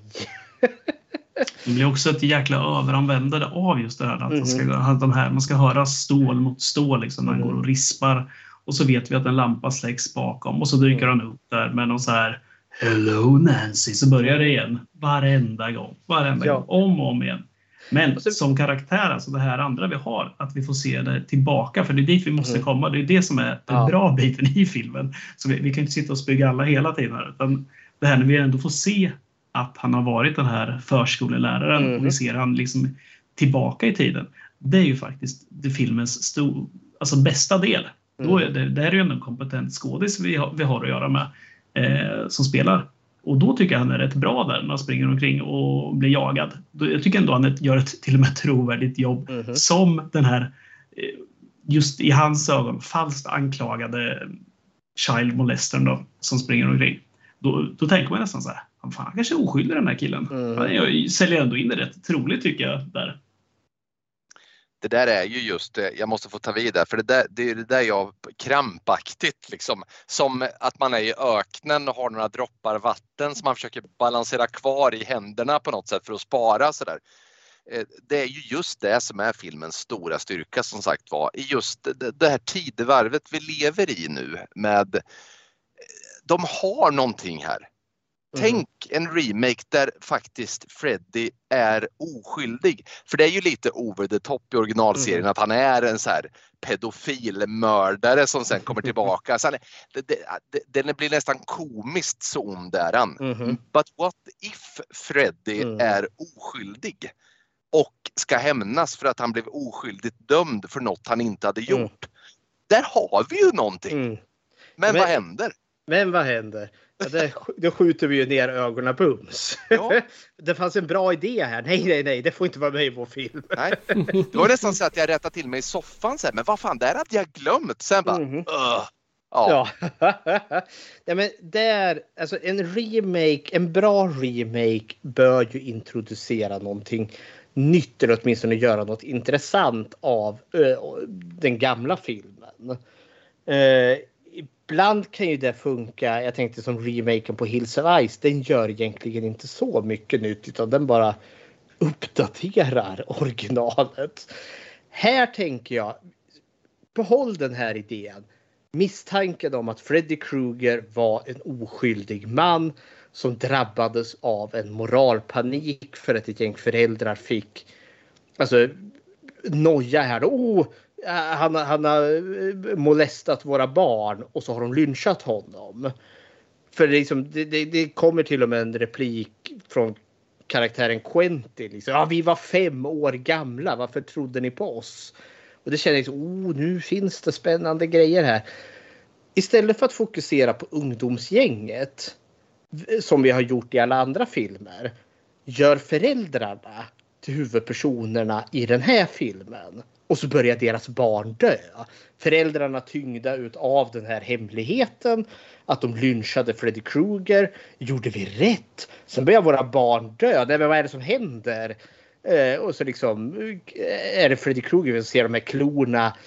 Det blir också ett jäkla överanvändande av just det här. Att mm. ska, att de här man ska höra stål mot stål liksom, när han mm. går och rispar. Och så vet vi att en lampa släcks bakom. Och så dyker mm. han upp där med någon så här Hello Nancy. Så börjar det igen. Varenda gång. Varenda ja. gång. Om och om igen. Men så, som karaktär, alltså det här andra vi har, att vi får se det tillbaka. För det är dit vi måste mm. komma. Det är det som är den ja. bra biten i filmen. Så vi, vi kan inte sitta och spygga alla hela tiden här. Utan det här när vi ändå får se att han har varit den här förskoleläraren. Mm. Och vi ser han liksom tillbaka i tiden. Det är ju faktiskt det filmens stor, alltså bästa del. Mm. Då är det, det är ju en kompetent skådis vi har, vi har att göra med. Eh, som spelar. Och då tycker jag han är rätt bra där när han springer omkring och blir jagad. Jag tycker ändå han gör ett till och med trovärdigt jobb mm-hmm. som den här, just i hans ögon, falskt anklagade child molestern då, som springer omkring. Då, då tänker man nästan så här, han fan kanske är oskyldig den här killen. Mm. Jag säljer ändå in det rätt troligt tycker jag där. Det där är ju just, jag måste få ta vid där, för det, där, det är det där jag krampaktigt liksom, som att man är i öknen och har några droppar vatten som man försöker balansera kvar i händerna på något sätt för att spara sådär. Det är ju just det som är filmens stora styrka som sagt var, i just det, det här tidevarvet vi lever i nu med, de har någonting här. Tänk en remake där faktiskt Freddy är oskyldig. För det är ju lite over the top i originalserien mm. att han är en så här pedofilmördare som sen kommer tillbaka. Så han är, det, det, det blir nästan komiskt så ond är han. Mm. But what if Freddy mm. är oskyldig och ska hämnas för att han blev oskyldigt dömd för något han inte hade gjort? Mm. Där har vi ju någonting. Mm. Men, Men vad händer? Men vad händer? Ja, det, då skjuter vi ju ner ögonen bums. Ja. Det fanns en bra idé här. Nej, nej, nej. Det får inte vara med i vår film. Nej. Det var nästan så att jag rättade till mig i soffan. Så här, men vad fan, där hade jag glömt. Sen bara, mm. uh, ja. Ja, men där, alltså en remake, en bra remake bör ju introducera någonting nytt. Eller åtminstone göra något intressant av uh, den gamla filmen. Uh, Ibland kan ju det funka. Jag tänkte som remaken på Hills of Ice. Den gör egentligen inte så mycket nytt. Utan den bara uppdaterar originalet. Här tänker jag. Behåll den här idén. Misstanken om att Freddy Krueger var en oskyldig man. Som drabbades av en moralpanik. För att ett gäng föräldrar fick. Alltså noja här. Oh, Han, han har molestat våra barn och så har de lynchat honom. För det, liksom, det, det, det kommer till och med en replik från karaktären Quentin. Liksom. Ja, vi var fem år gamla. Varför trodde ni på oss? Och det känns liksom, oh, nu finns det spännande grejer här. Istället för att fokusera på ungdomsgänget som vi har gjort i alla andra filmer, gör föräldrarna till huvudpersonerna i den här filmen. Och så börjar deras barn dö. Föräldrarna tyngda ut av den här hemligheten. Att de lynchade Freddy Krueger. Gjorde vi rätt? Sen börjar våra barn dö. Nej, men vad är det som händer? Eh, och så liksom är det Freddy Krueger vi ser de här klorna.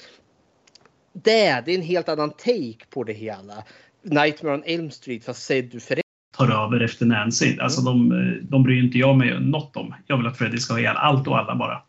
Det, det är en helt annan take på det hela. Nightmare on Elm Street, fast sedd du föräldrar. Tar över efter Nancy. Alltså de, de bryr inte jag mig något om. Jag vill att Freddy ska ha ihjäl allt och alla bara.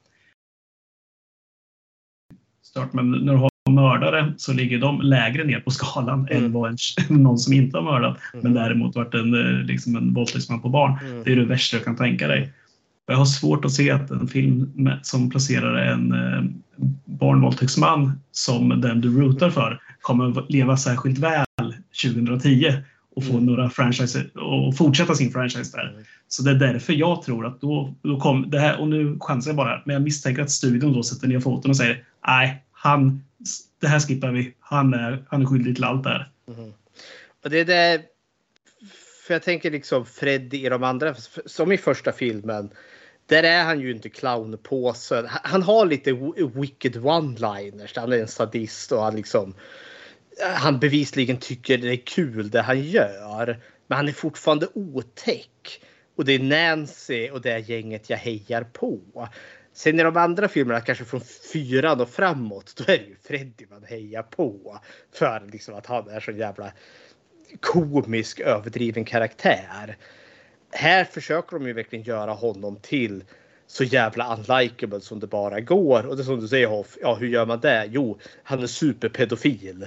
Start, men när du har mördare så ligger de lägre ner på skalan mm. än vad en, någon som inte har mördat. Mm. Men däremot varit en, liksom en våldtäktsman på barn. Mm. Det är det värsta jag kan tänka dig. Jag har svårt att se att en film med, som placerar en eh, barnvåldtäktsman som den du rootar för kommer att leva särskilt väl tjugohundratio och få mm. några franchise och fortsätta sin franchise där. Mm. Så det är därför jag tror att då, då kom det här, och nu chansar jag bara, men jag misstänker att studion då sätter ner foten och säger nej, han, det här skippar vi. Han är, han är skyldig till allt där. Mm. Och det är det, för jag tänker liksom Freddy i de andra, som i första filmen, där är han ju inte clownpåsen. Han har lite wicked one-liners. Han är en sadist och han liksom, han bevisligen tycker det är kul det han gör. Men han är fortfarande otäck. Och det är Nancy och det är gänget jag hejar på. Sen i de andra filmerna, kanske från fyran och framåt, då är det ju Freddy man hejar på. För liksom att han är så jävla komisk, överdriven karaktär. Här försöker de ju verkligen göra honom till så jävla unlikable som det bara går. Och det är som du säger, Hoff, ja, hur gör man det? Jo, han är superpedofil.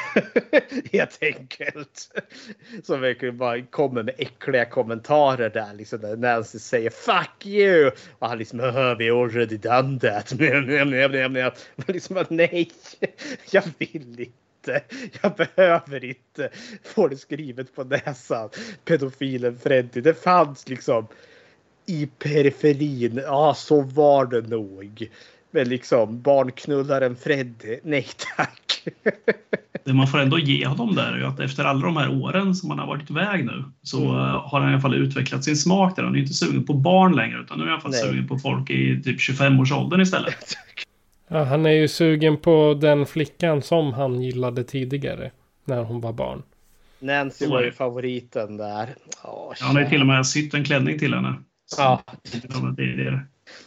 Helt enkelt. Som verkligen bara kommer med äckliga kommentarer där. Liksom när Nancy säger fuck you. Och han liksom, vi already done that. Men liksom, nej, jag vill inte. Jag behöver inte få det skrivet på näsan. Pedofilen Freddy. Det fanns liksom i periferin. Ja, så var det nog. Men liksom barnknullaren Freddy. Nej tack. Det man får ändå ge honom där är att efter alla de här åren som han har varit iväg nu så mm. har han i alla fall utvecklat sin smak där. Han är inte sugen på barn längre utan nu är han i alla fall sugen på folk i typ tjugofem-årsåldern istället. Ja, han är ju sugen på den flickan som han gillade tidigare när hon var barn. Nancy var ju favoriten där. Oh, ja, han har ju till och med sytt en klänning till henne. Så ja. Det är det.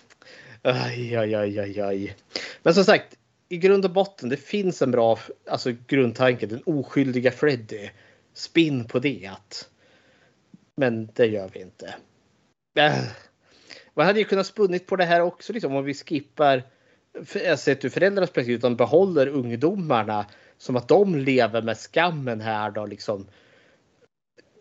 Aj, aj, aj, aj, aj. Men som sagt, i grund och botten, det finns en bra alltså, grundtanke. Den oskyldiga Freddy. Spinn på det. Men det gör vi inte. Äh. Man hade ju kunnat spunnit på det här också. Liksom, om vi skippar sett ur föräldrars perspektiv utan behåller ungdomarna som att de lever med skammen här då liksom.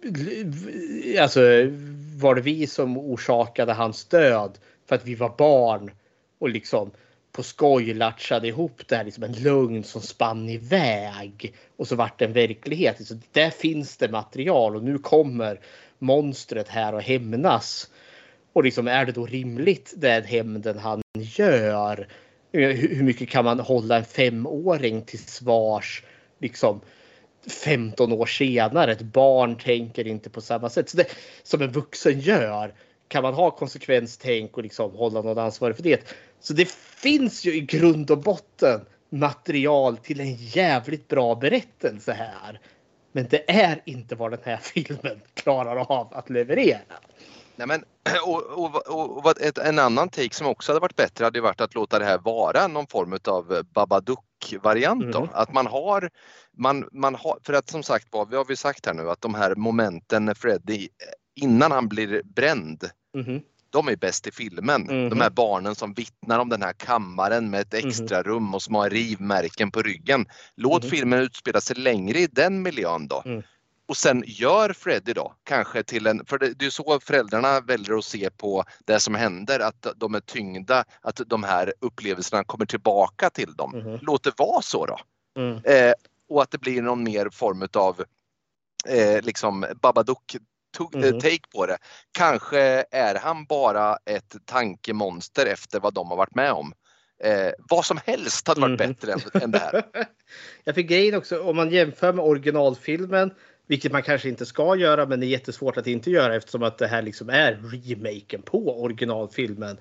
alltså var det vi som orsakade hans död för att vi var barn och liksom på skoj latchade ihop det här, liksom en lögn som spann iväg och så vart det en verklighet. Så där finns det material och nu kommer monstret här och hämnas. Och liksom, är det då rimligt den hämnden han gör? Hur mycket kan man hålla en femåring till svars liksom femton år senare? Ett barn tänker inte på samma sätt så det, som en vuxen gör. Kan man ha konsekvenstänk och liksom hålla någon ansvarig för det? Så det finns ju i grund och botten material till en jävligt bra berättelse här. Men det är inte vad den här filmen klarar av att leverera. Nej, men, och, och, och, och ett, en annan take som också hade varit bättre hade varit att låta det här vara någon form av Babadook-variant. Mm. Att man har, man, man har, för att som sagt vad vi har vi sagt här nu, att de här momenten när Freddy, innan han blir bränd, mm. de är bäst i filmen. Mm. De här barnen som vittnar om den här kammaren med ett extra mm. rum och som har rivmärken på ryggen. Låt mm. filmen utspela sig längre i den miljön då. Mm. Och sen gör Freddy då kanske till en, för det, det är så föräldrarna väljer att se på det som händer, att de är tyngda, att de här upplevelserna kommer tillbaka till dem. Mm. Låt det vara så då. Mm. Eh, och att det blir någon mer form av eh, liksom Babadook tog, mm. take på det. Kanske är han bara ett tankemonster efter vad de har varit med om. Eh, vad som helst hade varit mm. bättre än, än det här. Jag fick grejen också, om man jämför med originalfilmen, vilket man kanske inte ska göra, men det är jättesvårt att inte göra eftersom att det här liksom är remaken på originalfilmen.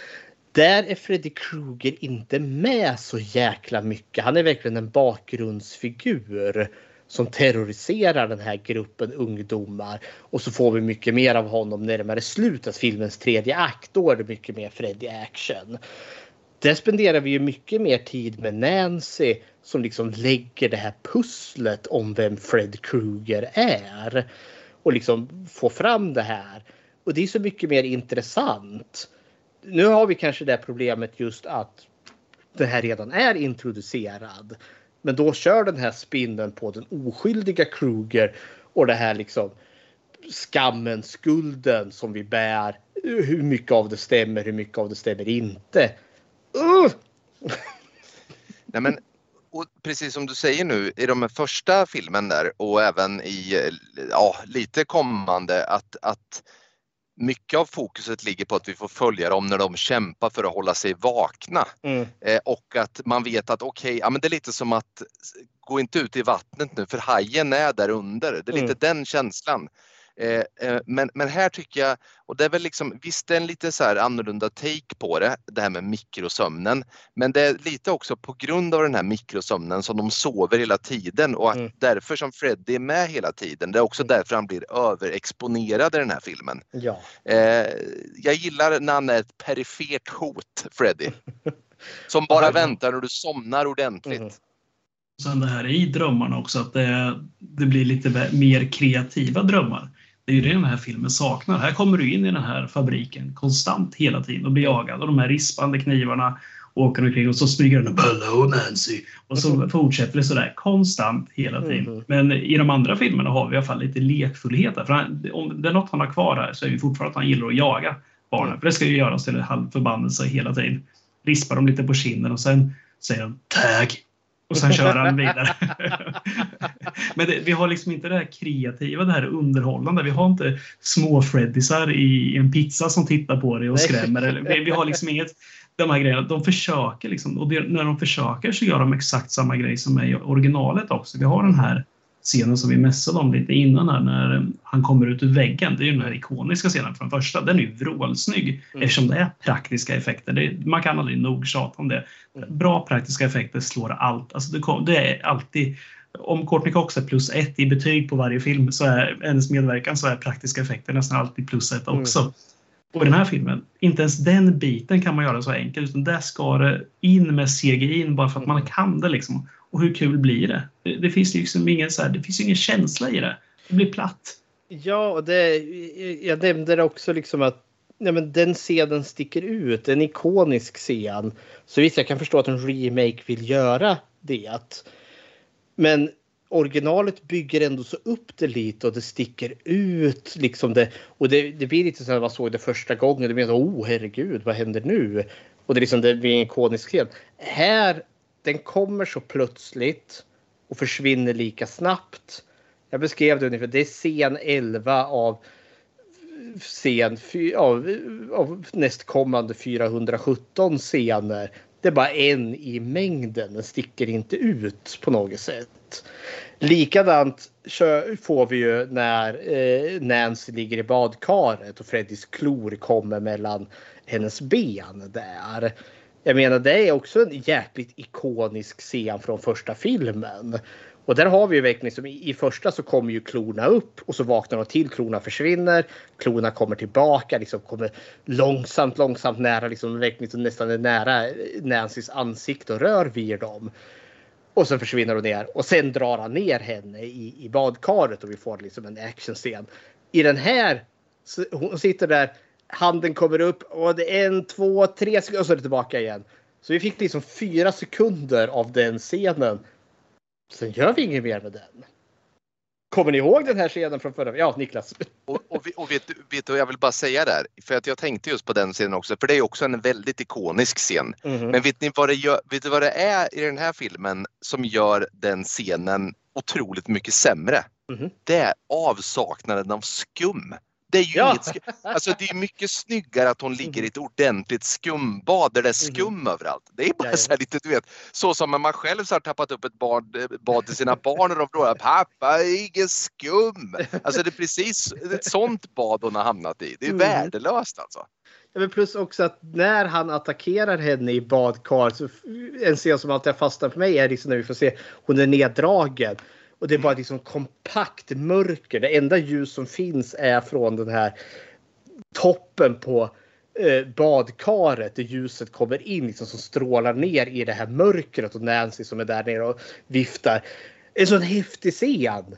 Där är Freddy Krueger inte med så jäkla mycket. Han är verkligen en bakgrundsfigur som terroriserar den här gruppen ungdomar. Och så får vi mycket mer av honom närmare slutet, filmens tredje akt. Då är det mycket mer Freddy action. Där spenderar vi ju mycket mer tid med Nancy som liksom lägger det här pusslet om vem Fred Krueger är. Och liksom får fram det här. Och det är så mycket mer intressant. Nu har vi kanske det problemet just att det här redan är introducerad. Men då kör den här spinnen på den oskyldiga Krueger och det här liksom skammen, skulden som vi bär. Hur mycket av det stämmer, hur mycket av det stämmer inte. Uh! Nej, men och precis som du säger nu i de första filmen där och även i ja, lite kommande att, att mycket av fokuset ligger på att vi får följa dem när de kämpar för att hålla sig vakna. Mm. Eh, och att man vet att okej, okay, ja, men det är lite som att gå inte ut i vattnet nu för hajen är där under. Det är lite mm. den känslan. Eh, eh, men, men här tycker jag, och det är väl liksom, visst det är en lite så här annorlunda take på det, det här med mikrosömnen, men det är lite också på grund av den här mikrosömnen som de sover hela tiden och att mm. därför som Freddy är med hela tiden, det är också mm. därför han blir överexponerad i den här filmen. Ja. Eh, jag gillar när han är ett perifert hot, Freddy, som bara väntar när du somnar ordentligt. Mm. Sen det här i drömmarna också, att det, det blir lite mer kreativa drömmar. Det är ju det den här filmen saknar. Här kommer du in i den här fabriken konstant hela tiden och blir jagad. Och de här rispande knivarna åker omkring och så smyger den och Hello Nancy. Och så mm. fortsätter det sådär konstant hela tiden. Mm. Men i de andra filmerna har vi i alla fall lite lekfullhet. För han, om det är något han har kvar här så är det fortfarande att han gillar att jaga barnen. Mm. För det ska ju göras till en halv förbannelse hela tiden. Rispar dem lite på kinden och sen säger de tag. Och sen kör han vidare. Men det, vi har liksom inte det här kreativa, det här underhållande. Vi har inte små Freddysar i en pizza som tittar på dig och skrämmer. Vi, vi har liksom inget, de här grejerna. De försöker liksom, och det, när de försöker så gör de exakt samma grej som är i originalet också. Vi har den här scenen som vi mässade om lite innan här, när han kommer ut ur väggen. Det är ju den här ikoniska scenen från första. Den är ju vrålsnygg mm. eftersom det är praktiska effekter. Det, man kan aldrig nog tjata om det. Bra praktiska effekter slår allt. Alltså det, det är alltid, om Courtney Cox är plus ett i betyg på varje film så är hennes medverkan så är praktiska effekter nästan alltid plus ett också. Mm. Och i den här filmen, inte ens den biten kan man göra så enkelt. Utan där ska det in med C G I bara för att man kan det liksom. Och hur kul blir det? Det, det finns liksom ingen så här, det finns ingen känsla i det. Det blir platt. Ja, och det, jag nämnde det också liksom att ja, men den scenen sticker ut. En ikonisk scen. Så visst, jag kan förstå att en remake vill göra det. Men originalet bygger ändå så upp det lite och det sticker ut liksom det. Och det, det blir lite så när man såg det första gången. Det blir så, oh herregud, vad händer nu? Och det, liksom, det blir en ikonisk scen. Här, den kommer så plötsligt och försvinner lika snabbt. Jag beskrev det ungefär, det är scen elva av scen av, av nästkommande fyrahundrasjutton scener. Det är bara en i mängden. Den sticker inte ut på något sätt. Likadant får vi ju när eh, Nancy ligger i badkaret och Freddys klor kommer mellan hennes ben där. Jag menar, det är också en jäkligt ikonisk scen från första filmen. Och där har vi ju verkligen som i, i första så kommer ju klorna upp och så vaknar de till, klorna försvinner, klorna kommer tillbaka, liksom kommer långsamt, långsamt nära, liksom verkligen nästan nära Nancys ansikte och rör vid dem. Och sen försvinner hon ner och sen drar han ner henne i, i badkaret och vi får liksom en actionscen. I den här, så, hon sitter där, handen kommer upp och det är en, två, tre sekunder och så är det tillbaka igen. Så vi fick liksom fyra sekunder av den scenen. Sen gör vi inget mer med den. Kommer ni ihåg den här scenen från förra? Ja, Niklas. Och, och, och vet, vet du, jag vill bara säga där. För att jag tänkte just på den scenen också. För det är också en väldigt ikonisk scen. Mm-hmm. Men vet ni vad det gör, vet du vad det är i den här filmen som gör den scenen otroligt mycket sämre? Mm-hmm. Det är avsaknaden av skum. Det är ju ja. inget skum. Alltså det är mycket snyggare att hon ligger i ett ordentligt skumbad där det är skum mm. överallt. Det är bara ja, så här lite, du vet, så som man själv så har tappat upp ett bad, bad till sina barn och de frågar, pappa, ingen skum. Alltså det är precis ett sånt bad hon har hamnat i. Det är mm. värdelöst alltså. Ja, men plus också att när han attackerar henne i badkar, så en scen som alltid har fastnat för mig är liksom när vi får se hon är neddragen. Och det är bara liksom kompakt mörker. Det enda ljus som finns är från den här toppen på eh, badkaret. Där ljuset kommer in liksom, som strålar ner i det här mörkret. Och Nancy som är där nere och viftar. En sån häftig scen.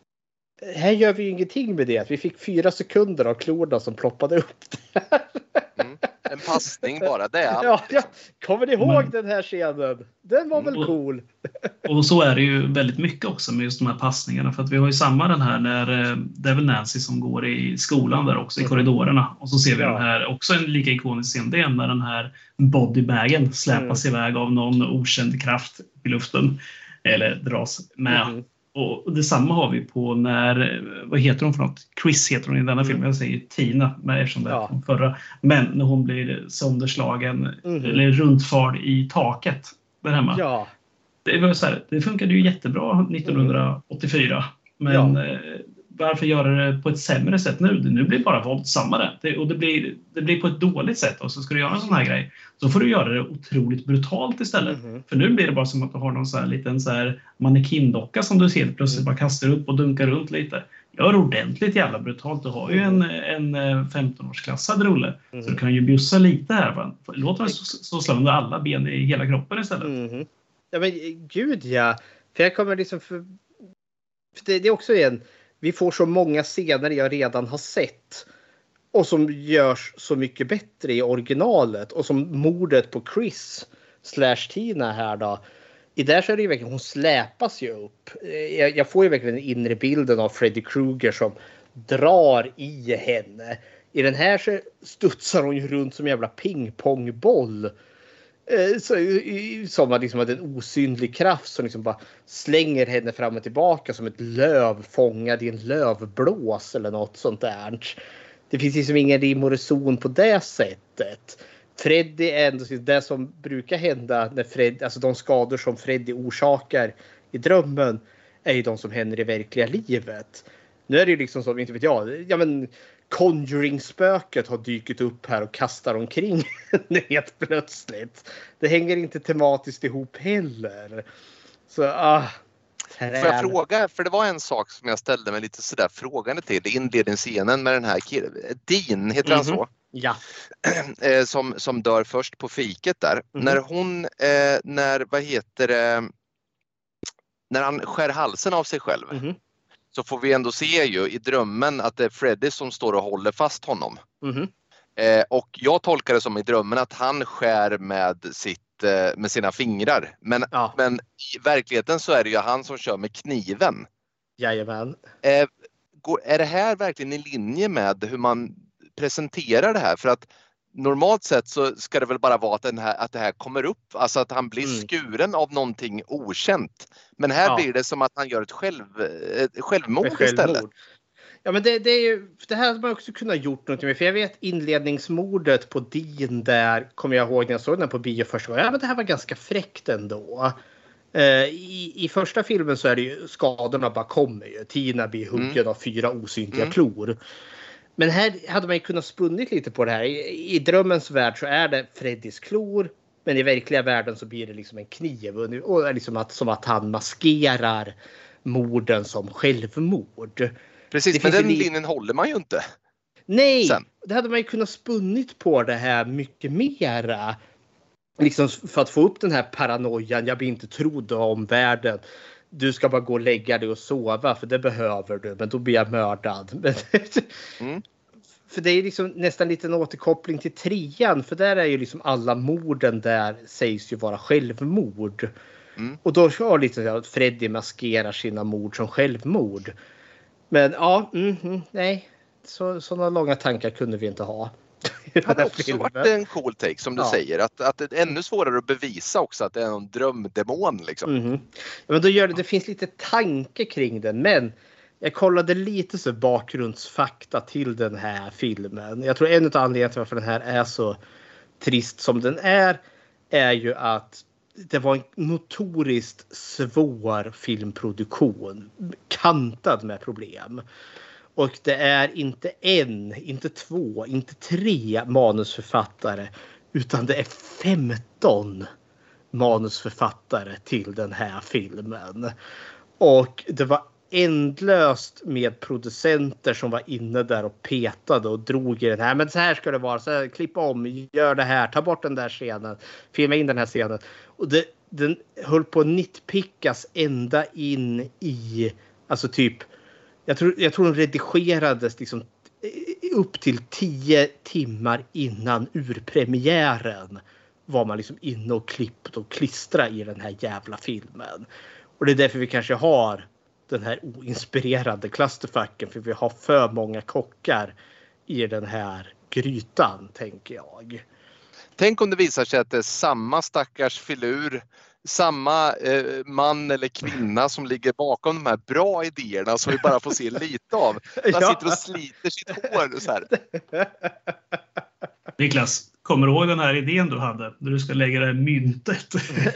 Här gör vi ju ingenting med det. Vi fick fyra sekunder av klorna som ploppade upp där. Mm. En passning bara, det är allt. Ja, ja. Kommer ni ihåg Men, den här scenen? Den var väl och, cool. Och så är det ju väldigt mycket också med just de här passningarna. För att vi har ju samma den här när det är väl Nancy som går i skolan där också, i korridorerna. Och så ser vi ja. den här, också en lika ikonisk scen. Det är när den här bodybagen släpas mm. iväg av någon okänd kraft i luften. Eller dras med. Mm. Och detsamma har vi på när, vad heter hon för något? Chris heter hon i denna mm. film. Jag säger Tina, men eftersom det är ja. från förra. Men när hon blir sönderslagen, mm. eller rundfart i taket där hemma. Ja. Det var så här, det funkade ju jättebra nittonhundraåttiofyra. Men ja. varför göra det på ett sämre sätt nu? Nu blir det bara våldsammare. Det, och det blir, det blir på ett dåligt sätt. Och så ska du göra en sån här grej. Så får du göra det otroligt brutalt istället. Mm-hmm. För nu blir det bara som att du har någon så här liten så här mannequindocka som du ser plötsligt mm. bara kastar upp och dunkar runt lite. Gör ordentligt jävla brutalt. Du har ju en, en femton-årsklassad rulle. Mm. Så du kan ju bjussa lite här. Låt mig så, så slå under alla ben i hela kroppen istället. Mm-hmm. Ja men gud ja. För jag kommer liksom... För, för det, det är också en... Vi får så många scener jag redan har sett. Och som görs så mycket bättre i originalet. Och som mordet på Chris slash Tina här då. I där så är det ju verkligen, hon släpas ju upp. Jag, jag får ju verkligen den inre bilden av Freddy Krueger som drar i henne. I den här så studsar hon ju runt som en jävla pingpongboll. Så, som har liksom en osynlig kraft som liksom bara slänger henne fram och tillbaka som ett löv fångad i en lövblås eller något sånt där. Det finns liksom ingen rim och reson på det sättet. Freddy är ändå det som brukar hända när Fred, alltså de skador som Freddy orsakar i drömmen är ju de som händer i verkliga livet. Nu är det ju liksom som, inte vet jag, ja men Conjuring-spöket har dykt upp här och kastar omkring helt plötsligt. Det hänger inte tematiskt ihop heller. Så, ah. Får jag fråga, för det var en sak som jag ställde mig lite sådär frågande till i inledningsscenen med den här killen. Dean, heter mm-hmm. han så? Ja. som, som dör först på fiket där. Mm-hmm. När hon, eh, när, vad heter det, när han skär halsen av sig själv. Mm-hmm. Så får vi ändå se ju i drömmen att det är Freddy som står och håller fast honom. Mm-hmm. Eh, och jag tolkar det som i drömmen att han skär med sitt sitt, med sina fingrar. Men, ja. men i verkligheten så är det ju han som kör med kniven. Jajamän. Är, är det här verkligen i linje med hur man presenterar det här? För att normalt sett så ska det väl bara vara att, den här, att det här kommer upp. Alltså att han blir mm. skuren av någonting okänt. Men här ja. blir det som att han gör ett, själv, ett självmord, ett självmord istället. Ja, men det, det är ju, det här hade man också kunnat gjort något med. För jag vet inledningsmordet på Dean där, kommer jag ihåg när jag såg den på bio första gången. Ja, men det här var ganska fräckt ändå. Uh, i, I första filmen så är det ju, skadorna bara kommer ju. Tina blir huggen mm. av fyra osynliga mm. klor. Men här hade man ju kunnat spunnit lite på det här. I, I drömmens värld så är det Freddys klor. Men i verkliga världen så blir det liksom en kniv. Och, och liksom att, som att han maskerar morden som självmord. Precis, men den li- linjen håller man ju inte. Nej, Sen. det hade man ju kunnat spunnit på det här mycket mera. Liksom för att få upp den här paranoian. Jag blir inte trodd om världen. Du ska bara gå och lägga dig och sova. För det behöver du. Men då blir jag mördad. mm. För det är liksom nästan lite en återkoppling till trean. För där är ju liksom alla morden där sägs ju vara självmord. Mm. Och då har lite att Freddy maskerar sina mord som självmord. Men ja, mm, mm, nej. Så, sådana långa tankar kunde vi inte ha. Det hade också filmen. varit en cool take som du ja. säger. Att, att det är ännu svårare att bevisa också att det är någon drömdemon. Liksom. Mm. Ja, men då gör det, det finns lite tanke kring den. Men jag kollade lite så bakgrundsfakta till den här filmen. Jag tror en av anledningarna till varför den här är så trist som den är. Är ju att det var en notoriskt svår filmproduktion. Kantad med problem. Och det är inte en, inte två, inte tre manusförfattare. Utan det är femton manusförfattare till den här filmen. Och det var ändlöst med producenter som var inne där och petade och drog i den här. Men så här ska det vara. Så här, klippa om, gör det här, ta bort den där scenen. Filma in den här scenen. Och det, den höll på att nitpickas ända in i, alltså typ, jag tror, jag tror den redigerades liksom upp till tio timmar innan urpremiären var man liksom inne och klippt och klistra i den här jävla filmen. Och det är därför vi kanske har den här oinspirerade clusterfucken, för vi har för många kockar i den här grytan, tänker jag. Tänk om det visar sig att det är samma stackars filur, samma eh, man eller kvinna som ligger bakom de här bra idéerna som vi bara får se lite av. Han ja. sitter och sliter sitt hår så här. Niklas, kommer du ihåg den här idén du hade? Där du ska lägga det här myntet.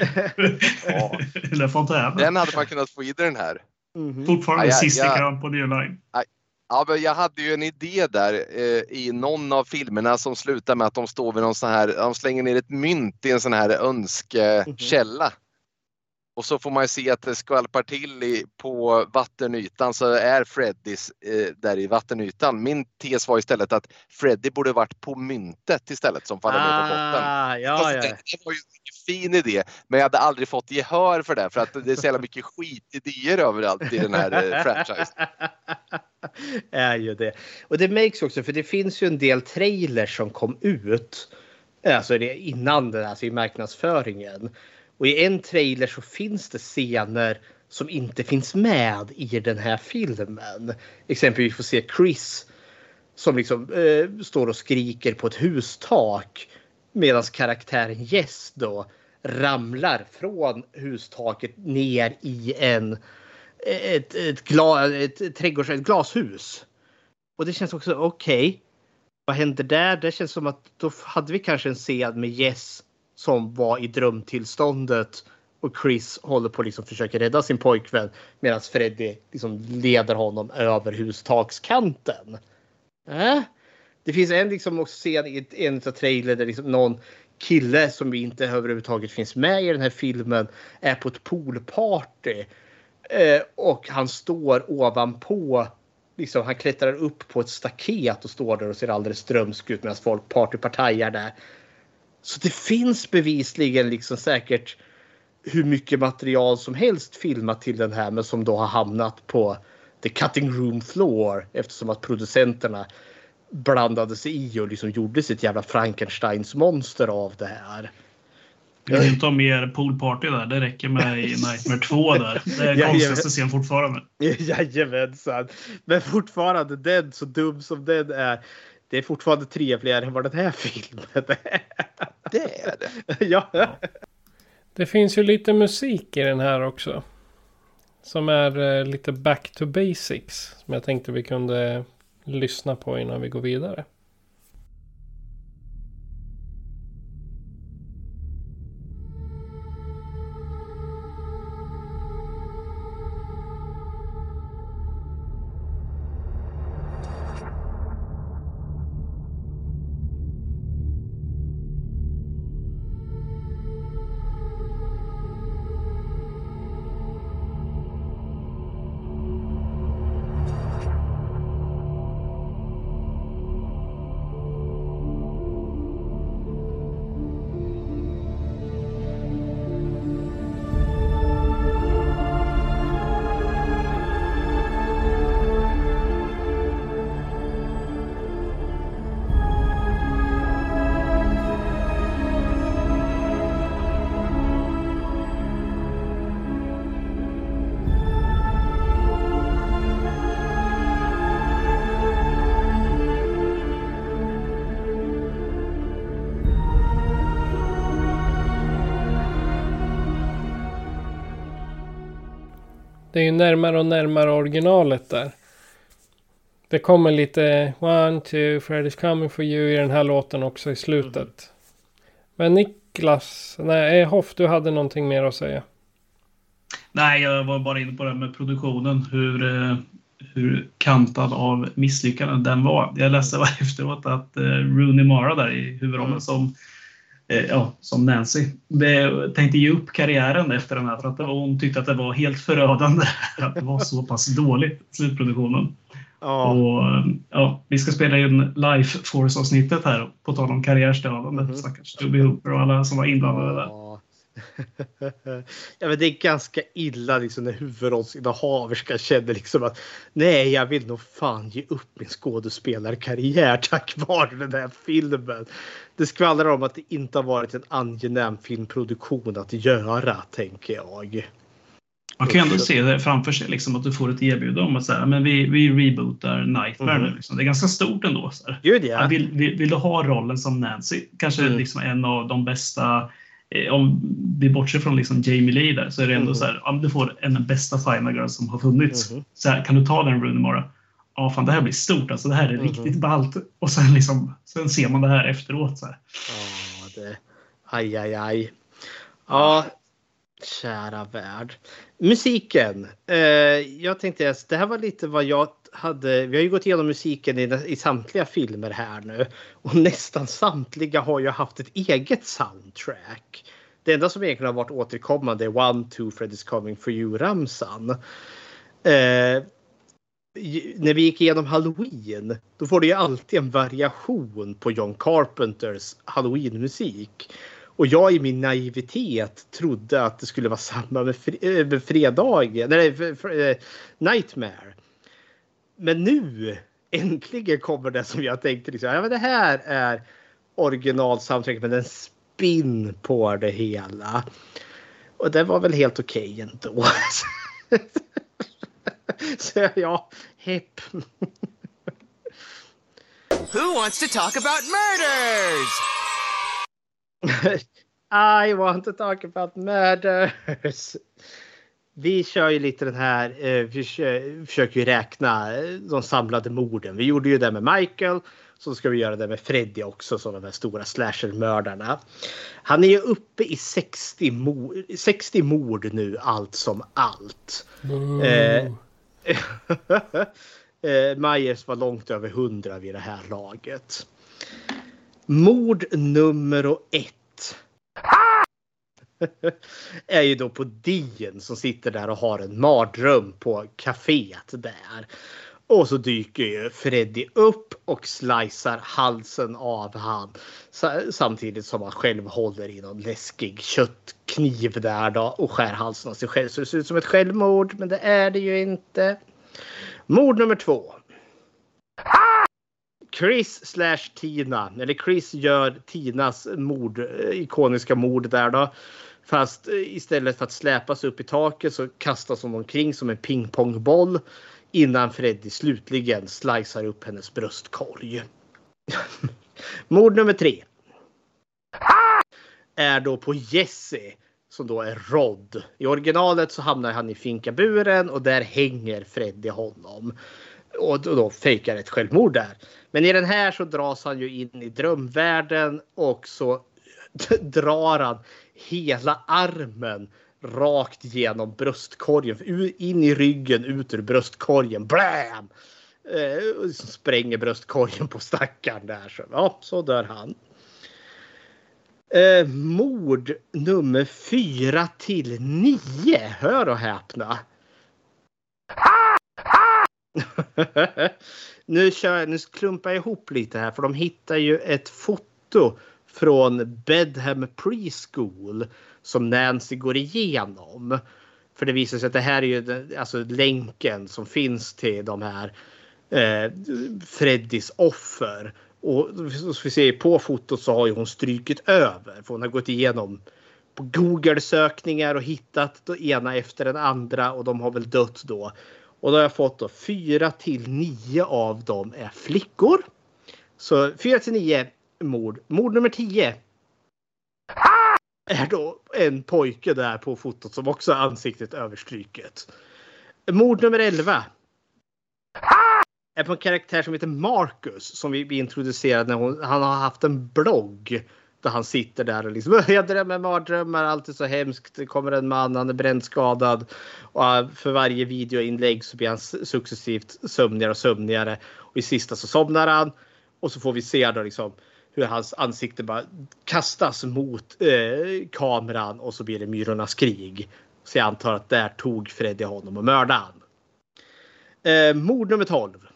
Ja. Eller fontänen. Den hade man kunnat få i den här. Mm-hmm. Fortfarande ja, sista ja, kram på New Line. Ja, men jag hade ju en idé där eh, i någon av filmerna som slutar med att de står vid någon sån här, de slänger ner ett mynt i en sån här önskekälla. Mm-hmm. Och så får man ju se att det skvalpar till i, på vattenytan, så är Freddys eh, där i vattenytan. Min tes var istället att Freddy borde varit på myntet istället som faller ah, ner på botten. Ja, ja. Det, det var ju en fin idé, men jag hade aldrig fått gehör för det för att det är så jävla mycket skitidéer överallt i den här eh, franchisen. Är ju det. Och det makes också, för det finns ju en del trailers som kom ut alltså det innan den, alltså i marknadsföringen. Och i en trailer så finns det scener som inte finns med i den här filmen. Exempelvis får se Chris som liksom eh, står och skriker på ett hustak. Medan karaktären Jess då ramlar från hustaket ner i en, ett, ett, gla, ett, trädgårds, ett glashus. Och det känns också okej. Okay. Vad händer där? Det känns som att då hade vi kanske en scen med Jess som var i drömtillståndet och Chris håller på att liksom försöka rädda sin pojkvän medan Freddy liksom leder honom över hustakskanten. Äh? Det finns en liksom också scen i en av trailer där liksom någon kille som inte överhuvudtaget finns med i den här filmen är på ett poolparty eh, och han står ovanpå, liksom han klättrar upp på ett staket och står där och ser alldeles drömsk ut medan folk partypartajar där. Så det finns bevisligen liksom säkert hur mycket material som helst filmat till den här, men som då har hamnat på the cutting room floor eftersom att producenterna blandade sig i och liksom gjorde sitt jävla Frankensteins monster av det här. Jag vill inte ha mer poolparty där. Det räcker med i Nightmare två där. Det är konstigaste scen fortfarande. Jajamensan. Men fortfarande den, så dum som den är, det är fortfarande trevligare än vad den här filmen är. Det är det. Ja. Det finns ju lite musik i den här också. Som är eh, lite back to basics. Som jag tänkte vi kunde lyssna på innan vi går vidare. Det är ju närmare och närmare originalet där. Det kommer lite one, two, Freddy's coming for you i den här låten också i slutet. Mm. Men Niklas, nej Hoff, du hade någonting mer att säga. Nej, jag var bara inne på det med produktionen. Hur, hur kantad av misslyckanden den var. Jag läste var efteråt att Rooney Mara där i huvudrollen mm. som Ja, som Nancy. Jag tänkte ge upp karriären efter den här för att hon tyckte att det var helt förödande att det var så pass dåligt slutproduktionen. Ja. Och ja, vi ska spela in Life Force-avsnittet här på tal om karriärstödande. Mm. Stackars Toby Hooper och alla som var inblandade där. Ja. Ja, men det är ganska illa liksom, när huvudrollsinnehaverska känner liksom att nej, jag vill nog fan ge upp min skådespelarkarriär tack vare den här filmen. Det skvallrar om att det inte har varit en angenäm filmproduktion att göra, tänker jag. Man kan ändå se det framför sig liksom, att du får ett erbjudande om att säga, men vi, vi rebootar Nightmare. Mm. Liksom. Det är ganska stort ändå. Så här. Gud, ja. vill, vill, vill du ha rollen som Nancy? Kanske mm. liksom en av de bästa. Om vi bortser från liksom Jamie Lee där, så är det ändå mm. så här, om du får en av de bästa Final Girls som har funnits, mm. så här, kan du ta den Rooney Mara? Ja, fan, det här blir stort, alltså det här är mm. riktigt ballt. Och sen liksom, sen ser man det här efteråt så här. Ja, det, aj, aj, aj. Ja, kära värld. Musiken. Eh, jag tänkte att det här var lite vad jag hade. Vi har ju gått igenom musiken i, i samtliga filmer här nu. Och nästan samtliga har ju haft ett eget soundtrack. Det enda som egentligen har varit återkommande är One, Two, Freddy's Coming For You-ramsan. Eh, när vi gick igenom Halloween, då får det ju alltid en variation på John Carpenters Halloween-musik. Och jag i min naivitet trodde att det skulle vara samma med, fr- med fredagen, nej, för, för, uh, Nightmare. Men nu, äntligen kommer det som jag tänkte. Liksom, ja, men det här är original soundtrack med en spin på det hela. Och det var väl helt okej okay ändå. Så ja, hepp. Who wants to talk about murders? I want to talk about murders. Vi kör ju lite den här, vi försöker ju räkna de samlade morden. Vi gjorde ju det med Michael, så ska vi göra det med Freddy också, som de här stora slasher-mördarna. Han är ju uppe i sextio mord, sextio mord nu, allt som allt. Mm. Eh, Myers var långt över hundra vid det här laget. Mord nummer ett är ju då på Dean som sitter där och har en mardröm på kaféet där. Och så dyker ju Freddy upp och slicear halsen av han. Samtidigt som han själv håller i någon läskig köttkniv där då och skär halsen av sig själv. Så det ser ut som ett självmord, men det är det ju inte. Mord nummer två. Chris slash Tina. Eller Chris gör Tinas mord, ikoniska mord där då. Fast istället för att släpas upp i taket så kastas hon omkring som en pingpongboll. Innan Freddy slutligen slicear upp hennes bröstkorg. Mord nummer tre. Är då på Jesse. Som då är Rod. I originalet så hamnar han i finkaburen. Och där hänger Freddy honom. Och då fejkar ett självmord där. Men i den här så dras han ju in i drömvärlden. Och så drar han hela armen rakt genom bröstkorgen. In i ryggen, ut ur bröstkorgen. Blam! Eh, spränger bröstkorgen på stackaren där. Så, ja, så dör han. Eh, mord nummer fyra till nio. Hör och häpna. nu, kör, nu klumpar jag ihop lite här. För de hittar ju ett foto från Bedham Preschool som Nancy går igenom. För det visar sig att det här är ju alltså länken som finns till de här eh, Freddys offer. Och som vi ser på fotot så har ju hon strykit över. För hon har gått igenom på Google-sökningar och hittat det ena efter den andra. Och de har väl dött då. Och då har jag fått då fyra till nio av dem är flickor. Så fyra till nio mord. Mord nummer tio. Är då en pojke där på fotot som också har ansiktet överstryket. Mord nummer elva. Är på en karaktär som heter Marcus. Som vi introducerade när hon, han har haft en blogg. Där han sitter där och liksom, jag drömmer mardrömmar, allt är så hemskt. Det kommer en man, han är brännskadad. Och för varje videoinlägg så blir han successivt sömnigare och sömnigare. Och i sista så somnar han. Och så får vi se då liksom hur hans ansikte bara kastas mot eh, kameran. Och så blir det myrornas krig. Så jag antar att där tog Freddy honom och mördade han. Eh, mord nummer tolv.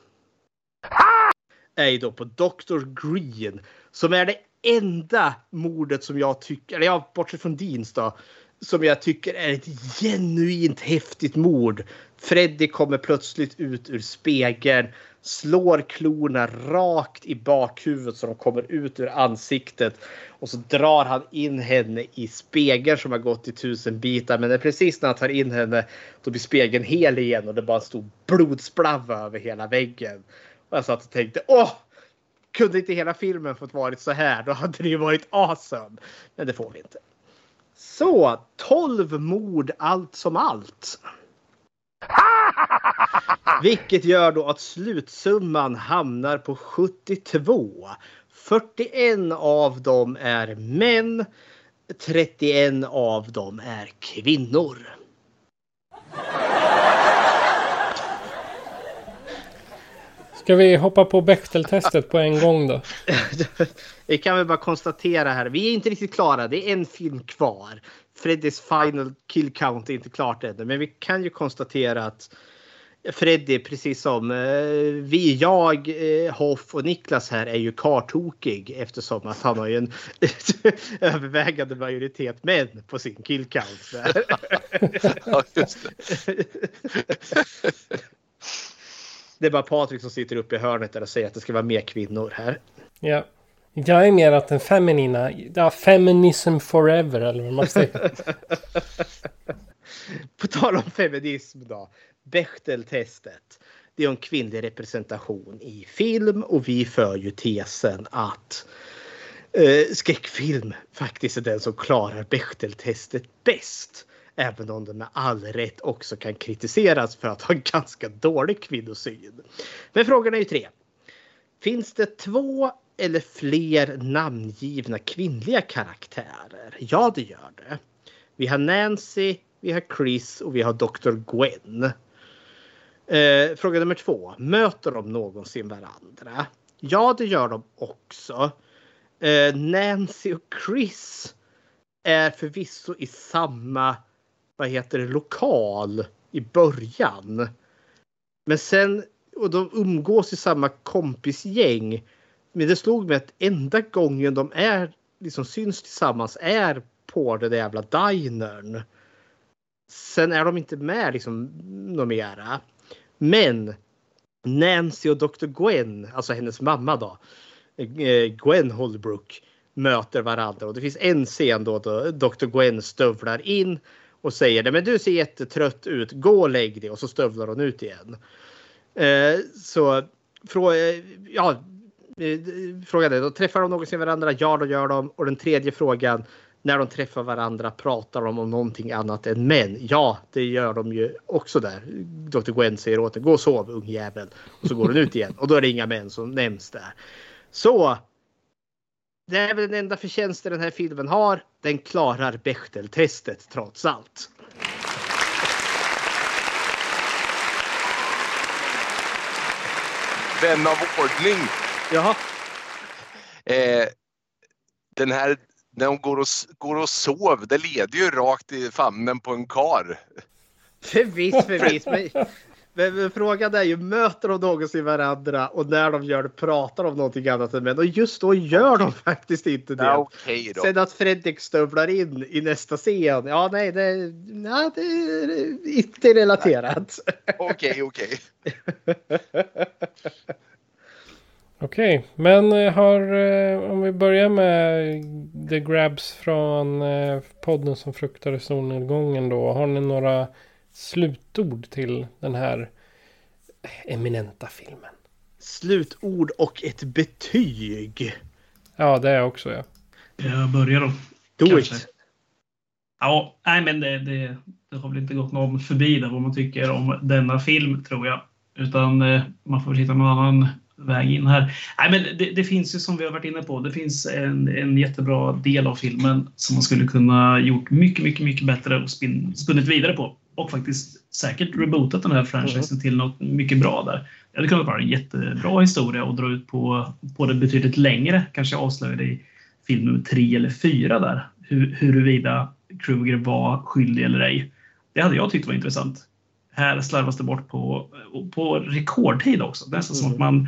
Är då på doktor Green. Som är det enda mordet som jag tycker, eller jag bortsett från Deans då, som jag tycker är ett genuint häftigt mord. Freddy kommer plötsligt ut ur spegeln, slår klorna rakt i bakhuvudet så de kommer ut ur ansiktet och så drar han in henne i spegeln som har gått i tusen bitar, men det är precis när han tar in henne då blir spegeln hel igen och det bara en stor blodsplava över hela väggen. Och jag satt och tänkte, åh! Kunde inte hela filmen fått varit så här, då hade det ju varit awesome. Men det får vi inte. Så, tolv mord allt som allt. Vilket gör då att slutsumman hamnar på sjuttiotvå. fyrtioen av dem är män. trettioen av dem är kvinnor. Ska vi hoppa på Bechdel-testet på en gång då? Vi kan väl bara konstatera här. Vi är inte riktigt klara. Det är en film kvar. Freddys final kill count är inte klart ännu. Men vi kan ju konstatera att Freddy, precis som eh, vi, jag, eh, Hoff och Niklas här, är ju kartokig. Eftersom att han har ju en övervägande majoritet män på sin kill count. Ja, just det. Det är bara Patrik som sitter uppe i hörnet där och säger att det ska vara mer kvinnor här. Ja. Jag är mer att den feminina, ja, feminism forever eller vad man säger. På tal om feminism då. Bechdel-testet. Det är en kvinnlig representation i film och vi för ju tesen att eh, skräckfilm faktiskt är den som klarar Bechdel-testet bäst. Även om det med all rätt också kan kritiseras för att ha en ganska dålig kvinnosyn. Men frågan är ju tre. Finns det två eller fler namngivna kvinnliga karaktärer? Ja, det gör det. Vi har Nancy, vi har Chris och vi har doktor Gwen. Eh, fråga nummer två. Möter de någonsin varandra? Ja, det gör de också. Eh, Nancy och Chris är förvisso i samma, vad heter det, lokal i början. Men sen, och de umgås i samma kompisgäng. Men det slog mig att enda gången de är, liksom syns tillsammans är på det där jävla dinern. Sen är de inte med liksom något mera. Men Nancy och doktor Gwen, alltså hennes mamma då, Gwen Holbrook, möter varandra. Och det finns en scen då, då doktor Gwen stövlar in och säger det, men du ser jättetrött ut, gå och lägg dig. Och så stövlar hon ut igen. Eh, så frå, ja, frågan är, då träffar de någonsin varandra? Ja, då gör de. Och den tredje frågan, när de träffar varandra pratar de om någonting annat än män? Ja, det gör de ju också där. doktor Gwen säger åt den, gå och sov, ung jävel. Och så går den ut igen. Och då är det inga män som nämns där. Så det är väl den enda förtjänsten den här filmen har. Den klarar Bechdel-testet trots allt. Vän av ordning. Jaha. Eh, den här, när hon går och, går och sov, det leder ju rakt i famnen på en kar. Förvis, förvis. Men, men, men frågan är ju, möter de någonsin varandra och när de gör det pratar de om någonting annat än män. Och just då gör de faktiskt inte det. Ja, okay då. Sen att Fredrik stövlar in i nästa scen. Ja, nej, det, nej, det är inte relaterat. Okej, okej. Okej, men har, om vi börjar med The Grabs från podden som fruktade solnedgången då. Har ni några slutord till den här eminenta filmen? Slutord och ett betyg. Ja, det är också, ja. Jag börjar då. Do kanske. it. Ja, nej men det, det, det har väl inte gått någon förbi där vad man tycker om denna film, tror jag. Utan eh, man får hitta någon annan väg in här. Nej, men det, det finns ju, som vi har varit inne på, det finns en, en jättebra del av filmen som man skulle kunna gjort mycket, mycket, mycket bättre och spin, spunnit vidare på. Och faktiskt säkert rebootat den här franchisen mm. till något mycket bra där. Det hade kunnat vara en jättebra historia och dra ut på, på det betydligt längre. Kanske avslöjade i film nummer tre eller fyra där. Hur, huruvida Kruger var skyldig eller ej. Det hade jag tyckt var intressant. Här slarvas det bort på, på rekordtid också. Det är nästan mm. som att man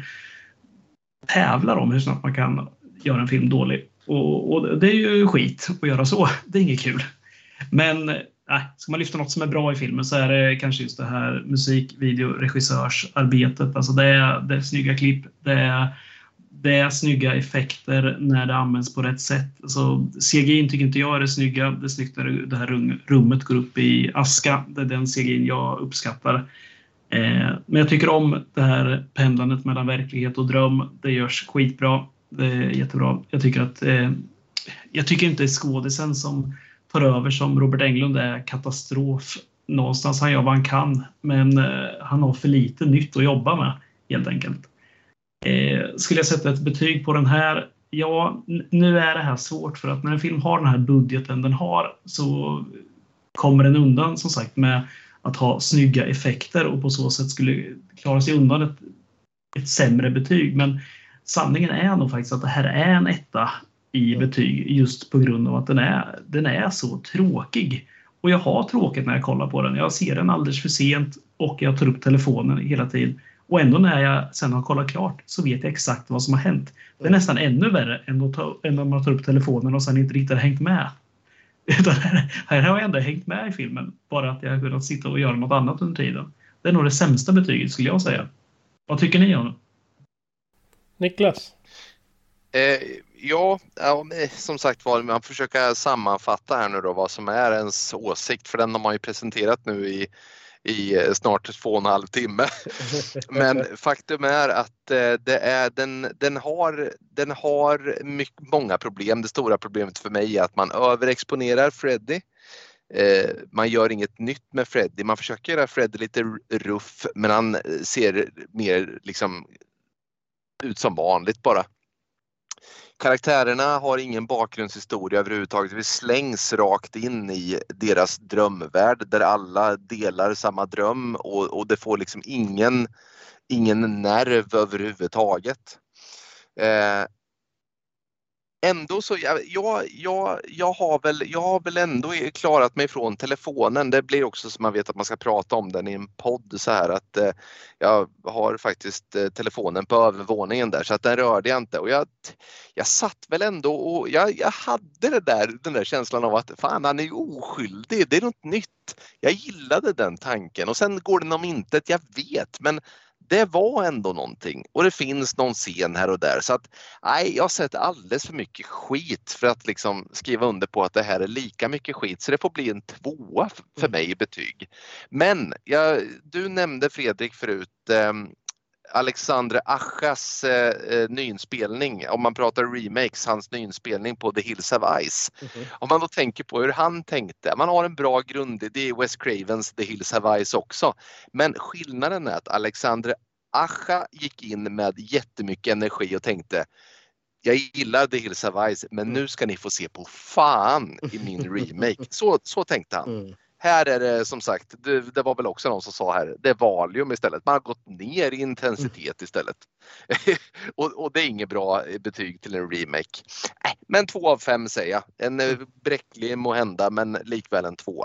tävlar om hur snabbt man kan göra en film dålig. Och, och det är ju skit att göra så. Det är inget kul. Men nej, ska man lyfta något som är bra i filmen så är det kanske just det här musik, video, regissörsarbetet. Alltså det är, det är snygga klipp. Det är, det är snygga effekter när det används på rätt sätt. Alltså, C G I tycker inte jag är det snygga. Det är snyggt när det här rummet går upp i aska. Det är den C G I jag uppskattar. Eh, men jag tycker om det här pendlandet mellan verklighet och dröm. Det görs skitbra. Det är jättebra. Jag tycker att eh, jag tycker inte skådisen som tar över som Robert Englund är katastrof. Någonstans han gör vad han kan. Men eh, han har för lite nytt att jobba med helt enkelt. Eh, skulle jag sätta ett betyg på den här? Ja, n- nu är det här svårt för att när en film har den här budgeten den har så kommer den undan som sagt med att ha snygga effekter och på så sätt skulle klara sig undan ett, ett sämre betyg. Men sanningen är nog faktiskt att det här är en etta i betyg just på grund av att den är, den är så tråkig. Och jag har tråkigt när jag kollar på den. Jag ser den alldeles för sent och jag tar upp telefonen hela tiden. Och ändå när jag sen har kollat klart så vet jag exakt vad som har hänt. Det är nästan ännu värre än att ta, än om man tar upp telefonen och sen inte riktigt hängt med. Utan här, här har jag ändå hängt med i filmen. Bara att jag har kunnat sitta och göra något annat under tiden. Det är nog det sämsta betyget skulle jag säga. Vad tycker ni om det? Niklas? Eh, ja, ja, som sagt var, man försöker sammanfatta här nu då vad som är ens åsikt. För den har man ju presenterat nu i i snart två och en halv timme. Men faktum är att det är, den, den har, den har mycket, många problem. Det stora problemet för mig är att man överexponerar Freddy. Eh, man gör inget nytt med Freddy. Man försöker göra Freddy lite ruff, men han ser mer liksom ut som vanligt bara. Karaktärerna har ingen bakgrundshistoria överhuvudtaget. Vi slängs rakt in i deras drömvärld där alla delar samma dröm och, och det får liksom ingen, ingen nerv överhuvudtaget. Eh, ändå så, jag, jag, jag, jag, har väl, jag har väl ändå klarat mig från telefonen. Det blir också som man vet att man ska prata om den i en podd så här att eh, jag har faktiskt eh, telefonen på övervåningen där så att den rörde jag inte. Och jag, jag satt väl ändå och jag, jag hade det där, den där känslan av att fan han är oskyldig, det är något nytt. Jag gillade den tanken och sen går den om intet, jag vet, men det var ändå någonting. Och det finns någon scen här och där. Så att nej, jag har sett alldeles för mycket skit för att liksom skriva under på att det här är lika mycket skit. Så det får bli en tvåa för mig i betyg. Men jag, du nämnde Fredrik förut eh, Alexandre Achas eh, nyinspelning, om man pratar remakes, hans nyinspelning på The Hills of Ice. Mm-hmm. Om man då tänker på hur han tänkte, man har en bra grundidé i Wes Cravens The Hills of Ice också, men skillnaden är att Alexandre Acha gick in med jättemycket energi och tänkte, jag gillar The Hills of Ice, men nu ska ni få se på fan i min remake. Så, så tänkte han. Mm. Här är det som sagt, det, det var väl också någon som sa här, det är valium istället. Man har gått ner i intensitet istället. och, och det är inget bra betyg till en remake. Äh, men två av fem säger jag. En bräcklig måhända, men likväl en två.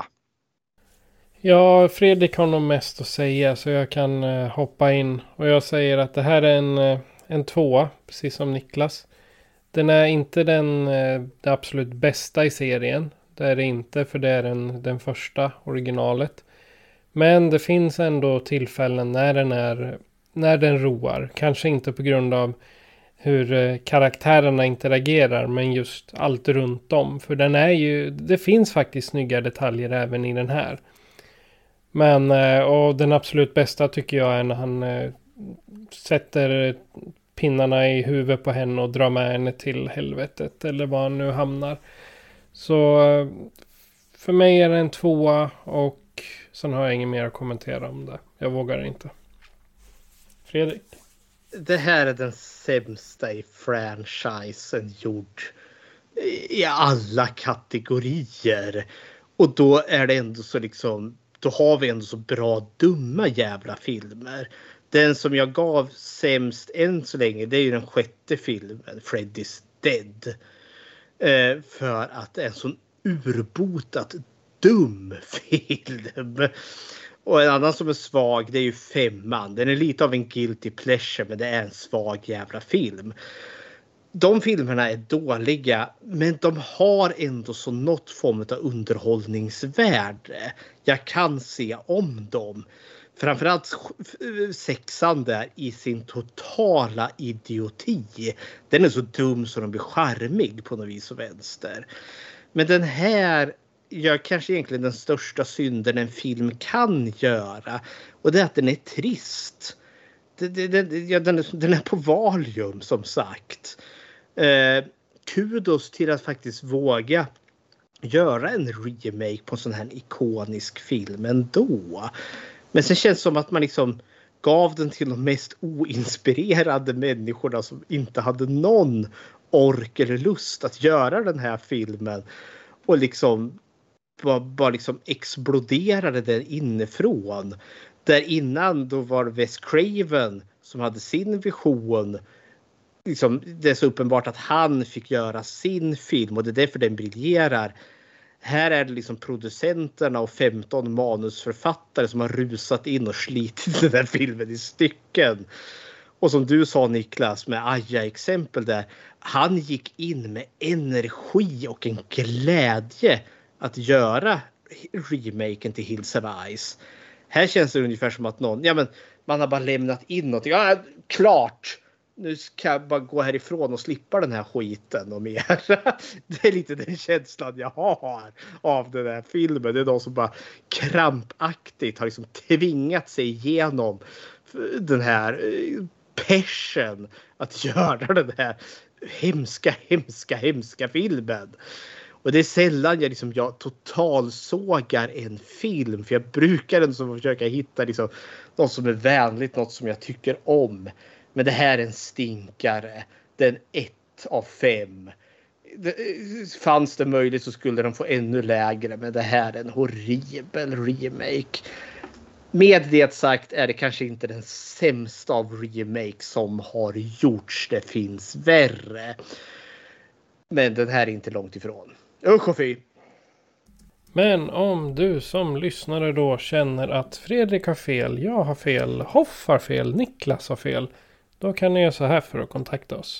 Ja, Fredrik har nog mest att säga så jag kan uh, hoppa in. Och jag säger att det här är en, uh, en tvåa, precis som Niklas. Den är inte den, uh, det absolut bästa i serien. Det är det inte, för det är den, den första originalet. Men det finns ändå tillfällen när den är när den roar. Kanske inte på grund av hur eh, karaktärerna interagerar, men just allt runt om. För den är ju, det finns faktiskt snygga detaljer även i den här. Men, eh, och den absolut bästa tycker jag är när han eh, sätter pinnarna i huvudet på henne och drar med henne till helvetet. Eller var han nu hamnar. Så för mig är det en tvåa och sen har jag inget mer att kommentera om det. Jag vågar inte. Fredrik? Det här är den sämsta i franchisen gjord i alla kategorier. Och då är det ändå så liksom, då har vi ändå så bra dumma jävla filmer. Den som jag gav sämst än så länge, det är ju den sjätte filmen, Freddy's Dead. Eh, för att det är en sån urbotat dum film. Och en annan som är svag, det är ju Femman. Den är lite av en guilty pleasure, men det är en svag jävla film. De filmerna är dåliga, men de har ändå så något form av underhållningsvärde. Jag kan se om dem. Framförallt sexan där i sin totala idioti. Den är så dum så den blir charmig på något vis och vänster. Men den här gör kanske egentligen den största synden en film kan göra. Och det är att den är trist. Den, den, ja, den, är, den är på valium som sagt. Eh, kudos till att faktiskt våga göra en remake på en sån här ikonisk film ändå. Men sen känns det som att man liksom gav den till de mest oinspirerade människorna som inte hade någon ork eller lust att göra den här filmen. Och liksom bara, bara liksom exploderade den inifrån. Där innan då var det Wes Craven som hade sin vision. Liksom, det är så uppenbart att han fick göra sin film och det är därför den briljerar. Här är det liksom producenterna och femton manusförfattare som har rusat in och slitit den här filmen i stycken. Och som du sa Niklas med Aja-exempel där. Han gick in med energi och en glädje att göra remaken till Hills of Ice. Här känns det ungefär som att någon, ja men man har bara lämnat in något. Ja, klart! Nu ska jag bara gå härifrån och slippa den här skiten och mer. Det är lite den känslan jag har av den här filmen. Det är de som bara krampaktigt har liksom tvingat sig igenom den här passion att göra den här hemska, hemska, hemska filmen. Och det är sällan jag, liksom, jag totalsågar en film. För jag brukar ändå försöka hitta liksom, något som är vänligt, något som jag tycker om. Men det här är en stinkare. Den ett av fem. Det, fanns det möjligt så skulle den få ännu lägre. Men det här är en horribel remake. Med det sagt är det kanske inte den sämsta av remake som har gjorts. Det finns värre. Men den här är inte långt ifrån. Usch och fy. Men om du som lyssnare då känner att Fredrik har fel, jag har fel, Hoff har fel, Niklas har fel. Då kan ni göra så här för att kontakta oss.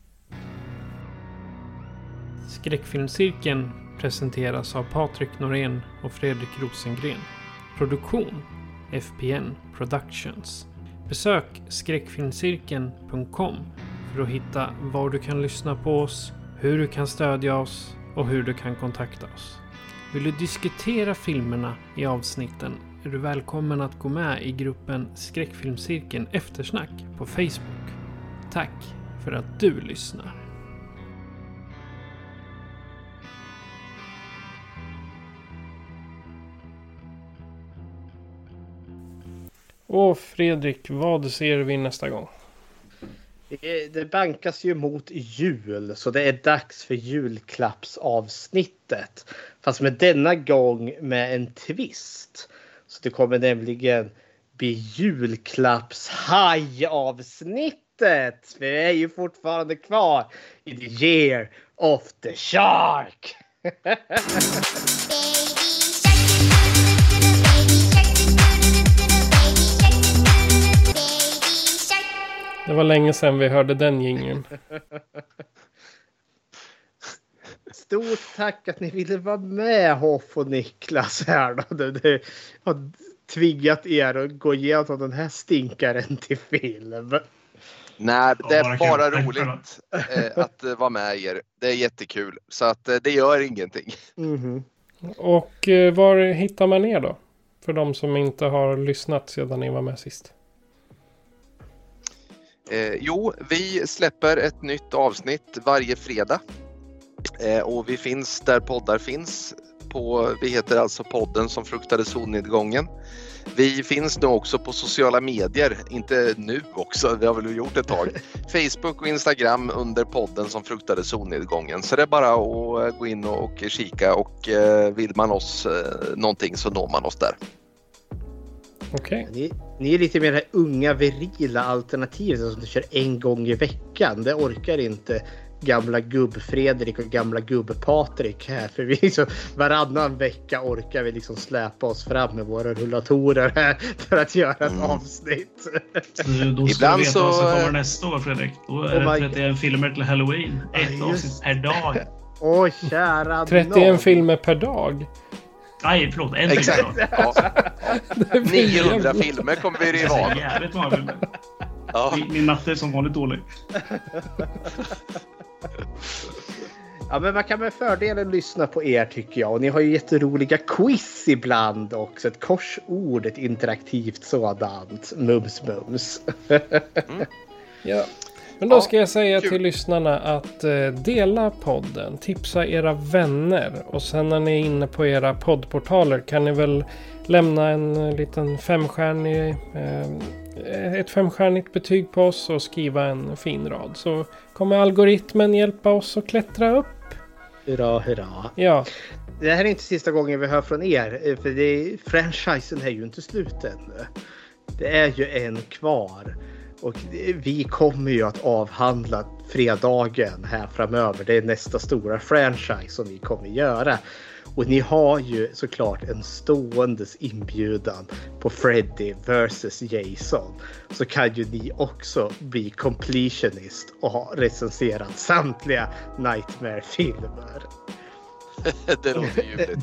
Skräckfilmscirkeln presenteras av Patrik Norén och Fredrik Rosengren. Produktion F P N Productions. Besök skräckfilmscirkeln punkt com för att hitta var du kan lyssna på oss, hur du kan stödja oss och hur du kan kontakta oss. Vill du diskutera filmerna i avsnitten är du välkommen att gå med i gruppen Skräckfilmscirkeln Eftersnack på Facebook. Tack för att du lyssnar. Och Fredrik, vad ser vi nästa gång? Det bankas ju mot jul, så det är dags för julklappsavsnittet. Fast med denna gång med en twist. Så det kommer nämligen bli julklappshaj-avsnittet. Vi är ju fortfarande kvar i the year of the shark. Det var länge sedan vi hörde den jingeln. Stort tack att ni ville vara med, Hoff och Niklas här då. Det har tvingat er att gå igenom den här stinkaren till film. Nej, det är bara roligt att vara med er. Det är jättekul. Så att det gör ingenting. Mm-hmm. Och var hittar man er då? För de som inte har lyssnat sedan ni var med sist. Eh, jo, vi släpper ett nytt avsnitt varje fredag. Eh, och vi finns där poddar finns. På, vi heter alltså podden som fruktade solnedgången. Vi finns nu också på sociala medier. Inte nu också, vi har väl gjort ett tag. Facebook och Instagram under podden som fruktade solnedgången. Så det är bara att gå in och kika. Och eh, vill man oss eh, någonting så når man oss där. Okay. Ni, ni är lite mer det unga virila alternativet som du kör en gång i veckan. Det orkar inte gamla gubb-Fredrik och gamla gubb-Patrik här. För vi liksom, varannan vecka orkar vi liksom släpa oss fram med våra rullatorer här för att göra ett mm. avsnitt. Så då ska Ibland vi veta så... vad som kommer nästa år, Fredrik. Då är oh det trettioen filmer till Halloween. Ett ah, avsnitt per dag. Åh, oh, kära trettioen någon. Filmer per dag. Nej, förlåt. En Exakt. film ja. niohundra filmer kommer vi riva av. Jävligt många filmer. Ja. Min, min matte är som vanligt dålig. Ja, men man kan med fördelen lyssna på er tycker jag. Och ni har ju jätteroliga quiz ibland också. Ett korsord, ett interaktivt sådant. Mums, mums. mm. Ja. Men då ska jag säga till lyssnarna att eh, dela podden, tipsa era vänner och sen när ni är inne på era poddportaler kan ni väl lämna en liten femstjärnig, eh, ett femstjärnigt betyg på oss och skriva en fin rad. Så kommer algoritmen hjälpa oss att klättra upp. Hurra, hurra. Ja. Det här är inte sista gången vi hör från er, för det, franchisen är ju inte slut än. Det är ju en kvar. Och vi kommer ju att avhandla fredagen här framöver. Det är nästa stora franchise som vi kommer göra. Och ni har ju såklart en ståendes inbjudan på Freddy versus Jason. Så kan ju ni också bli completionist och ha recenserat samtliga Nightmare-filmer. Det låter ljuvligt.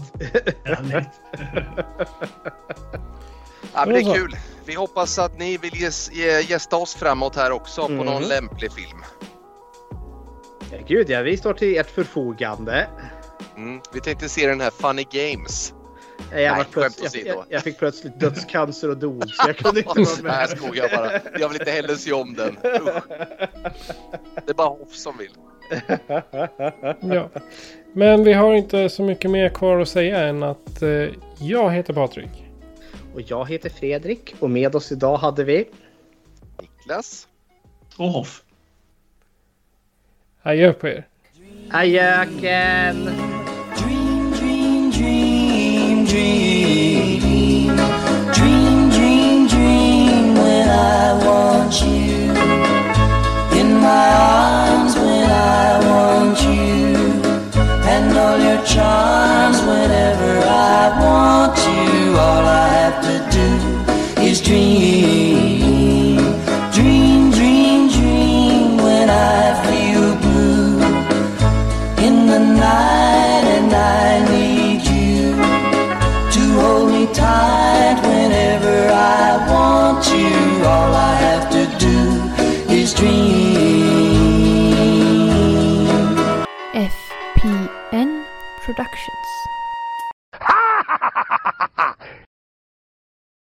Ja, men det är kul. Vi hoppas att ni vill gästa oss framåt här också på mm. någon lämplig film. Ja, gud ja, vi står till ert förfogande. Mm, vi tänkte se den här Funny Games. Jag, Nej, plöts- jag, jag, jag fick plötsligt dödscancer och dog så jag kunde inte vara med. Nej, skojar jag bara. Jag vill inte heller se om den. Usch. Det är bara Hoff som vill. Ja. Men vi har inte så mycket mer kvar att säga än att eh, jag heter Patrik. Och jag heter Fredrik och med oss idag hade vi Niklas och Hoff. Adjö på er. Adjöken. Dream, dream, dream, dream. Dream, dream, dream when I want you. In my arms when I want you. And all your charms whenever I want you. All I have to do is dream. Dream, dream, dream when I feel blue in the night and I need you to hold me tight whenever I want you. All I P N Productions.